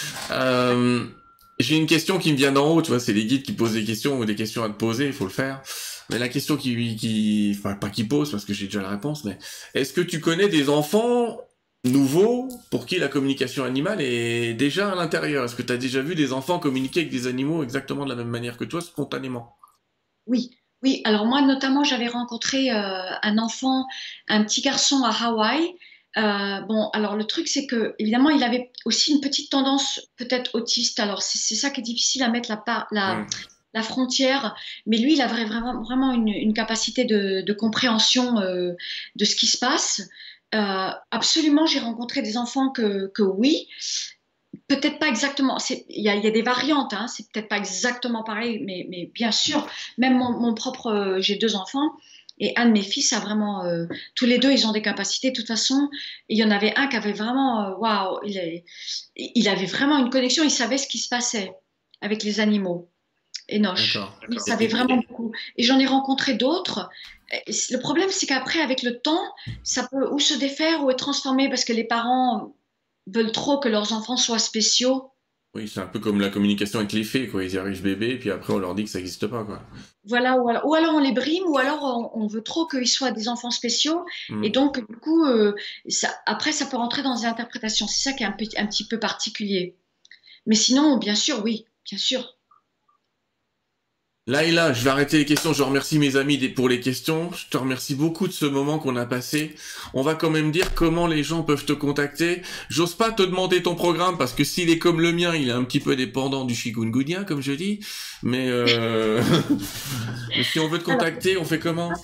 Euh, j'ai une question qui me vient d'en haut, tu vois, c'est les guides qui posent des questions ou des questions à te poser, il faut le faire. Mais la question qui, qui, enfin, pas qui pose parce que j'ai déjà la réponse, mais est-ce que tu connais des enfants nouveaux pour qui la communication animale est déjà à l'intérieur? Est-ce que tu as déjà vu des enfants communiquer avec des animaux exactement de la même manière que toi, spontanément? Oui, oui. Alors moi, notamment, j'avais rencontré euh, un enfant, un petit garçon à Hawaï. Euh, bon, alors le truc, c'est que évidemment, il avait aussi une petite tendance peut-être autiste. Alors c'est c'est ça qui est difficile à mettre la, par- la, Hmm, la frontière. Mais lui, il avait vraiment, vraiment une, une capacité de, de compréhension euh, de ce qui se passe. Euh, absolument, j'ai rencontré des enfants que, que oui. Peut-être pas exactement, c'est- il y a, il y a des variantes, hein, c'est peut-être pas exactement pareil, mais, mais bien sûr, même mon, mon propre, euh, j'ai deux enfants, et un de mes fils a vraiment, euh, tous les deux, ils ont des capacités. De toute façon, il y en avait un qui avait vraiment, euh, waouh, il, est- il avait vraiment une connexion, il savait ce qui se passait avec les animaux. Enoch, d'accord. il Et, savait et- vraiment beaucoup. Et j'en ai rencontré d'autres. Et le problème, c'est qu'après, avec le temps, ça peut ou se défaire ou être transformé parce que les parents veulent trop que leurs enfants soient spéciaux. oui, c'est un peu comme la communication avec les fées, quoi. Ils y arrivent bébés, puis après on leur dit que ça n'existe pas, quoi. Voilà, ou alors, ou alors on les brime, ou alors on, on veut trop qu'ils soient des enfants spéciaux. Et Hmm. donc, du coup, euh, ça, après, ça peut rentrer dans des interprétations. C'est ça qui est un, peu- un petit peu particulier. Mais sinon, bien sûr, oui, bien sûr. Laïla, je vais arrêter les questions. Je remercie mes amis des- pour les questions. Je te remercie beaucoup de ce moment qu'on a passé. On va quand même dire comment les gens peuvent te contacter. J'ose pas te demander ton programme parce que s'il est comme le mien, il est un petit peu dépendant du chikungunya, comme je dis. Mais, euh... Mais si on veut te Alors, contacter, on fait comment?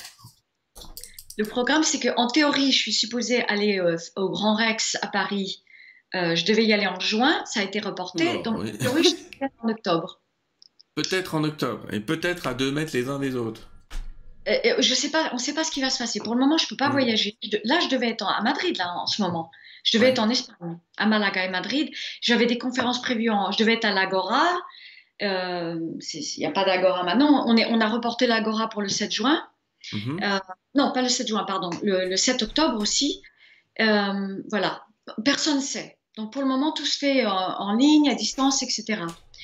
le programme, c'est qu'en théorie, je suis supposée aller euh, au Grand Rex à Paris. Euh, je devais y aller en juin, ça a été reporté. Oula, Donc, oui. en théorie, je suis en octobre. Peut-être en octobre et peut-être à deux mètres les uns des autres. Euh, euh, je sais pas, on ne sait pas ce qui va se passer. Pour le moment, je ne peux pas Hmm. voyager. Je de- Là, je devais être en- à Madrid, là, en ce moment. Je devais être Ouais. en Espagne, à Malaga et Madrid. J'avais des conférences prévues. En- je devais être à l'Agora. Euh, c'est- Il n'y a pas d'Agora maintenant. On est, on a reporté l'Agora pour le sept juin. Mhm. Euh, non, pas le sept juin, pardon. Le, le sept octobre aussi. Euh, voilà. Personne ne sait. Donc, pour le moment, tout se fait en, en ligne, à distance, et cetera.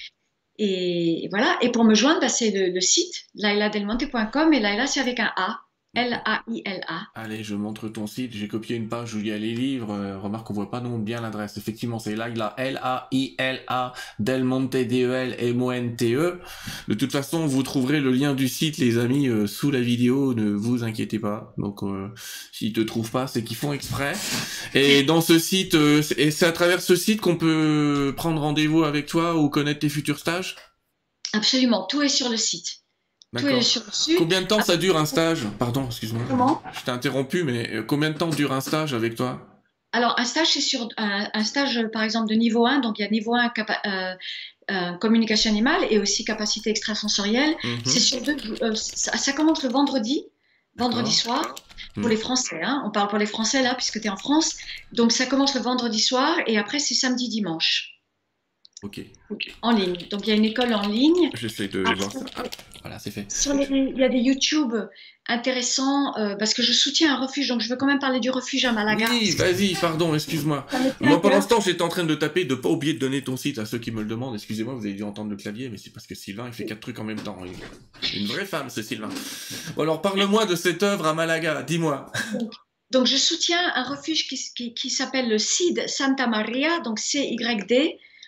Et voilà. Et pour me joindre, bah, c'est le, le site laila del monte point com et Laila, c'est avec un A. L A I L A. Allez, je montre ton site. J'ai copié une page où il y a les livres. Euh, remarque qu'on voit pas non bien l'adresse. Effectivement, c'est Laila, L A I L A, Del Monte, D E L M O N T E. De toute façon, vous trouverez le lien du site, les amis, euh, sous la vidéo. Ne vous inquiétez pas. Donc, euh, s'ils te trouvent pas, c'est qu'ils font exprès. Et dans ce site, euh, c'est- et c'est à travers ce site qu'on peut prendre rendez-vous avec toi ou connaître tes futurs stages? Absolument. Tout est sur le site. Tout est D'accord. sur le site. Combien de temps ça dure un stage? Pardon, excuse-moi. Comment? Je t'ai interrompu, mais euh, combien de temps dure un stage avec toi? Alors, un stage, c'est sur un, un stage, par exemple, de niveau un. Donc, il y a niveau un, capa- euh, euh, communication animale et aussi capacité extrasensorielle. C'est Mhm. sur deux. Euh, ça, ça commence le vendredi, vendredi D'accord. soir, pour Mhm. les Français. Hein. On parle pour les Français là, puisque tu es en France. Donc, ça commence le vendredi soir et après, c'est samedi, dimanche, Ok. en ligne. Donc, il y a une école en ligne. J'essaie de voir ça. Ah, voilà, c'est fait. Sur les- il y a des YouTube intéressants euh, parce que je soutiens un refuge, donc je veux quand même parler du refuge à Malaga Oui, parce que vas-y, pardon, excuse-moi. ça me tient à Moi, pendant ce cœur. temps, j'étais en train de taper, de pas oublier de donner ton site à ceux qui me le demandent. Excusez-moi, vous avez dû entendre le clavier, mais c'est parce que Sylvain, il fait quatre trucs en même temps. Il- Une vraie femme, ce Sylvain. Bon, alors, parle-moi de cette œuvre à Malaga. Dis-moi. Donc, donc, je soutiens un refuge qui, qui, qui s'appelle le C I D Santa Maria, donc C Y D,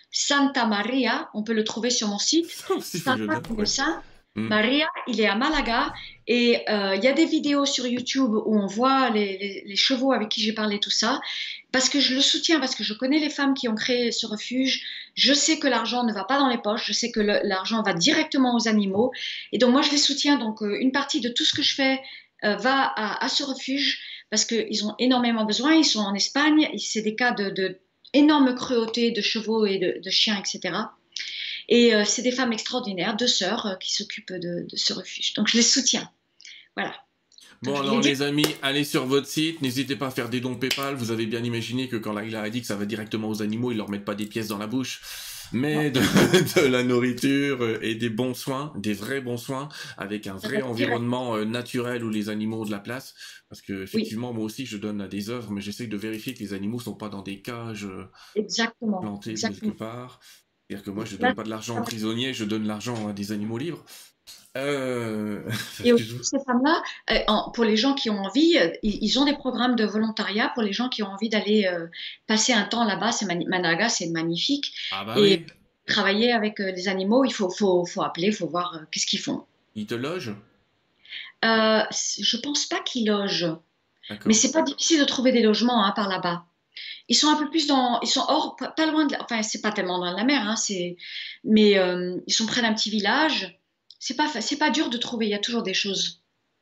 Santa Maria, on peut le trouver sur mon site. Ça aussi, faut que je Santa note, comme le ouais. saint, Mm. Maria, il est à Malaga et euh, il y a des vidéos sur YouTube où on voit les, les- les chevaux avec qui j'ai parlé, tout ça, parce que je le soutiens, parce que je connais les femmes qui ont créé ce refuge. Je sais que l'argent ne va pas dans les poches, je sais que le- l'argent va directement aux animaux et donc moi je les soutiens. Donc euh, une partie de tout ce que je fais euh, va à, à ce refuge parce qu'ils ont énormément besoin. Ils sont en Espagne, c'est des cas de, de énorme cruauté de chevaux et de, de chiens, et cetera. Et euh, c'est des femmes extraordinaires, deux sœurs euh, qui s'occupent de, de ce refuge. Donc je les soutiens. Voilà. Donc Bon je voulais alors dire. les amis, allez sur votre site, n'hésitez pas à faire des dons PayPal, vous avez bien imaginé que quand Laila a dit que ça va directement aux animaux, ils leur mettent pas des pièces dans la bouche, mais de, de la nourriture et des bons soins, des vrais bons soins, avec un Ça vrai va direct. environnement euh, naturel où les animaux ont de la place, parce que Oui, effectivement moi aussi je donne à des œuvres, mais j'essaye de vérifier que les animaux sont pas dans des cages euh, exactement. plantées quelque Exactement. part, c'est-à-dire que moi je Là, donne pas de l'argent aux prisonniers, je donne l'argent à des animaux libres. Euh... et aussi, excuse-moi. ces femmes-là, euh, en- pour les gens qui ont envie, euh, ils, ils ont des programmes de volontariat pour les gens qui ont envie d'aller euh, passer un temps là-bas. C'est mani- Managa, c'est magnifique. Ah bah Et oui, travailler avec euh, les animaux, il faut, faut, faut appeler, il faut voir euh, qu'est-ce qu'ils font. ils te logent? Euh, c- je pense pas qu'ils logent, mais D'accord. c'est pas difficile de trouver des logements hein, par là-bas. Ils sont un peu plus dans, ils sont hors, pas, pas loin de, la- enfin c'est pas tellement loin de la mer, hein, c'est, mais euh, ils sont près d'un petit village. C'est pas, fa- c'est pas dur de trouver. Il y a toujours des choses.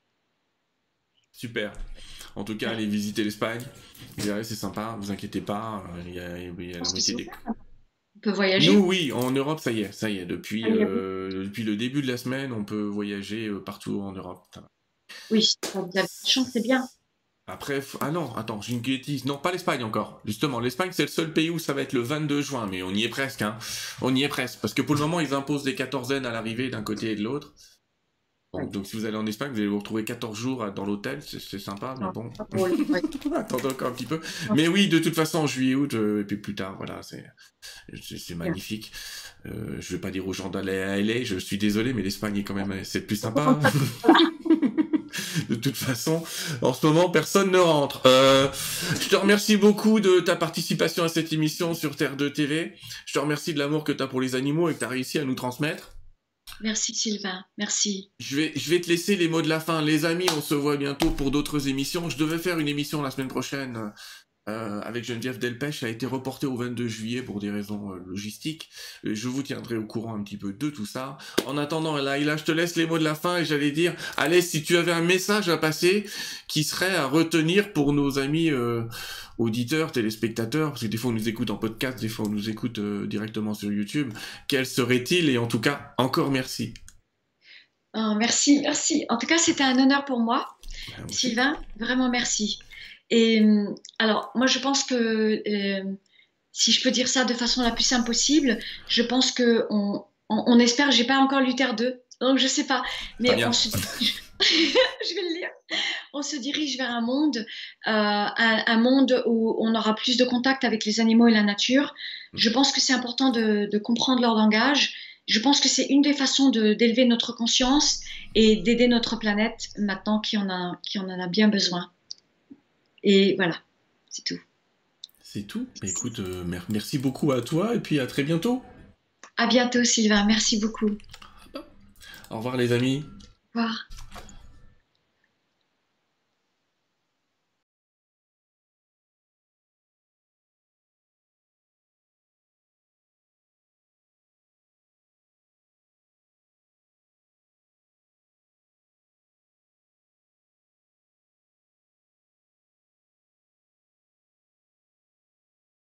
Super. En tout cas, Ouais. allez visiter l'Espagne. Vous verrez, c'est sympa, vous inquiétez pas. euh, Il y a, il y a Je la pense que moitié c'est des... ouvert. On peut Nous, voyager. oui, en Europe, ça y est, ça y est. Depuis, Ah, il y a- euh, depuis le début de la semaine, on peut voyager euh, partout en Europe. Oui, vous avez de la chance, c'est bien. Après, f- ah non, attends, j'ai une bêtise. Non, pas l'Espagne encore. Justement, l'Espagne, c'est le seul pays où ça va être le vingt-deux juin, mais on y est presque, hein. On y est presque. Parce que pour le moment, ils imposent des quatorzaines à l'arrivée d'un côté et de l'autre. Bon, Oui. donc si vous allez en Espagne, vous allez vous retrouver quatorze jours dans l'hôtel, c'est c'est sympa, mais Non, bon. pas drôle. Oui. Attendez encore un petit peu. Mais oui, de toute façon, en juillet, août, euh, et puis plus tard, voilà, c'est c'est c'est Bien. magnifique. Euh, je vais pas dire aux gens d'aller à L A, je suis désolé, mais l'Espagne est quand même, c'est plus sympa. De toute façon, en ce moment, personne ne rentre. Euh, je te remercie beaucoup de ta participation à cette émission sur Terre deux T V. Je te remercie de l'amour que tu as pour les animaux et que tu as réussi à nous transmettre. Merci Sylvain, merci. Je vais, je vais te laisser les mots de la fin. Les amis, on se voit bientôt pour d'autres émissions. Je devais faire une émission la semaine prochaine euh, avec Geneviève Delpech. Elle a été reportée au vingt-deux juillet pour des raisons euh, logistiques. Euh, Je vous tiendrai au courant un petit peu de tout ça. En attendant, Laïla, je te laisse les mots de la fin et j'allais dire, allez, si tu avais un message à passer qui serait à retenir pour nos amis euh, auditeurs, téléspectateurs, parce que des fois on nous écoute en podcast, des fois on nous écoute euh, directement sur YouTube, quel serait-il? Et en tout cas, encore merci. Oh, merci, merci. En tout cas, c'était un honneur pour moi. Voilà, moi aussi. Sylvain, vraiment merci. Et euh, alors, moi, je pense que euh, si je peux dire ça de façon la plus simple possible, je pense que on, on, on espère, j'ai pas encore Luther deux, donc je sais pas, Très mais on bien. se dirige, je vais le lire, on se dirige vers un monde, euh, un, un monde où on aura plus de contact avec les animaux et la nature. Je pense que c'est important de, de comprendre leur langage. Je pense que c'est une des façons de, d'élever notre conscience et d'aider notre planète maintenant qui en a, qui en a bien besoin. Et voilà, c'est tout. C'est tout. Écoute, euh, mer- merci beaucoup à toi et puis à très bientôt. À bientôt, Sylvain. Merci beaucoup. Au revoir les amis. Au revoir.